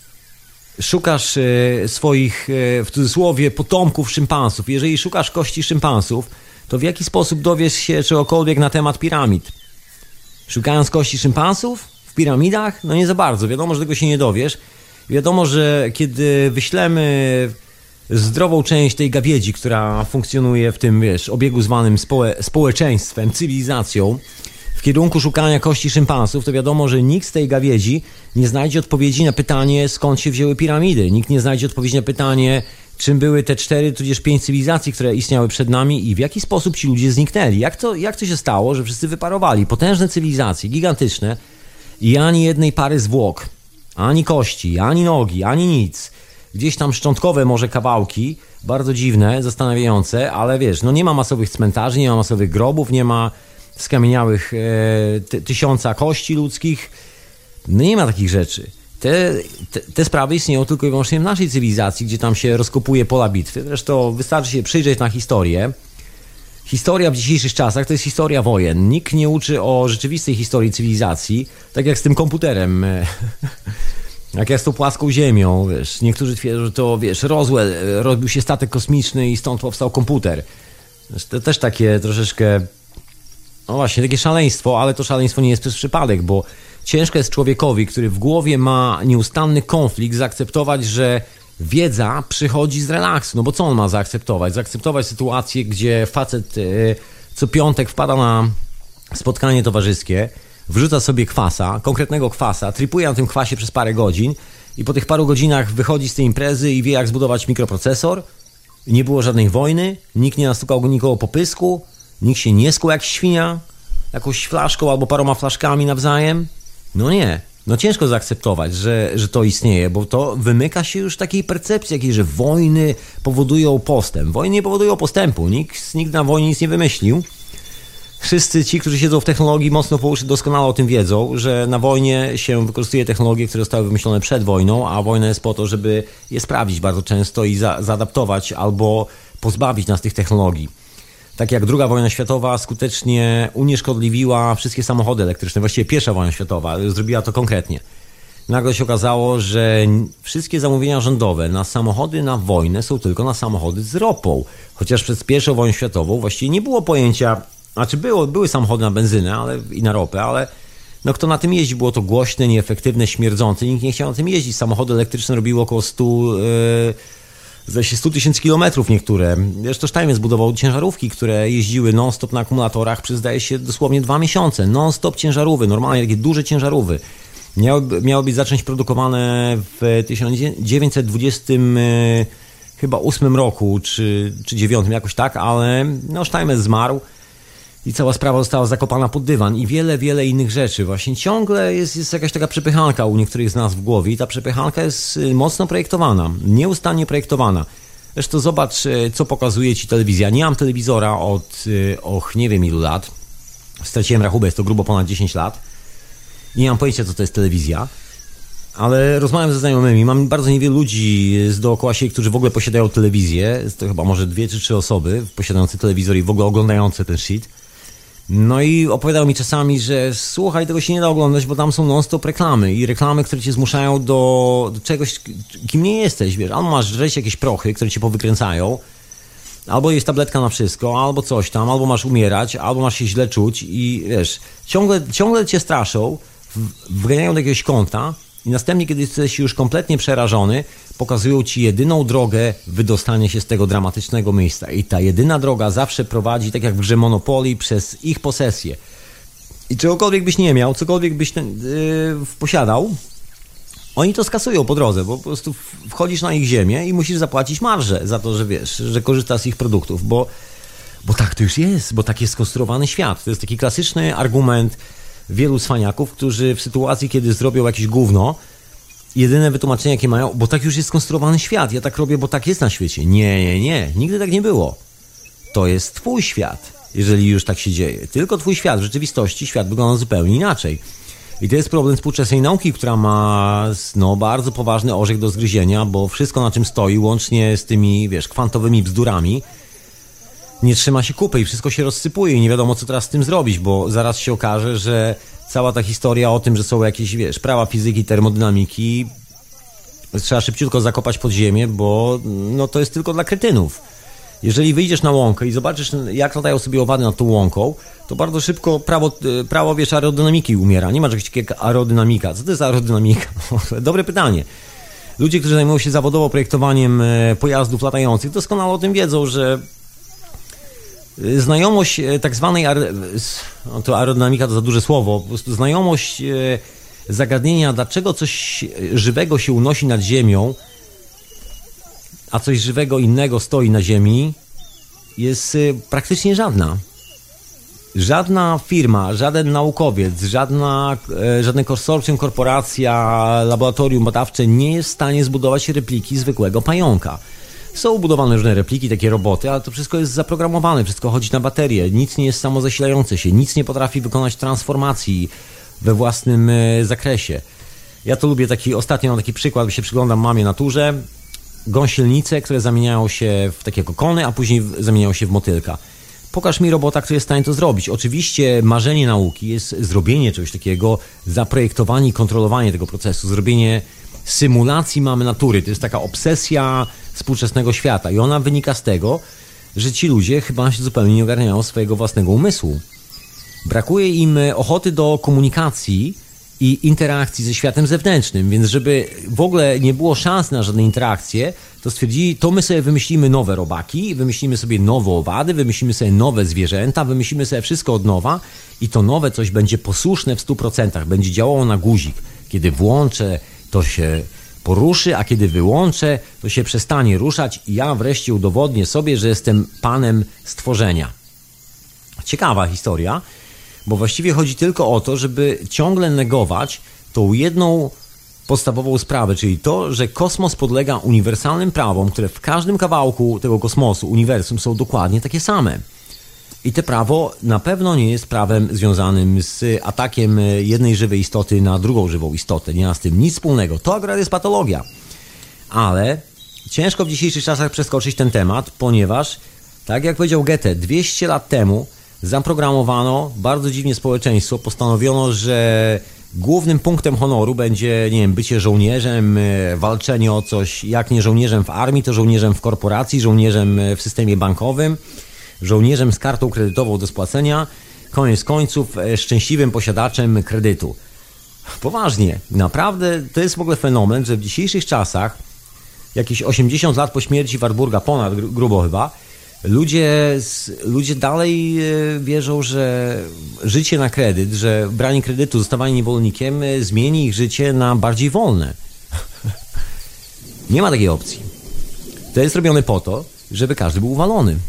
szukasz swoich, w cudzysłowie, potomków szympansów. Jeżeli szukasz kości szympansów, to w jaki sposób dowiesz się czegokolwiek na temat piramid? Szukając kości szympansów? W piramidach? No nie za bardzo. Wiadomo, że tego się nie dowiesz. Wiadomo, że kiedy wyślemy zdrową część tej gawiedzi, która funkcjonuje w tym, wiesz, obiegu zwanym społe społeczeństwem, cywilizacją, w kierunku szukania kości szympansów, to wiadomo, że nikt z tej gawiedzi nie znajdzie odpowiedzi na pytanie, skąd się wzięły piramidy. Nikt nie znajdzie odpowiedzi na pytanie, czym były te cztery, tudzież pięć cywilizacji, które istniały przed nami i w jaki sposób ci ludzie zniknęli. Jak to, jak to się stało, że wszyscy wyparowali? Potężne cywilizacje, gigantyczne i ani jednej pary zwłok, ani kości, ani nogi, ani nic. Gdzieś tam szczątkowe może kawałki, bardzo dziwne, zastanawiające, ale wiesz, no nie ma masowych cmentarzy, nie ma masowych grobów, nie ma skamieniałych e, ty, tysiąca kości ludzkich. No nie ma takich rzeczy. Te, te, te sprawy istnieją tylko i wyłącznie w naszej cywilizacji, gdzie tam się rozkopuje pola bitwy. Zresztą wystarczy się przyjrzeć na historię. Historia w dzisiejszych czasach to jest historia wojen. Nikt nie uczy o rzeczywistej historii cywilizacji, tak jak z tym komputerem. Jak ja z tą płaską ziemią, wiesz, niektórzy twierdzą, że to, wiesz, Roswell, rozbił się statek kosmiczny i stąd powstał komputer. To też takie troszeczkę, no właśnie, takie szaleństwo, ale to szaleństwo nie jest przez przypadek, bo ciężko jest człowiekowi, który w głowie ma nieustanny konflikt, zaakceptować, że wiedza przychodzi z relaksu. No bo co on ma zaakceptować? Zaakceptować sytuację, gdzie facet yy, co piątek wpada na spotkanie towarzyskie, wrzuca sobie kwasa, konkretnego kwasa, tripuje na tym kwasie przez parę godzin i po tych paru godzinach wychodzi z tej imprezy i wie, jak zbudować mikroprocesor. Nie było żadnej wojny, nikt nie nastukał nikogo po pysku, nikt się nie skłuł jak świnia, jakąś flaszką albo paroma flaszkami nawzajem. No nie, no ciężko zaakceptować, że, że to istnieje, bo to wymyka się już takiej percepcji, jakiej, że wojny powodują postęp. Wojny nie powodują postępu, nikt, nikt na wojnie nic nie wymyślił. Wszyscy ci, którzy siedzą w technologii, mocno po uszy doskonale o tym wiedzą, że na wojnie się wykorzystuje technologie, które zostały wymyślone przed wojną, a wojna jest po to, żeby je sprawdzić bardzo często i za, zaadaptować albo pozbawić nas tych technologii. Tak jak druga wojna światowa skutecznie unieszkodliwiła wszystkie samochody elektryczne, właściwie pierwsza wojna światowa zrobiła to konkretnie. Nagle się okazało, że wszystkie zamówienia rządowe na samochody na wojnę są tylko na samochody z ropą. Chociaż przez pierwszą wojnę światową właściwie nie było pojęcia. Znaczy było, były samochody na benzynę ale, i na ropę, ale no kto na tym jeździ? Było to głośne, nieefektywne, śmierdzące. Nikt nie chciał na tym jeździć. Samochody elektryczne robiły około sto zdaje się sto tysięcy kilometrów niektóre. Zresztą Steinmetz zbudował ciężarówki, które jeździły non-stop na akumulatorach przez, zdaje się, dosłownie dwa miesiące. Non-stop ciężarówy, normalnie takie duże ciężarówy. Miały, miały być zacząć produkowane w tysiąc dziewięćset dwudziestym chyba ósmym roku, czy, czy dziewiątym, jakoś tak, ale no Steinmetz zmarł i cała sprawa została zakopana pod dywan i wiele, wiele innych rzeczy. Właśnie ciągle jest, jest jakaś taka przepychanka u niektórych z nas w głowie i ta przepychanka jest mocno projektowana, nieustannie projektowana. Zresztą zobacz, co pokazuje ci telewizja. Nie mam telewizora od, och, nie wiem ilu lat. Straciłem rachubę, jest to grubo ponad dziesięć lat. Nie mam pojęcia, co to jest telewizja. Ale rozmawiam ze znajomymi. Mam bardzo niewielu ludzi z dookoła siebie, którzy w ogóle posiadają telewizję. Jest to chyba może dwie czy trzy osoby posiadające telewizor i w ogóle oglądające ten shit. No i opowiadają mi czasami, że słuchaj, tego się nie da oglądać, bo tam są non-stop reklamy i reklamy, które cię zmuszają do, do czegoś, kim nie jesteś, wiesz. Albo masz żreć jakieś prochy, które cię powykręcają, albo jest tabletka na wszystko, albo coś tam, albo masz umierać, albo masz się źle czuć i wiesz, ciągle, ciągle cię straszą, wganiają do jakiegoś kąta i następnie, kiedy jesteś już kompletnie przerażony, pokazują ci jedyną drogę wydostania się z tego dramatycznego miejsca. I ta jedyna droga zawsze prowadzi, tak jak w grze Monopoly, przez ich posesję. I czegokolwiek byś nie miał, cokolwiek byś ten, yy, posiadał, oni to skasują po drodze, bo po prostu wchodzisz na ich ziemię i musisz zapłacić marżę za to, że wiesz, że korzystasz z ich produktów, bo, bo tak to już jest, bo tak jest skonstruowany świat. To jest taki klasyczny argument wielu cwaniaków, którzy w sytuacji, kiedy zrobią jakieś gówno, jedyne wytłumaczenie, jakie mają, bo tak już jest skonstruowany świat, ja tak robię, bo tak jest na świecie. Nie, nie, nie, nigdy tak nie było. To jest twój świat, jeżeli już tak się dzieje. Tylko twój świat, w rzeczywistości świat wygląda zupełnie inaczej. I to jest problem współczesnej nauki, która ma no, bardzo poważny orzech do zgryzienia, bo wszystko, na czym stoi, łącznie z tymi, wiesz, kwantowymi bzdurami, nie trzyma się kupy i wszystko się rozsypuje i nie wiadomo, co teraz z tym zrobić, bo zaraz się okaże, że cała ta historia o tym, że są jakieś, wiesz, prawa fizyki, termodynamiki, trzeba szybciutko zakopać pod ziemię, bo no, to jest tylko dla kretynów. Jeżeli wyjdziesz na łąkę i zobaczysz, jak latają sobie owady nad tą łąką, to bardzo szybko prawo, prawo wiesz, aerodynamiki umiera. Nie ma czegoś takiego jak aerodynamika. Co to jest aerodynamika? Dobre pytanie. Ludzie, którzy zajmują się zawodowo projektowaniem pojazdów latających, doskonale o tym wiedzą, że znajomość tak zwanej, no to aerodynamika to za duże słowo, po prostu znajomość zagadnienia, dlaczego coś żywego się unosi nad ziemią, a coś żywego innego stoi na ziemi, jest praktycznie żadna. Żadna firma, żaden naukowiec, żadna, żadne konsorcjum, korporacja, laboratorium badawcze nie jest w stanie zbudować repliki zwykłego pająka. Są budowane różne repliki, takie roboty, ale to wszystko jest zaprogramowane, wszystko chodzi na baterię, nic nie jest samozasilające się, nic nie potrafi wykonać transformacji we własnym zakresie. Ja to lubię, taki, ostatnio mam taki przykład, się przyglądam mamie naturze, gąsielnice, które zamieniają się w takie kokony, a później zamieniają się w motylka. Pokaż mi robota, który jest w stanie to zrobić. Oczywiście marzenie nauki jest zrobienie czegoś takiego, zaprojektowanie i kontrolowanie tego procesu, zrobienie symulacji mamy natury. To jest taka obsesja współczesnego świata i ona wynika z tego, że ci ludzie chyba się zupełnie nie ogarniają swojego własnego umysłu. Brakuje im ochoty do komunikacji i interakcji ze światem zewnętrznym, więc żeby w ogóle nie było szans na żadne interakcje, to stwierdzili, to my sobie wymyślimy nowe robaki, wymyślimy sobie nowe owady, wymyślimy sobie nowe zwierzęta, wymyślimy sobie wszystko od nowa i to nowe coś będzie posłuszne w stu procentach, będzie działało na guzik. Kiedy włączę, to się poruszy, a kiedy wyłączę, to się przestanie ruszać i ja wreszcie udowodnię sobie, że jestem panem stworzenia. Ciekawa historia, bo właściwie chodzi tylko o to, żeby ciągle negować tą jedną podstawową sprawę, czyli to, że kosmos podlega uniwersalnym prawom, które w każdym kawałku tego kosmosu, uniwersum są dokładnie takie same. I to prawo na pewno nie jest prawem związanym z atakiem jednej żywej istoty na drugą żywą istotę. Nie ma z tym nic wspólnego. To akurat jest patologia. Ale ciężko w dzisiejszych czasach przeskoczyć ten temat, ponieważ, tak jak powiedział Goethe, dwieście lat temu zaprogramowano bardzo dziwnie społeczeństwo, postanowiono, że głównym punktem honoru będzie, nie wiem, bycie żołnierzem, walczenie o coś, jak nie żołnierzem w armii, to żołnierzem w korporacji, żołnierzem w systemie bankowym, żołnierzem z kartą kredytową do spłacenia, koniec końców szczęśliwym posiadaczem kredytu. Poważnie, naprawdę to jest w ogóle fenomen, że w dzisiejszych czasach jakieś osiemdziesiąt lat po śmierci Warburga, ponad grubo chyba, ludzie, ludzie dalej wierzą, że życie na kredyt, że branie kredytu, zostawanie niewolnikiem zmieni ich życie na bardziej wolne. Nie ma takiej opcji. To jest robione po to, żeby każdy był uwalony.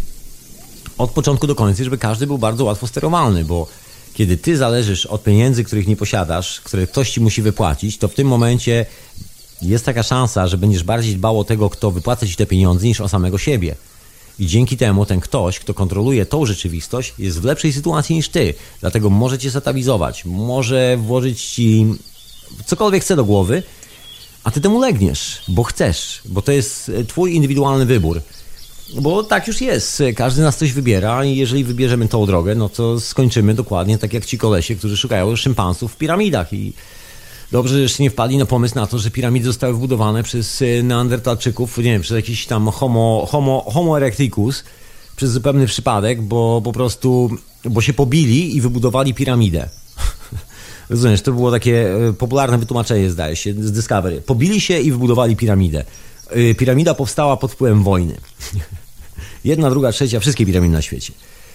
Od początku do końca, żeby każdy był bardzo łatwo sterowalny, bo kiedy ty zależysz od pieniędzy, których nie posiadasz, które ktoś ci musi wypłacić, to w tym momencie jest taka szansa, że będziesz bardziej dbał o tego, kto wypłaca ci te pieniądze, niż o samego siebie. I dzięki temu ten ktoś, kto kontroluje tą rzeczywistość, jest w lepszej sytuacji niż ty. Dlatego może cię satawizować, może włożyć ci cokolwiek chce do głowy, a ty temu legniesz, bo chcesz, bo to jest twój indywidualny wybór. Bo tak już jest, każdy z nas coś wybiera i jeżeli wybierzemy tą drogę, no to skończymy dokładnie tak jak ci kolesie, którzy szukają szympansów w piramidach i dobrze, że jeszcze nie wpadli na pomysł na to, że piramidy zostały wbudowane przez neandertalczyków, nie wiem, przez jakiś tam homo, homo, homo erecticus, przez zupełny przypadek, bo po prostu, bo się pobili i wybudowali piramidę. Rozumiesz, to było takie popularne wytłumaczenie, zdaje się, z Discovery. Pobili się i wybudowali piramidę. Piramida powstała pod wpływem wojny. Jedna, druga, trzecia, wszystkie piramidy na świecie.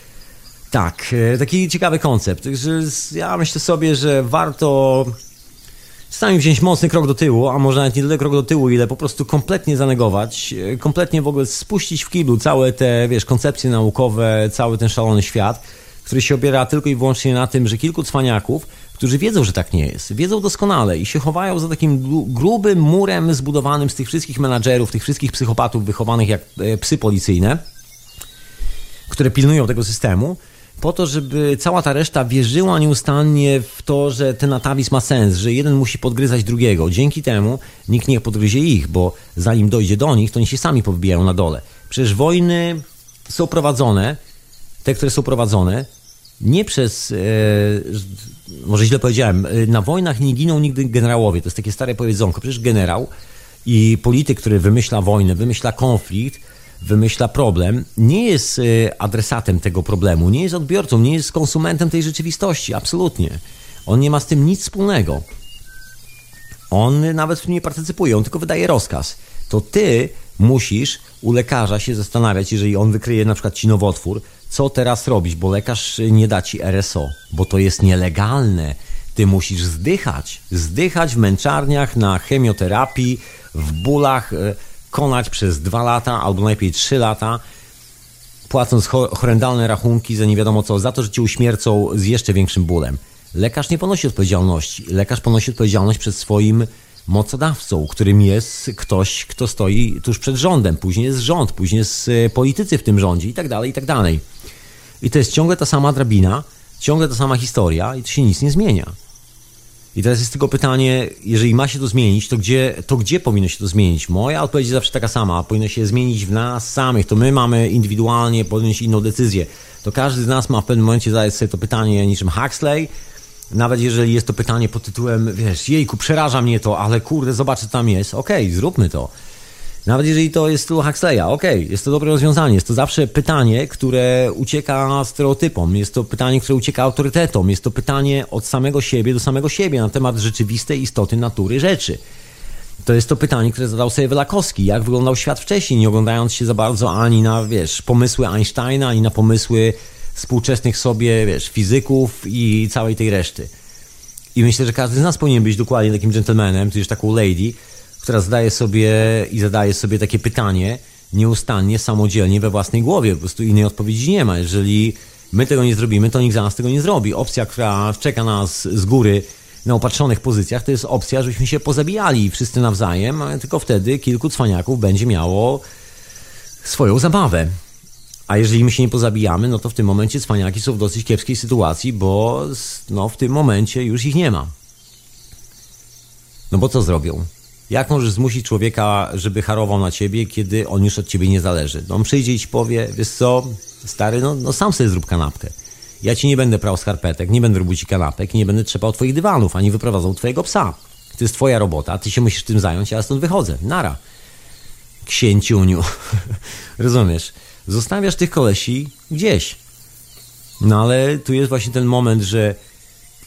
Tak, taki ciekawy koncept. Że ja myślę sobie, że warto czasami wziąć mocny krok do tyłu, a może nawet nie tyle krok do tyłu, ile po prostu kompletnie zanegować, kompletnie w ogóle spuścić w kiblu całe te, wiesz, koncepcje naukowe, cały ten szalony świat, który się opiera tylko i wyłącznie na tym, że kilku cwaniaków, którzy wiedzą, że tak nie jest, wiedzą doskonale i się chowają za takim grubym murem zbudowanym z tych wszystkich menadżerów, tych wszystkich psychopatów wychowanych jak psy policyjne, które pilnują tego systemu, po to, żeby cała ta reszta wierzyła nieustannie w to, że ten atawizm ma sens, że jeden musi podgryzać drugiego. Dzięki temu nikt nie podgryzie ich, bo zanim dojdzie do nich, to oni się sami powbijają na dole. Przecież wojny są prowadzone, te, które są prowadzone, nie przez, e, może źle powiedziałem, na wojnach nie giną nigdy generałowie. To jest takie stare powiedzonko. Przecież generał i polityk, który wymyśla wojnę, wymyśla konflikt, wymyśla problem, nie jest adresatem tego problemu, nie jest odbiorcą, nie jest konsumentem tej rzeczywistości. Absolutnie. On nie ma z tym nic wspólnego. On nawet w tym nie partycypuje, on tylko wydaje rozkaz. To ty musisz u lekarza się zastanawiać, jeżeli on wykryje na przykład ci nowotwór, co teraz robić, bo lekarz nie da ci R S O, bo to jest nielegalne. Ty musisz zdychać, zdychać w męczarniach, na chemioterapii, w bólach, konać przez dwa lata albo najlepiej trzy lata, płacąc horrendalne rachunki za nie wiadomo co, za to, że cię uśmiercą z jeszcze większym bólem. Lekarz nie ponosi odpowiedzialności. Lekarz ponosi odpowiedzialność przed swoim mocodawcą, którym jest ktoś, kto stoi tuż przed rządem. Później jest rząd, później jest politycy w tym rządzie i tak dalej, i tak dalej. I to jest ciągle ta sama drabina, ciągle ta sama historia i to się nic nie zmienia. I teraz jest tylko pytanie, jeżeli ma się to zmienić, to gdzie, to gdzie powinno się to zmienić? Moja odpowiedź jest zawsze taka sama. Powinno się zmienić w nas samych. To my mamy indywidualnie podjąć inną decyzję. To każdy z nas ma w pewnym momencie zadać sobie to pytanie niczym Huxley. Nawet jeżeli jest to pytanie pod tytułem, wiesz, jejku, przeraża mnie to, ale kurde, zobacz, co tam jest. Okej, okay, zróbmy to. Nawet jeżeli to jest stylu Huxleya, okej, okay, jest to dobre rozwiązanie. Jest to zawsze pytanie, które ucieka stereotypom. Jest to pytanie, które ucieka autorytetom. Jest to pytanie od samego siebie do samego siebie na temat rzeczywistej istoty natury rzeczy. To jest to pytanie, które zadał sobie Welakowski. Jak wyglądał świat wcześniej, nie oglądając się za bardzo ani na, wiesz, pomysły Einsteina, ani na pomysły współczesnych sobie, wiesz, fizyków i całej tej reszty. I myślę, że każdy z nas powinien być dokładnie takim gentlemanem, tudzież taką lady, która zadaje sobie i zadaje sobie takie pytanie nieustannie, samodzielnie we własnej głowie. Po prostu innej odpowiedzi nie ma. Jeżeli my tego nie zrobimy, to nikt za nas tego nie zrobi. Opcja, która czeka nas z góry na opatrzonych pozycjach, to jest opcja, żebyśmy się pozabijali wszyscy nawzajem, tylko wtedy kilku cwaniaków będzie miało swoją zabawę. A jeżeli my się nie pozabijamy, no to w tym momencie cwaniaki są w dosyć kiepskiej sytuacji, bo no, w tym momencie już ich nie ma. No bo co zrobią? Jak możesz zmusić człowieka, żeby harował na ciebie, kiedy on już od ciebie nie zależy? No on przyjdzie i ci powie, wiesz co, stary, no, no sam sobie zrób kanapkę. Ja ci nie będę prał skarpetek, nie będę robił ci kanapek, nie będę trzepał twoich dywanów, ani wyprowadzał twojego psa. To jest twoja robota, ty się musisz tym zająć, ja stąd wychodzę. Nara. Księciuniu. Rozumiesz? Zostawiasz tych kolesi gdzieś. No ale tu jest właśnie ten moment, że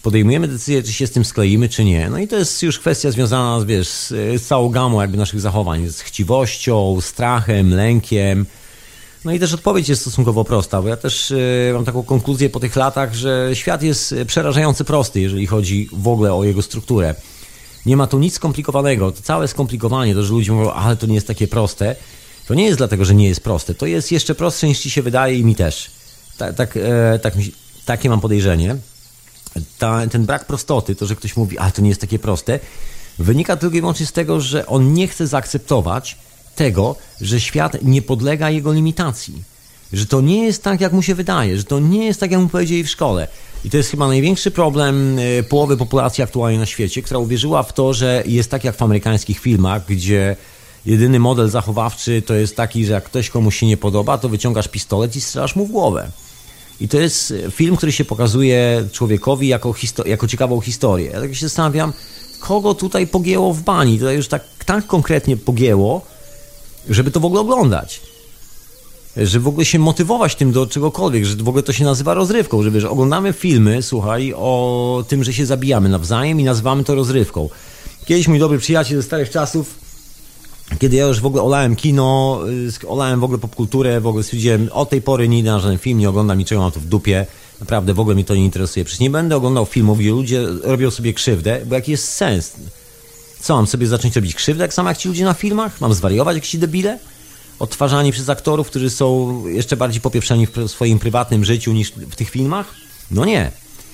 podejmujemy decyzję, czy się z tym skleimy, czy nie. No i to jest już kwestia związana, wiesz, z, z całą gamą jakby naszych zachowań, z chciwością, strachem, lękiem. No i też odpowiedź jest stosunkowo prosta, bo ja też y, mam taką konkluzję po tych latach, że świat jest przerażająco prosty, jeżeli chodzi w ogóle o jego strukturę. Nie ma tu nic skomplikowanego. To całe skomplikowanie, to, że ludzie mówią, ale to nie jest takie proste, to nie jest dlatego, że nie jest proste. To jest jeszcze prostsze, niż ci się wydaje i mi też. Tak, tak, e, tak, takie mam podejrzenie. Ta, ten brak prostoty, to, że ktoś mówi, ale to nie jest takie proste, wynika tylko i wyłącznie z tego, że on nie chce zaakceptować tego, że świat nie podlega jego limitacji. Że to nie jest tak, jak mu się wydaje, że to nie jest tak, jak mu powiedzieli w szkole. I to jest chyba największy problem połowy populacji aktualnie na świecie, która uwierzyła w to, że jest tak jak w amerykańskich filmach, gdzie jedyny model zachowawczy to jest taki, że jak ktoś komuś się nie podoba, to wyciągasz pistolet i strzelasz mu w głowę. I to jest film, który się pokazuje człowiekowi jako, histo- jako ciekawą historię. Ja tak się zastanawiam, kogo tutaj pogięło w bani. Tutaj już tak, tak konkretnie pogięło, żeby to w ogóle oglądać. Żeby w ogóle się motywować tym do czegokolwiek, że w ogóle to się nazywa rozrywką, że wiesz, oglądamy filmy, słuchaj, o tym, że się zabijamy nawzajem i nazywamy to rozrywką. Kiedyś mój dobry przyjaciel ze starych czasów, kiedy ja już w ogóle olałem kino, olałem w ogóle popkulturę, w ogóle stwierdziłem, od tej pory nie idę na żaden film, nie oglądam niczego, mam to w dupie, naprawdę w ogóle mnie to nie interesuje. Przecież nie będę oglądał filmów, gdzie ludzie robią sobie krzywdę, bo jaki jest sens? Co, mam sobie zacząć robić krzywdę, tak samo jak ci ludzie na filmach? Mam zwariować jak ci debile? Odtwarzani przez aktorów, którzy są jeszcze bardziej popieprzeni w swoim prywatnym życiu niż w tych filmach? No nie.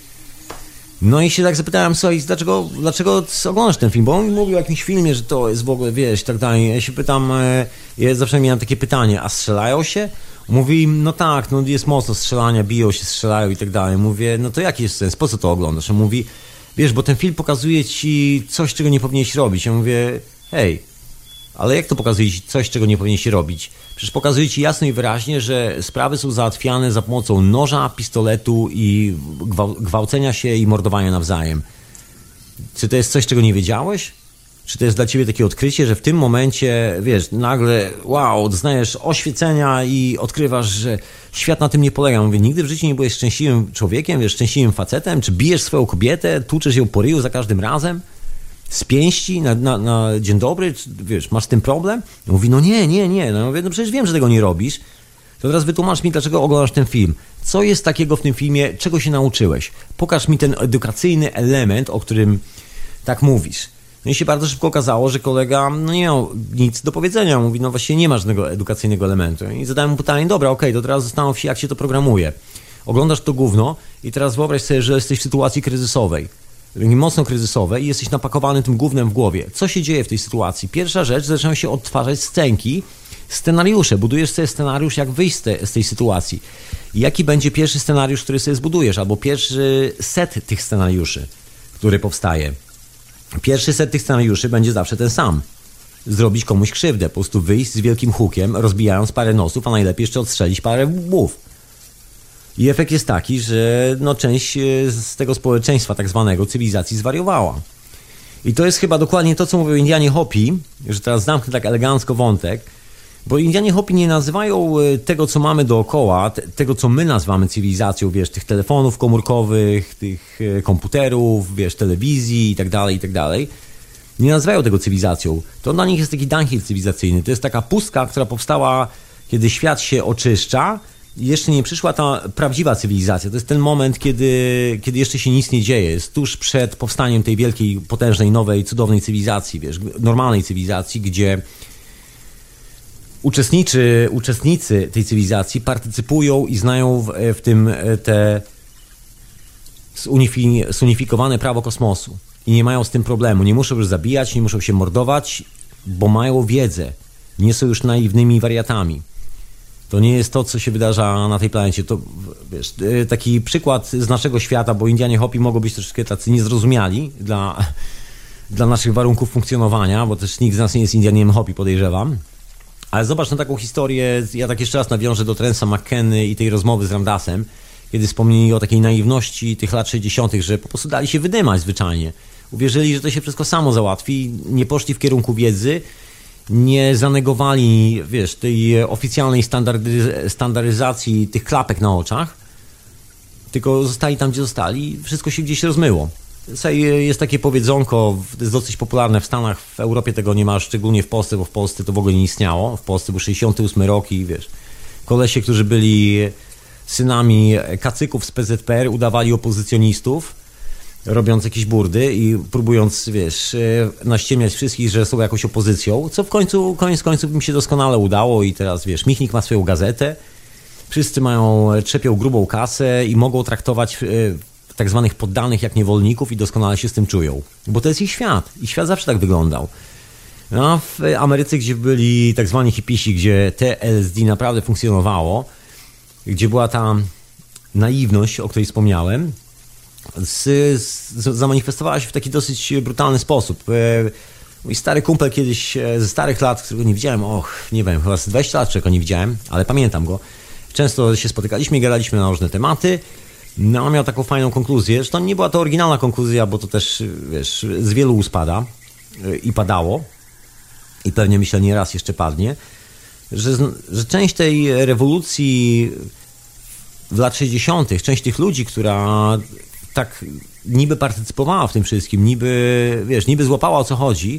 No i się tak zapytałem, słuchaj, dlaczego, dlaczego oglądasz ten film? Bo on mówił o jakimś filmie, że to jest w ogóle, wiesz, i tak dalej. Ja się pytam, ja zawsze miałem takie pytanie, a strzelają się? Mówi, no tak, no jest mocno strzelania, biją się, strzelają i tak dalej. Mówię, no to jaki jest sens? Po co to oglądasz? On mówi, wiesz, bo ten film pokazuje ci coś, czego nie powinieneś robić. Ja mówię, hej, ale jak to pokazuje ci coś, czego nie powinieneś robić? Przecież pokazuje ci jasno i wyraźnie, że sprawy są załatwiane za pomocą noża, pistoletu i gwałcenia się i mordowania nawzajem. Czy to jest coś, czego nie wiedziałeś? Czy to jest dla ciebie takie odkrycie, że w tym momencie, wiesz, nagle, wow, doznajesz oświecenia i odkrywasz, że świat na tym nie polega. Mówię, nigdy w życiu nie byłeś szczęśliwym człowiekiem, wiesz, szczęśliwym facetem? Czy bijesz swoją kobietę, tłuczesz ją po ryju za każdym razem? Z pięści na, na, na dzień dobry, wiesz, masz z tym problem? Mówi, no nie, nie, nie. No mówię, no przecież wiem, że tego nie robisz. To teraz wytłumacz mi, dlaczego oglądasz ten film. Co jest takiego w tym filmie, czego się nauczyłeś? Pokaż mi ten edukacyjny element, o którym tak mówisz. No i się bardzo szybko okazało, że kolega no nie miał nic do powiedzenia. Mówi, no właśnie nie ma żadnego edukacyjnego elementu. I zadałem mu pytanie, dobra, okej, okay, to teraz zastanów się, jak się to programuje. Oglądasz to gówno i teraz wyobraź sobie, że jesteś w sytuacji kryzysowej. Mocno kryzysowe i jesteś napakowany tym gównem w głowie. Co się dzieje w tej sytuacji? Pierwsza rzecz, zaczynają się odtwarzać scenki, scenariusze. Budujesz sobie scenariusz, jak wyjść z, te, z tej sytuacji. I jaki będzie pierwszy scenariusz, który sobie zbudujesz, albo pierwszy set tych scenariuszy, który powstaje. Pierwszy set tych scenariuszy będzie zawsze ten sam. Zrobić komuś krzywdę, po prostu wyjść z wielkim hukiem, rozbijając parę nosów, a najlepiej jeszcze odstrzelić parę łbów. I efekt jest taki, że no, część z tego społeczeństwa tak zwanego cywilizacji zwariowała. I to jest chyba dokładnie to, co mówią Indianie Hopi, że teraz zamknę tak elegancko wątek, bo Indianie Hopi nie nazywają tego, co mamy dookoła, tego, co my nazywamy cywilizacją, wiesz, tych telefonów komórkowych, tych komputerów, wiesz, telewizji i tak dalej, i tak dalej. Nie nazywają tego cywilizacją. To dla nich jest taki downhill cywilizacyjny. To jest taka pustka, która powstała, kiedy świat się oczyszcza, jeszcze nie przyszła ta prawdziwa cywilizacja. To jest ten moment, kiedy, kiedy jeszcze się nic nie dzieje. Jest tuż przed powstaniem tej wielkiej, potężnej, nowej, cudownej cywilizacji, wiesz, normalnej cywilizacji, gdzie uczestniczy, uczestnicy tej cywilizacji partycypują i znają w, w tym te zunifi, zunifikowane prawo kosmosu. I nie mają z tym problemu. Nie muszą już zabijać, nie muszą się mordować, bo mają wiedzę. Nie są już naiwnymi wariatami. To nie jest to, co się wydarza na tej planecie. To, wiesz, taki przykład z naszego świata, bo Indianie Hopi mogą być troszeczkę tacy niezrozumiali dla, dla naszych warunków funkcjonowania, bo też nikt z nas nie jest Indianiem Hopi, podejrzewam. Ale zobacz na taką historię, ja tak jeszcze raz nawiążę do Terence'a McKenny i tej rozmowy z Ramdasem, kiedy wspomnieli o takiej naiwności tych lat sześćdziesiątych, że po prostu dali się wydymać zwyczajnie. Uwierzyli, że to się wszystko samo załatwi, nie poszli w kierunku wiedzy, nie zanegowali, wiesz, tej oficjalnej standardy, standaryzacji tych klapek na oczach, tylko zostali tam, gdzie zostali, wszystko się gdzieś rozmyło. Jest takie powiedzonko, jest dosyć popularne w Stanach, w Europie tego nie ma, szczególnie w Polsce, bo w Polsce to w ogóle nie istniało. W Polsce był sześćdziesiąty ósmy rok i wiesz, kolesie, którzy byli synami kacyków z P Z P R, udawali opozycjonistów, robiąc jakieś burdy i próbując, wiesz, naściemiać wszystkich, że są jakąś opozycją, co w końcu, koniec końców mi się doskonale udało i teraz, wiesz, Michnik ma swoją gazetę, wszyscy mają, trzepią grubą kasę i mogą traktować tak zwanych poddanych jak niewolników i doskonale się z tym czują. Bo to jest ich świat. Ich świat zawsze tak wyglądał. No, w Ameryce, gdzie byli tak zwani hipisi, gdzie T L S D naprawdę funkcjonowało, gdzie była ta naiwność, o której wspomniałem, z, z, zamanifestowała się w taki dosyć brutalny sposób. Mój stary kumpel kiedyś ze starych lat, którego nie widziałem, och, nie wiem, chyba z dwudziestu lat czego nie widziałem, ale pamiętam go. Często się spotykaliśmy i gadaliśmy na różne tematy. No, miał taką fajną konkluzję. Zresztą nie była to oryginalna konkluzja, bo to też, wiesz, z wielu ust pada i padało. I pewnie, myślę, nie raz jeszcze padnie, że, że część tej rewolucji w lat sześćdziesiątych, część tych ludzi, która tak niby partycypowała w tym wszystkim, niby, wiesz, niby złapała, o co chodzi,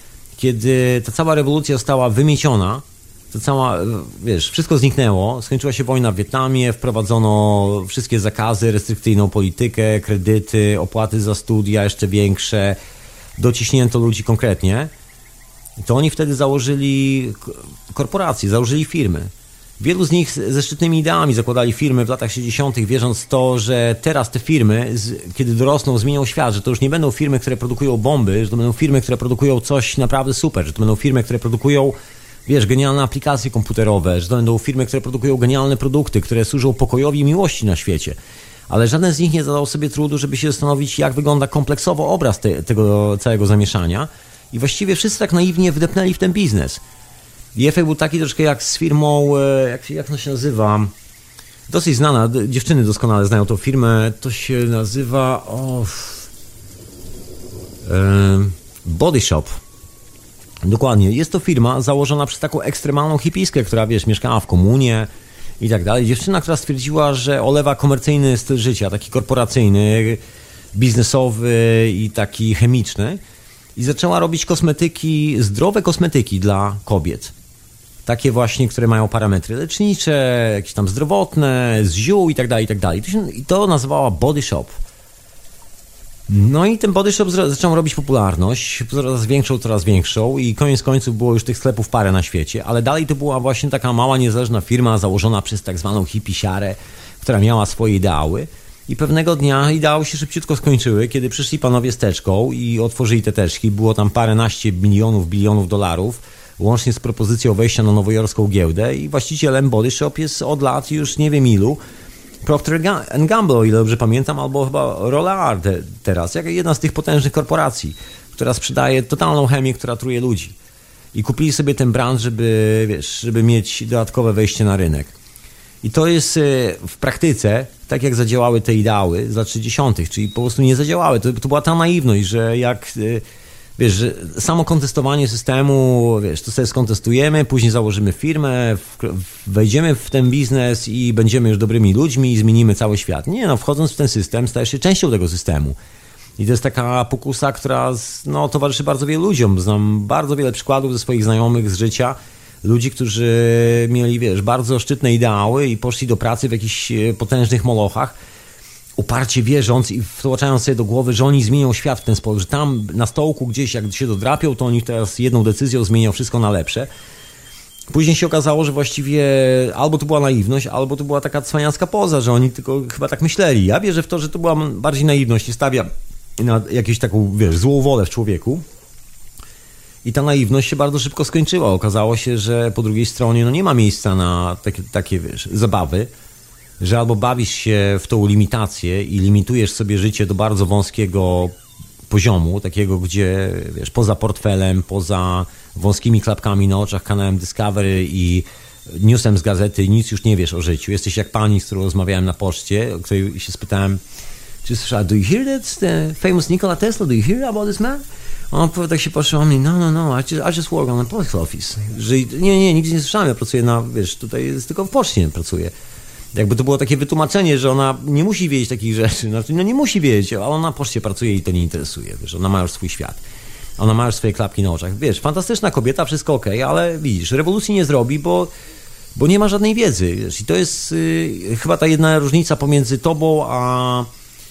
kiedy ta cała rewolucja została wymieciona, to cała, wiesz, wszystko zniknęło, skończyła się wojna w Wietnamie, wprowadzono wszystkie zakazy, restrykcyjną politykę, kredyty, opłaty za studia jeszcze większe, dociśnięto ludzi konkretnie, to oni wtedy założyli korporacje, założyli firmy. Wielu z nich ze szczytnymi ideami zakładali firmy w latach sześćdziesiątych, wierząc w to, że teraz te firmy, kiedy dorosną, zmienią świat, że to już nie będą firmy, które produkują bomby, że to będą firmy, które produkują coś naprawdę super, że to będą firmy, które produkują, wiesz, genialne aplikacje komputerowe, że to będą firmy, które produkują genialne produkty, które służą pokojowi i miłości na świecie. Ale żaden z nich nie zadał sobie trudu, żeby się zastanowić, jak wygląda kompleksowo obraz te, tego całego zamieszania. I właściwie wszyscy tak naiwnie wdepnęli w ten biznes. I efekt był taki troszkę jak z firmą, jak, jak ona się nazywa, dosyć znana, dziewczyny doskonale znają tą firmę, to się nazywa oh, Body Shop. Dokładnie, jest to firma założona przez taką ekstremalną hipiskę, która, wiesz, mieszkała w komunie i tak dalej. Dziewczyna, która stwierdziła, że olewa komercyjny styl życia, taki korporacyjny, biznesowy i taki chemiczny, i zaczęła robić kosmetyki, zdrowe kosmetyki dla kobiet. Takie właśnie, które mają parametry lecznicze, jakieś tam zdrowotne, z ziół i tak dalej, i tak dalej. I to nazywała Body Shop. No i ten Body Shop zaczął robić popularność, coraz większą, coraz większą i koniec końców było już tych sklepów parę na świecie, ale dalej to była właśnie taka mała, niezależna firma założona przez tak zwaną hipisiarę, która miała swoje ideały. I pewnego dnia ideały się szybciutko skończyły, kiedy przyszli panowie z teczką i otworzyli te teczki. Było tam paręnaście milionów, bilionów dolarów, łącznie z propozycją wejścia na nowojorską giełdę i właścicielem Body Shop jest od lat już nie wiem ilu Procter and Gamble, o ile dobrze pamiętam, albo chyba Rollard teraz, jak jedna z tych potężnych korporacji, która sprzedaje totalną chemię, która truje ludzi. I kupili sobie ten brand, żeby, wiesz, żeby mieć dodatkowe wejście na rynek. I to jest w praktyce, tak jak zadziałały te ideały z lat sześćdziesiątych, czyli po prostu nie zadziałały. To, to była ta naiwność, że jak, wiesz, że samo kontestowanie systemu, wiesz, to sobie skontestujemy, później założymy firmę, wejdziemy w ten biznes i będziemy już dobrymi ludźmi i zmienimy cały świat. Nie, no, wchodząc w ten system, stajesz się częścią tego systemu. I to jest taka pokusa, która, no, towarzyszy bardzo wielu ludziom. Znam bardzo wiele przykładów ze swoich znajomych z życia, ludzi, którzy mieli, wiesz, bardzo szczytne ideały i poszli do pracy w jakichś potężnych molochach, uparcie wierząc i wtłaczając sobie do głowy, że oni zmienią świat w ten sposób, że tam na stołku gdzieś jak się dodrapią, to oni teraz jedną decyzją zmienią wszystko na lepsze. Później się okazało, że właściwie albo to była naiwność, albo to była taka cwaniacka poza, że oni tylko chyba tak myśleli. Ja wierzę w to, że to była bardziej naiwność i stawia na jakąś taką, wiesz, złą wolę w człowieku. I ta naiwność się bardzo szybko skończyła. Okazało się, że po drugiej stronie no nie ma miejsca na takie, takie, wiesz, zabawy, że albo bawisz się w tą limitację i limitujesz sobie życie do bardzo wąskiego poziomu, takiego, gdzie, wiesz, poza portfelem, poza wąskimi klapkami na oczach kanałem Discovery i newsem z gazety nic już nie wiesz o życiu. Jesteś jak pani, z którą rozmawiałem na poczcie, o której się spytałem, czy słyszała, do you hear that? The famous Nikola Tesla, do you hear about this man? On tak się patrzył na mnie, no, no, no, I just, I just work on the post office. Że, nie, nie, nigdy nie słyszałem, ja pracuję na, wiesz, tutaj jest tylko w poczcie pracuję. jakby to było takie wytłumaczenie, że ona nie musi wiedzieć takich rzeczy, znaczy no nie musi wiedzieć, ale ona na poczcie pracuje i to nie interesuje, wiesz, ona ma już swój świat. Ona ma już swoje klapki na oczach. Wiesz, fantastyczna kobieta, wszystko okej, okay, ale widzisz, rewolucji nie zrobi, bo, bo nie ma żadnej wiedzy. Wiesz, i to jest yy, chyba ta jedna różnica pomiędzy tobą a,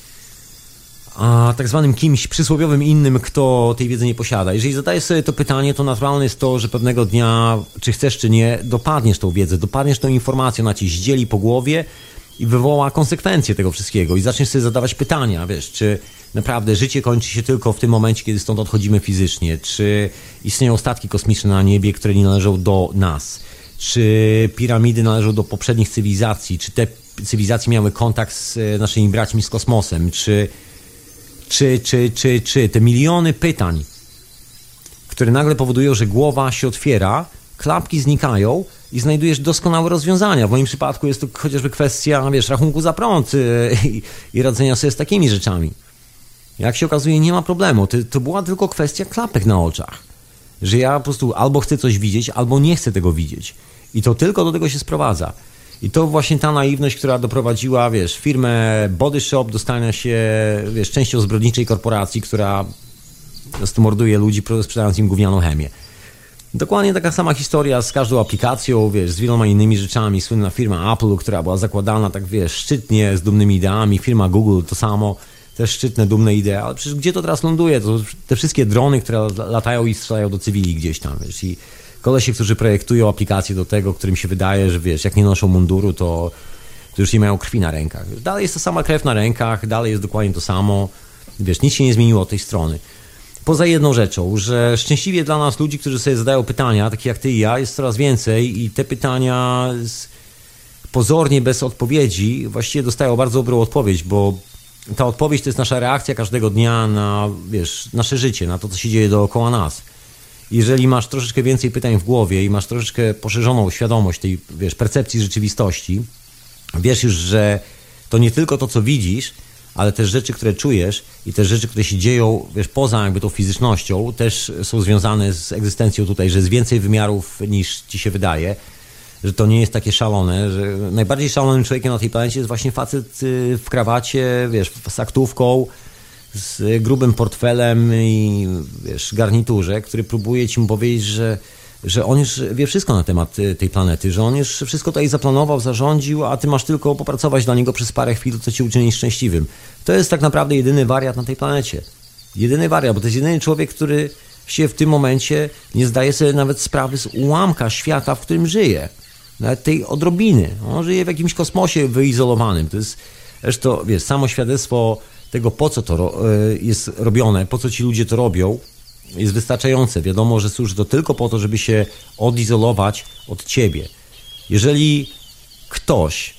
a tak zwanym kimś przysłowiowym innym, kto tej wiedzy nie posiada. Jeżeli zadajesz sobie to pytanie, to naturalne jest to, że pewnego dnia, czy chcesz, czy nie, dopadniesz tą wiedzę, dopadniesz tą informację, ona ci zdzieli po głowie i wywoła konsekwencje tego wszystkiego i zaczniesz sobie zadawać pytania, wiesz, czy naprawdę życie kończy się tylko w tym momencie, kiedy stąd odchodzimy fizycznie, czy istnieją statki kosmiczne na niebie, które nie należą do nas, czy piramidy należą do poprzednich cywilizacji, czy te cywilizacje miały kontakt z naszymi braćmi z kosmosem, czy, czy, czy, czy, czy, te miliony pytań, które nagle powodują, że głowa się otwiera, klapki znikają i znajdujesz doskonałe rozwiązania. W moim przypadku jest to chociażby kwestia, wiesz, rachunku za prąd i, i radzenia sobie z takimi rzeczami. Jak się okazuje, nie ma problemu. To, to była tylko kwestia klapek na oczach. Że ja po prostu albo chcę coś widzieć, albo nie chcę tego widzieć. I to tylko do tego się sprowadza. I to właśnie ta naiwność, która doprowadziła, wiesz, firmę Body Shop do stania się, wiesz, częścią zbrodniczej korporacji, która po prostu morduje ludzi, sprzedając im gównianą chemię. Dokładnie taka sama historia z każdą aplikacją, wiesz, z wieloma innymi rzeczami. Słynna firma Apple, która była zakładana tak, wiesz, szczytnie, z dumnymi ideami. Firma Google to samo, też szczytne, dumne idee. Ale przecież gdzie to teraz ląduje? To te wszystkie drony, które latają i strzelają do cywili gdzieś tam, wiesz. I kolesie, którzy projektują aplikacje do tego, którym się wydaje, że wiesz, jak nie noszą munduru, to, to już nie mają krwi na rękach. Dalej jest ta sama krew na rękach, dalej jest dokładnie to samo. Wiesz, nic się nie zmieniło od tej strony. Poza jedną rzeczą, że szczęśliwie dla nas ludzi, którzy sobie zadają pytania, takich jak ty i ja, jest coraz więcej i te pytania z, pozornie bez odpowiedzi właściwie dostają bardzo dobrą odpowiedź, bo ta odpowiedź to jest nasza reakcja każdego dnia na, wiesz, nasze życie, na to, co się dzieje dookoła nas. Jeżeli masz troszeczkę więcej pytań w głowie i masz troszeczkę poszerzoną świadomość tej, wiesz, percepcji rzeczywistości, wiesz już, że to nie tylko to, co widzisz, ale też rzeczy, które czujesz i te rzeczy, które się dzieją, wiesz, poza jakby tą fizycznością, też są związane z egzystencją tutaj, że jest więcej wymiarów niż ci się wydaje, że to nie jest takie szalone, że najbardziej szalonym człowiekiem na tej planecie jest właśnie facet w krawacie, wiesz, z aktówką, z grubym portfelem i, wiesz, garniturze, który próbuje ci mu powiedzieć, że że on już wie wszystko na temat tej planety, że on już wszystko tutaj zaplanował, zarządził, a ty masz tylko popracować dla niego przez parę chwil, co ci uczyni szczęśliwym. To jest tak naprawdę jedyny wariat na tej planecie. Jedyny wariat, bo to jest jedyny człowiek, który się w tym momencie nie zdaje sobie nawet sprawy z ułamka świata, w którym żyje. Nawet tej odrobiny. On żyje w jakimś kosmosie wyizolowanym. To jest zresztą, wiesz, samo świadectwo tego, po co to jest robione, po co ci ludzie to robią, jest wystarczające. Wiadomo, że służy to tylko po to, żeby się odizolować od ciebie. Jeżeli ktoś,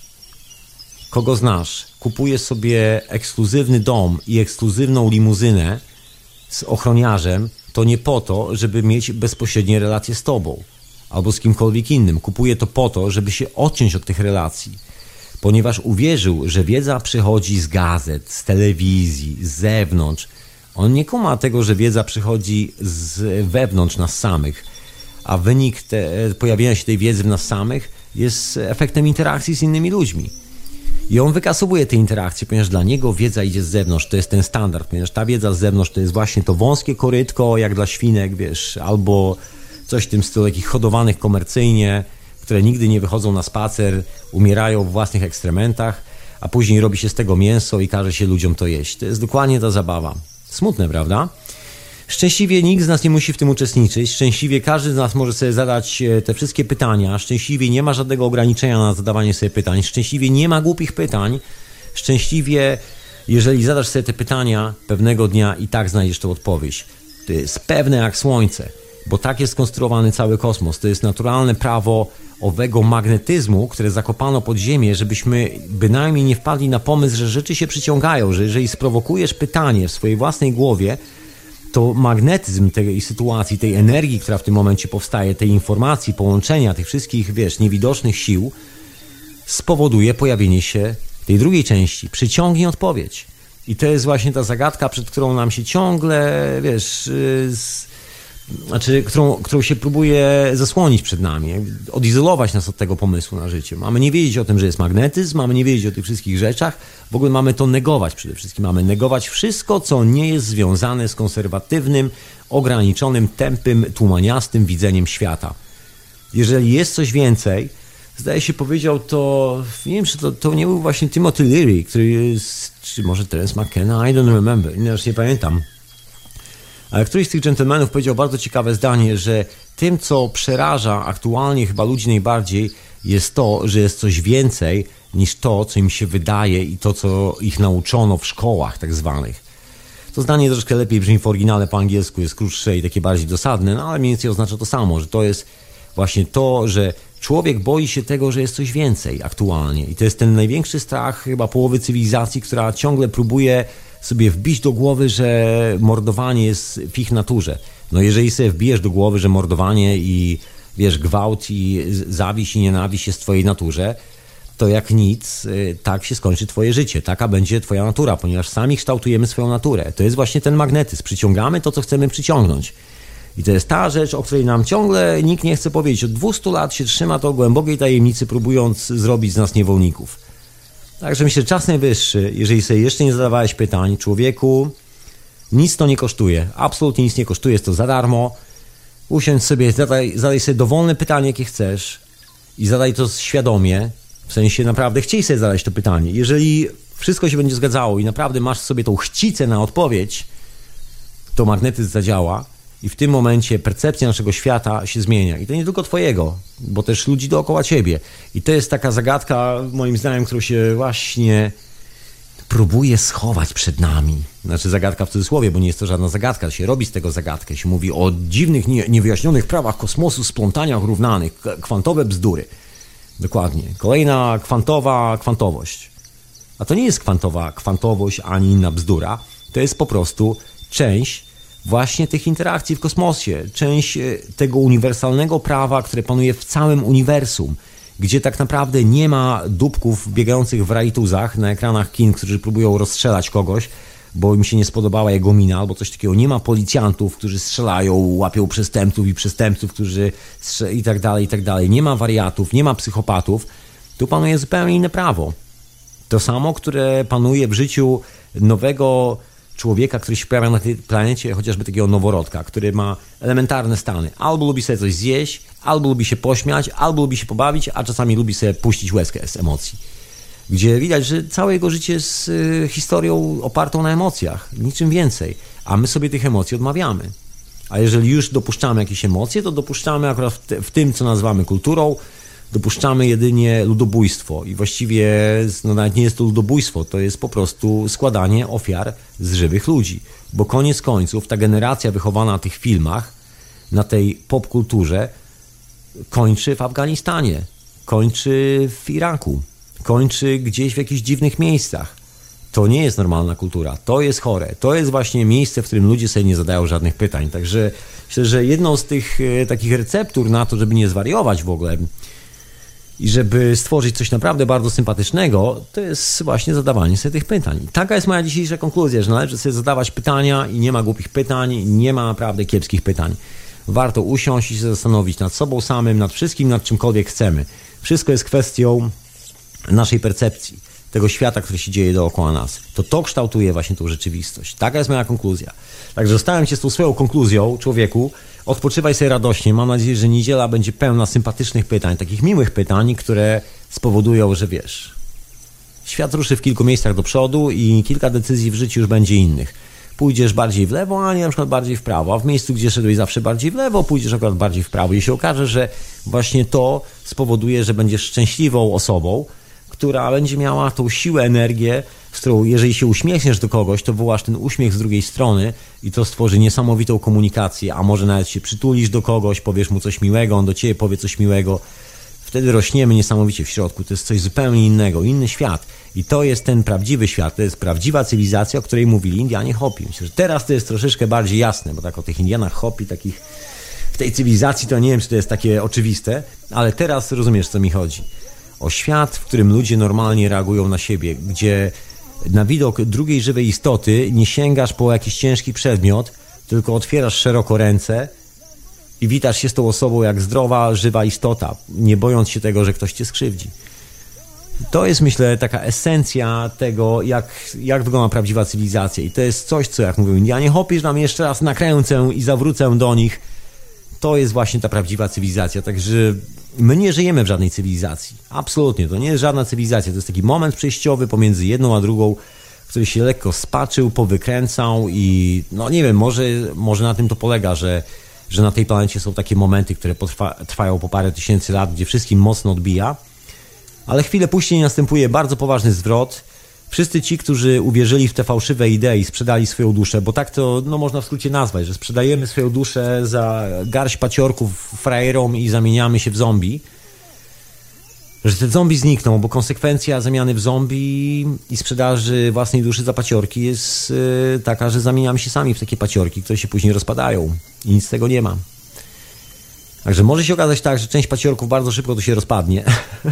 kogo znasz, kupuje sobie ekskluzywny dom i ekskluzywną limuzynę z ochroniarzem, to nie po to, żeby mieć bezpośrednie relacje z tobą albo z kimkolwiek innym. Kupuje to po to, żeby się odciąć od tych relacji, ponieważ uwierzył, że wiedza przychodzi z gazet, z telewizji, z zewnątrz. On nie kuma tego, że wiedza przychodzi z wewnątrz nas samych, a wynik te, pojawienia się tej wiedzy w nas samych jest efektem interakcji z innymi ludźmi. I on wykasowuje te interakcje, ponieważ dla niego wiedza idzie z zewnątrz, to jest ten standard, ponieważ ta wiedza z zewnątrz to jest właśnie to wąskie korytko, jak dla świnek, wiesz, albo coś w tym stylu, takich hodowanych komercyjnie, które nigdy nie wychodzą na spacer, umierają w własnych ekstrementach, a później robi się z tego mięso i każe się ludziom to jeść. To jest dokładnie ta zabawa. Smutne, prawda? Szczęśliwie nikt z nas nie musi w tym uczestniczyć. Szczęśliwie każdy z nas może sobie zadać te wszystkie pytania. Szczęśliwie nie ma żadnego ograniczenia na zadawanie sobie pytań. Szczęśliwie nie ma głupich pytań. Szczęśliwie, jeżeli zadasz sobie te pytania, pewnego dnia i tak znajdziesz tę odpowiedź. To jest pewne jak słońce, bo tak jest skonstruowany cały kosmos. To jest naturalne prawo owego magnetyzmu, które zakopano pod ziemię, żebyśmy bynajmniej nie wpadli na pomysł, że rzeczy się przyciągają, że jeżeli sprowokujesz pytanie w swojej własnej głowie, to magnetyzm tej sytuacji, tej energii, która w tym momencie powstaje, tej informacji, połączenia tych wszystkich, wiesz, niewidocznych sił spowoduje pojawienie się tej drugiej części. Przyciągnij odpowiedź. I to jest właśnie ta zagadka, przed którą nam się ciągle, wiesz, z, znaczy, którą, którą się próbuje zasłonić przed nami, odizolować nas od tego pomysłu na życie. Mamy nie wiedzieć o tym, że jest magnetyzm, mamy nie wiedzieć o tych wszystkich rzeczach, w ogóle mamy to negować przede wszystkim. Mamy negować wszystko, co nie jest związane z konserwatywnym, ograniczonym, tępym, tłumaniastym widzeniem świata. Jeżeli jest coś więcej, zdaje się powiedział to, nie wiem, czy to, to nie był właśnie Timothy Leary, który jest, czy może Terence McKenna, I don't remember, już nie pamiętam. Ale któryś z tych dżentelmenów powiedział bardzo ciekawe zdanie, że tym, co przeraża aktualnie chyba ludzi najbardziej, jest to, że jest coś więcej niż to, co im się wydaje i to, co ich nauczono w szkołach tak zwanych. To zdanie troszkę lepiej brzmi w oryginale po angielsku, jest krótsze i takie bardziej dosadne, no ale mniej więcej oznacza to samo, że to jest właśnie to, że człowiek boi się tego, że jest coś więcej aktualnie. I to jest ten największy strach chyba połowy cywilizacji, która ciągle próbuje sobie wbić do głowy, że mordowanie jest w ich naturze. No jeżeli sobie wbijesz do głowy, że mordowanie i wiesz, gwałt i zawiść i nienawiść jest w twojej naturze, to jak nic, tak się skończy twoje życie. Taka będzie twoja natura, ponieważ sami kształtujemy swoją naturę. To jest właśnie ten magnetyzm. Przyciągamy to, co chcemy przyciągnąć. I to jest ta rzecz, o której nam ciągle nikt nie chce powiedzieć. Od dwustu lat się trzyma to głębokiej tajemnicy, próbując zrobić z nas niewolników. Także myślę, że czas najwyższy, jeżeli sobie jeszcze nie zadawałeś pytań, człowieku, nic to nie kosztuje. Absolutnie nic nie kosztuje, jest to za darmo. Usiądź sobie, zadaj, zadaj sobie dowolne pytanie, jakie chcesz i zadaj to świadomie. W sensie naprawdę chciej sobie zadać to pytanie. Jeżeli wszystko się będzie zgadzało i naprawdę masz sobie tą chcicę na odpowiedź, to magnetyzm zadziała. I w tym momencie percepcja naszego świata się zmienia. I to nie tylko twojego, bo też ludzi dookoła ciebie. I to jest taka zagadka, moim zdaniem, którą się właśnie próbuje schować przed nami. Znaczy zagadka w cudzysłowie, bo nie jest to żadna zagadka. Się robi z tego zagadkę. Się mówi o dziwnych, nie, niewyjaśnionych prawach kosmosu, splątaniach równanych, kwantowe bzdury. Dokładnie. Kolejna kwantowa kwantowość. A to nie jest kwantowa kwantowość ani inna bzdura. To jest po prostu część właśnie tych interakcji w kosmosie, część tego uniwersalnego prawa, które panuje w całym uniwersum, gdzie tak naprawdę nie ma dupków biegających w rajtuzach na ekranach kin, którzy próbują rozstrzelać kogoś, bo im się nie spodobała jego mina albo coś takiego. Nie ma policjantów, którzy strzelają, łapią przestępców i przestępców, którzy strze- i tak dalej, i tak dalej. Nie ma wariatów, nie ma psychopatów. Tu panuje zupełnie inne prawo. To samo, które panuje w życiu nowego człowieka, który się pojawia na tej planecie, chociażby takiego noworodka, który ma elementarne stany. Albo lubi sobie coś zjeść, albo lubi się pośmiać, albo lubi się pobawić, a czasami lubi sobie puścić łezkę z emocji. Gdzie widać, że całe jego życie jest y, historią opartą na emocjach. Niczym więcej. A my sobie tych emocji odmawiamy. A jeżeli już dopuszczamy jakieś emocje, to dopuszczamy akurat w, te, w tym, co nazywamy kulturą, dopuszczamy jedynie ludobójstwo i właściwie no nawet nie jest to ludobójstwo, to jest po prostu składanie ofiar z żywych ludzi. Bo koniec końców ta generacja wychowana na tych filmach, na tej popkulturze kończy w Afganistanie, kończy w Iraku, kończy gdzieś w jakichś dziwnych miejscach. To nie jest normalna kultura, to jest chore. To jest właśnie miejsce, w którym ludzie sobie nie zadają żadnych pytań. Także myślę, że jedną z tych e, takich receptur na to, żeby nie zwariować w ogóle i żeby stworzyć coś naprawdę bardzo sympatycznego, to jest właśnie zadawanie sobie tych pytań. I taka jest moja dzisiejsza konkluzja, że należy sobie zadawać pytania i nie ma głupich pytań, nie ma naprawdę kiepskich pytań. Warto usiąść i się zastanowić nad sobą samym, nad wszystkim, nad czymkolwiek chcemy. Wszystko jest kwestią naszej percepcji, tego świata, który się dzieje dookoła nas. To to kształtuje właśnie tą rzeczywistość. Taka jest moja konkluzja. Także zostałem cię z tą swoją konkluzją, człowieku. Odpoczywaj sobie radośnie. Mam nadzieję, że niedziela będzie pełna sympatycznych pytań, takich miłych pytań, które spowodują, że wiesz, świat ruszy w kilku miejscach do przodu i kilka decyzji w życiu już będzie innych. Pójdziesz bardziej w lewo, a nie na przykład bardziej w prawo. A w miejscu, gdzie szedłeś zawsze bardziej w lewo, pójdziesz akurat bardziej w prawo. I się okaże, że właśnie to spowoduje, że będziesz szczęśliwą osobą, która będzie miała tą siłę, energię, z którą jeżeli się uśmiechniesz do kogoś, to wołasz ten uśmiech z drugiej strony i to stworzy niesamowitą komunikację, a może nawet się przytulisz do kogoś, powiesz mu coś miłego, on do ciebie powie coś miłego. Wtedy rośniemy niesamowicie w środku. To jest coś zupełnie innego, inny świat. I to jest ten prawdziwy świat, to jest prawdziwa cywilizacja, o której mówili Indianie Hopi. Myślę, że teraz to jest troszeczkę bardziej jasne, bo tak o tych Indianach Hopi, takich w tej cywilizacji, to nie wiem, czy to jest takie oczywiste, ale teraz rozumiesz, co mi chodzi. O świat, w którym ludzie normalnie reagują na siebie, gdzie na widok drugiej żywej istoty nie sięgasz po jakiś ciężki przedmiot, tylko otwierasz szeroko ręce i witasz się z tą osobą jak zdrowa, żywa istota, nie bojąc się tego, że ktoś cię skrzywdzi. To jest, myślę, taka esencja tego, jak, jak wygląda prawdziwa cywilizacja. I to jest coś, co, jak mówią Indianie Hopi, że nam jeszcze raz nakręcę i zawrócę do nich. To jest właśnie ta prawdziwa cywilizacja. Także my nie żyjemy w żadnej cywilizacji. Absolutnie. To nie jest żadna cywilizacja. To jest taki moment przejściowy pomiędzy jedną a drugą, który się lekko spaczył, powykręcał i no nie wiem, może, może na tym to polega, że, że na tej planecie są takie momenty, które potrwa, trwają po parę tysięcy lat, gdzie wszystkim mocno odbija. Ale chwilę później następuje bardzo poważny zwrot. Wszyscy ci, którzy uwierzyli w te fałszywe idei, sprzedali swoją duszę, bo tak to no, można w skrócie nazwać, że sprzedajemy swoją duszę za garść paciorków frajerom i zamieniamy się w zombie. Że te zombie znikną, bo konsekwencja zamiany w zombie i sprzedaży własnej duszy za paciorki jest yy, taka, że zamieniamy się sami w takie paciorki, które się później rozpadają i nic z tego nie ma. Także może się okazać tak, że część paciorków bardzo szybko to się rozpadnie.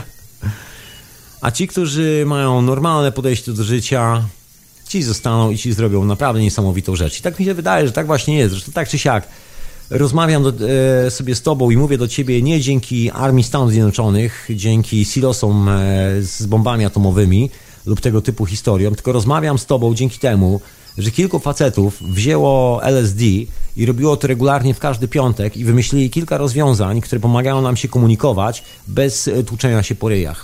A ci, którzy mają normalne podejście do życia, ci zostaną i ci zrobią naprawdę niesamowitą rzecz. I tak mi się wydaje, że tak właśnie jest. Zresztą tak czy siak rozmawiam do, e, sobie z tobą i mówię do ciebie nie dzięki Armii Stanów Zjednoczonych, dzięki silosom e, z bombami atomowymi lub tego typu historiom, tylko rozmawiam z tobą dzięki temu, że kilku facetów wzięło L S D i robiło to regularnie w każdy piątek i wymyślili kilka rozwiązań, które pomagają nam się komunikować bez tłuczenia się po ryjach.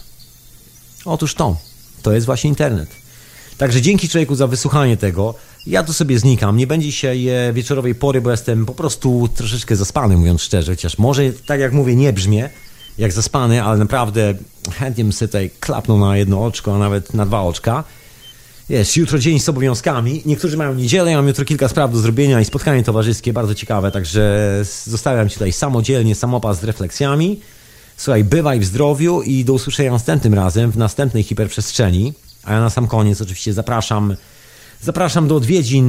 Otóż to, to jest właśnie internet. Także dzięki człowieku za wysłuchanie tego. Ja tu sobie znikam, nie będzie dzisiaj wieczorowej pory, bo jestem po prostu troszeczkę zaspany, mówiąc szczerze, chociaż może, tak jak mówię, nie brzmię jak zaspany, ale naprawdę chętnie bym sobie tutaj klapnął na jedno oczko, a nawet na dwa oczka. Jest jutro dzień z obowiązkami, niektórzy mają niedzielę, ja mam jutro kilka spraw do zrobienia i spotkanie towarzyskie, bardzo ciekawe, także zostawiam Ci tutaj samodzielnie samopas z refleksjami. Słuchaj, bywaj w zdrowiu i do usłyszenia następnym razem w następnej hiperprzestrzeni. A ja na sam koniec oczywiście zapraszam zapraszam do odwiedzin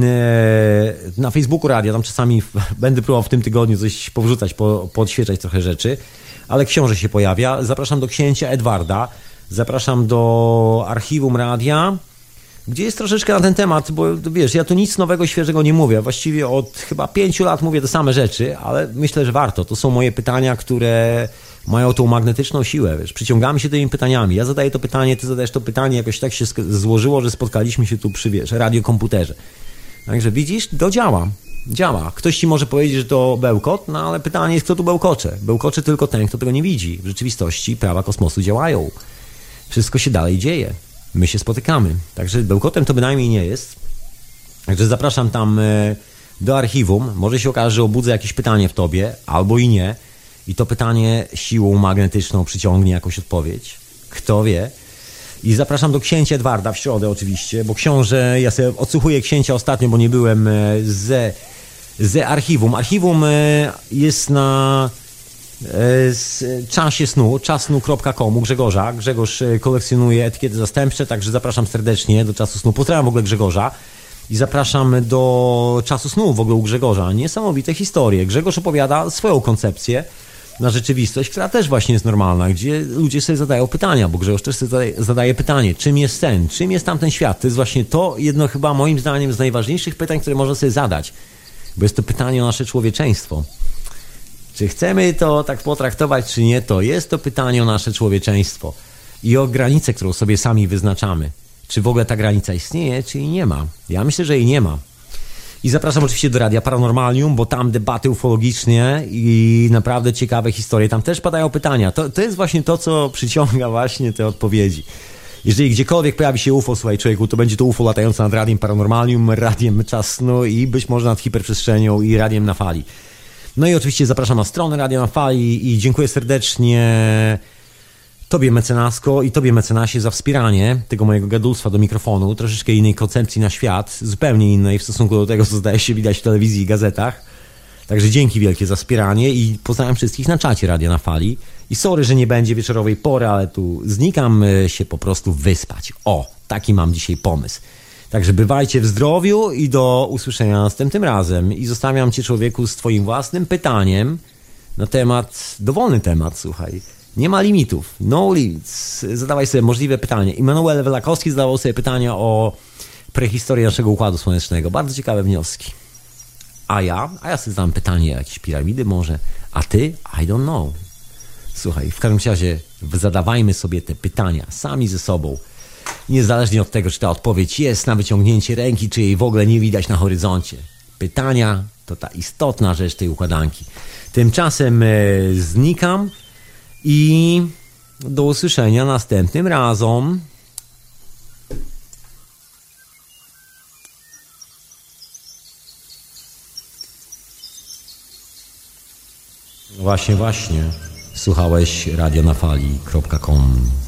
na Facebooku radia. Tam czasami będę próbował w tym tygodniu coś powrzucać, po, poodświeżać trochę rzeczy, ale książę się pojawia. Zapraszam do księcia Edwarda, zapraszam do archiwum radia, gdzie jest troszeczkę na ten temat, bo wiesz, ja tu nic nowego, świeżego nie mówię. Właściwie od chyba pięciu lat mówię te same rzeczy, ale myślę, że warto. To są moje pytania, które mają tą magnetyczną siłę, wiesz, przyciągamy się tymi pytaniami. Ja zadaję to pytanie, ty zadajesz to pytanie, jakoś tak się złożyło, że spotkaliśmy się tu przy, wiesz, radiokomputerze. Także widzisz, to działa, działa. Ktoś ci może powiedzieć, że to bełkot, no ale pytanie jest, kto tu bełkocze. Bełkocze tylko ten, kto tego nie widzi. W rzeczywistości prawa kosmosu działają. Wszystko się dalej dzieje. My się spotykamy. Także bełkotem to bynajmniej nie jest. Także zapraszam tam do archiwum. Może się okaże, że obudzę jakieś pytanie w tobie, albo i nie. I to pytanie siłą magnetyczną przyciągnie jakąś odpowiedź. Kto wie? I zapraszam do księcia Edwarda w środę oczywiście, bo książę, ja sobie odsłuchuję księcia ostatnio, bo nie byłem ze, ze archiwum. Archiwum jest na czasie snu, czasnu kropka com u Grzegorza. Grzegorz kolekcjonuje etykiety zastępcze, także zapraszam serdecznie do czasu snu. Pozdrawiam w ogóle Grzegorza. I zapraszam do czasu snu w ogóle u Grzegorza. Niesamowite historie. Grzegorz opowiada swoją koncepcję na rzeczywistość, która też właśnie jest normalna, gdzie ludzie sobie zadają pytania, bo Grzegorz też sobie zadaje, zadaje pytanie, czym jest sen, czym jest tamten świat. To jest właśnie to jedno chyba moim zdaniem z najważniejszych pytań, które można sobie zadać, bo jest to pytanie o nasze człowieczeństwo. Czy chcemy to tak potraktować, czy nie, to jest to pytanie o nasze człowieczeństwo i o granicę, którą sobie sami wyznaczamy. Czy w ogóle ta granica istnieje, czy jej nie ma? Ja myślę, że jej nie ma. I zapraszam oczywiście do Radia Paranormalium, bo tam debaty ufologiczne i naprawdę ciekawe historie. Tam też padają pytania. To, to jest właśnie to, co przyciąga właśnie te odpowiedzi. Jeżeli gdziekolwiek pojawi się U F O, słuchaj człowieku, to będzie to U F O latające nad Radiem Paranormalium, Radiem Czas Snu i być może nad hiperprzestrzenią i Radiem na Fali. No i oczywiście zapraszam na stronę Radia na Fali i dziękuję serdecznie Tobie, mecenasko, i Tobie, mecenasie, za wspieranie tego mojego gadulstwa do mikrofonu, troszeczkę innej koncepcji na świat, zupełnie innej w stosunku do tego, co zdaje się widać w telewizji i gazetach. Także dzięki wielkie za wspieranie i pozdrawiam wszystkich na czacie Radia na Fali. I sorry, że nie będzie wieczorowej pory, ale tu znikam się po prostu wyspać. O, taki mam dzisiaj pomysł. Także bywajcie w zdrowiu i do usłyszenia następnym razem. I zostawiam Cię, człowieku, z Twoim własnym pytaniem na temat, dowolny temat, słuchaj. Nie ma limitów, no limits. Zadawaj sobie możliwe pytanie. Immanuel Welakowski zadawał sobie pytania o prehistorię naszego Układu Słonecznego. Bardzo ciekawe wnioski. A ja? A ja sobie zadam pytanie o jakieś piramidy może, A ty? I don't know. Słuchaj, w każdym razie zadawajmy sobie te pytania sami ze sobą. Niezależnie od tego, czy ta odpowiedź jest na wyciągnięcie ręki, czy jej w ogóle nie widać na horyzoncie. Pytania to ta istotna rzecz tej układanki. Tymczasem e, znikam i do usłyszenia następnym razem. Właśnie, właśnie. Słuchałeś radio na fali kropka com.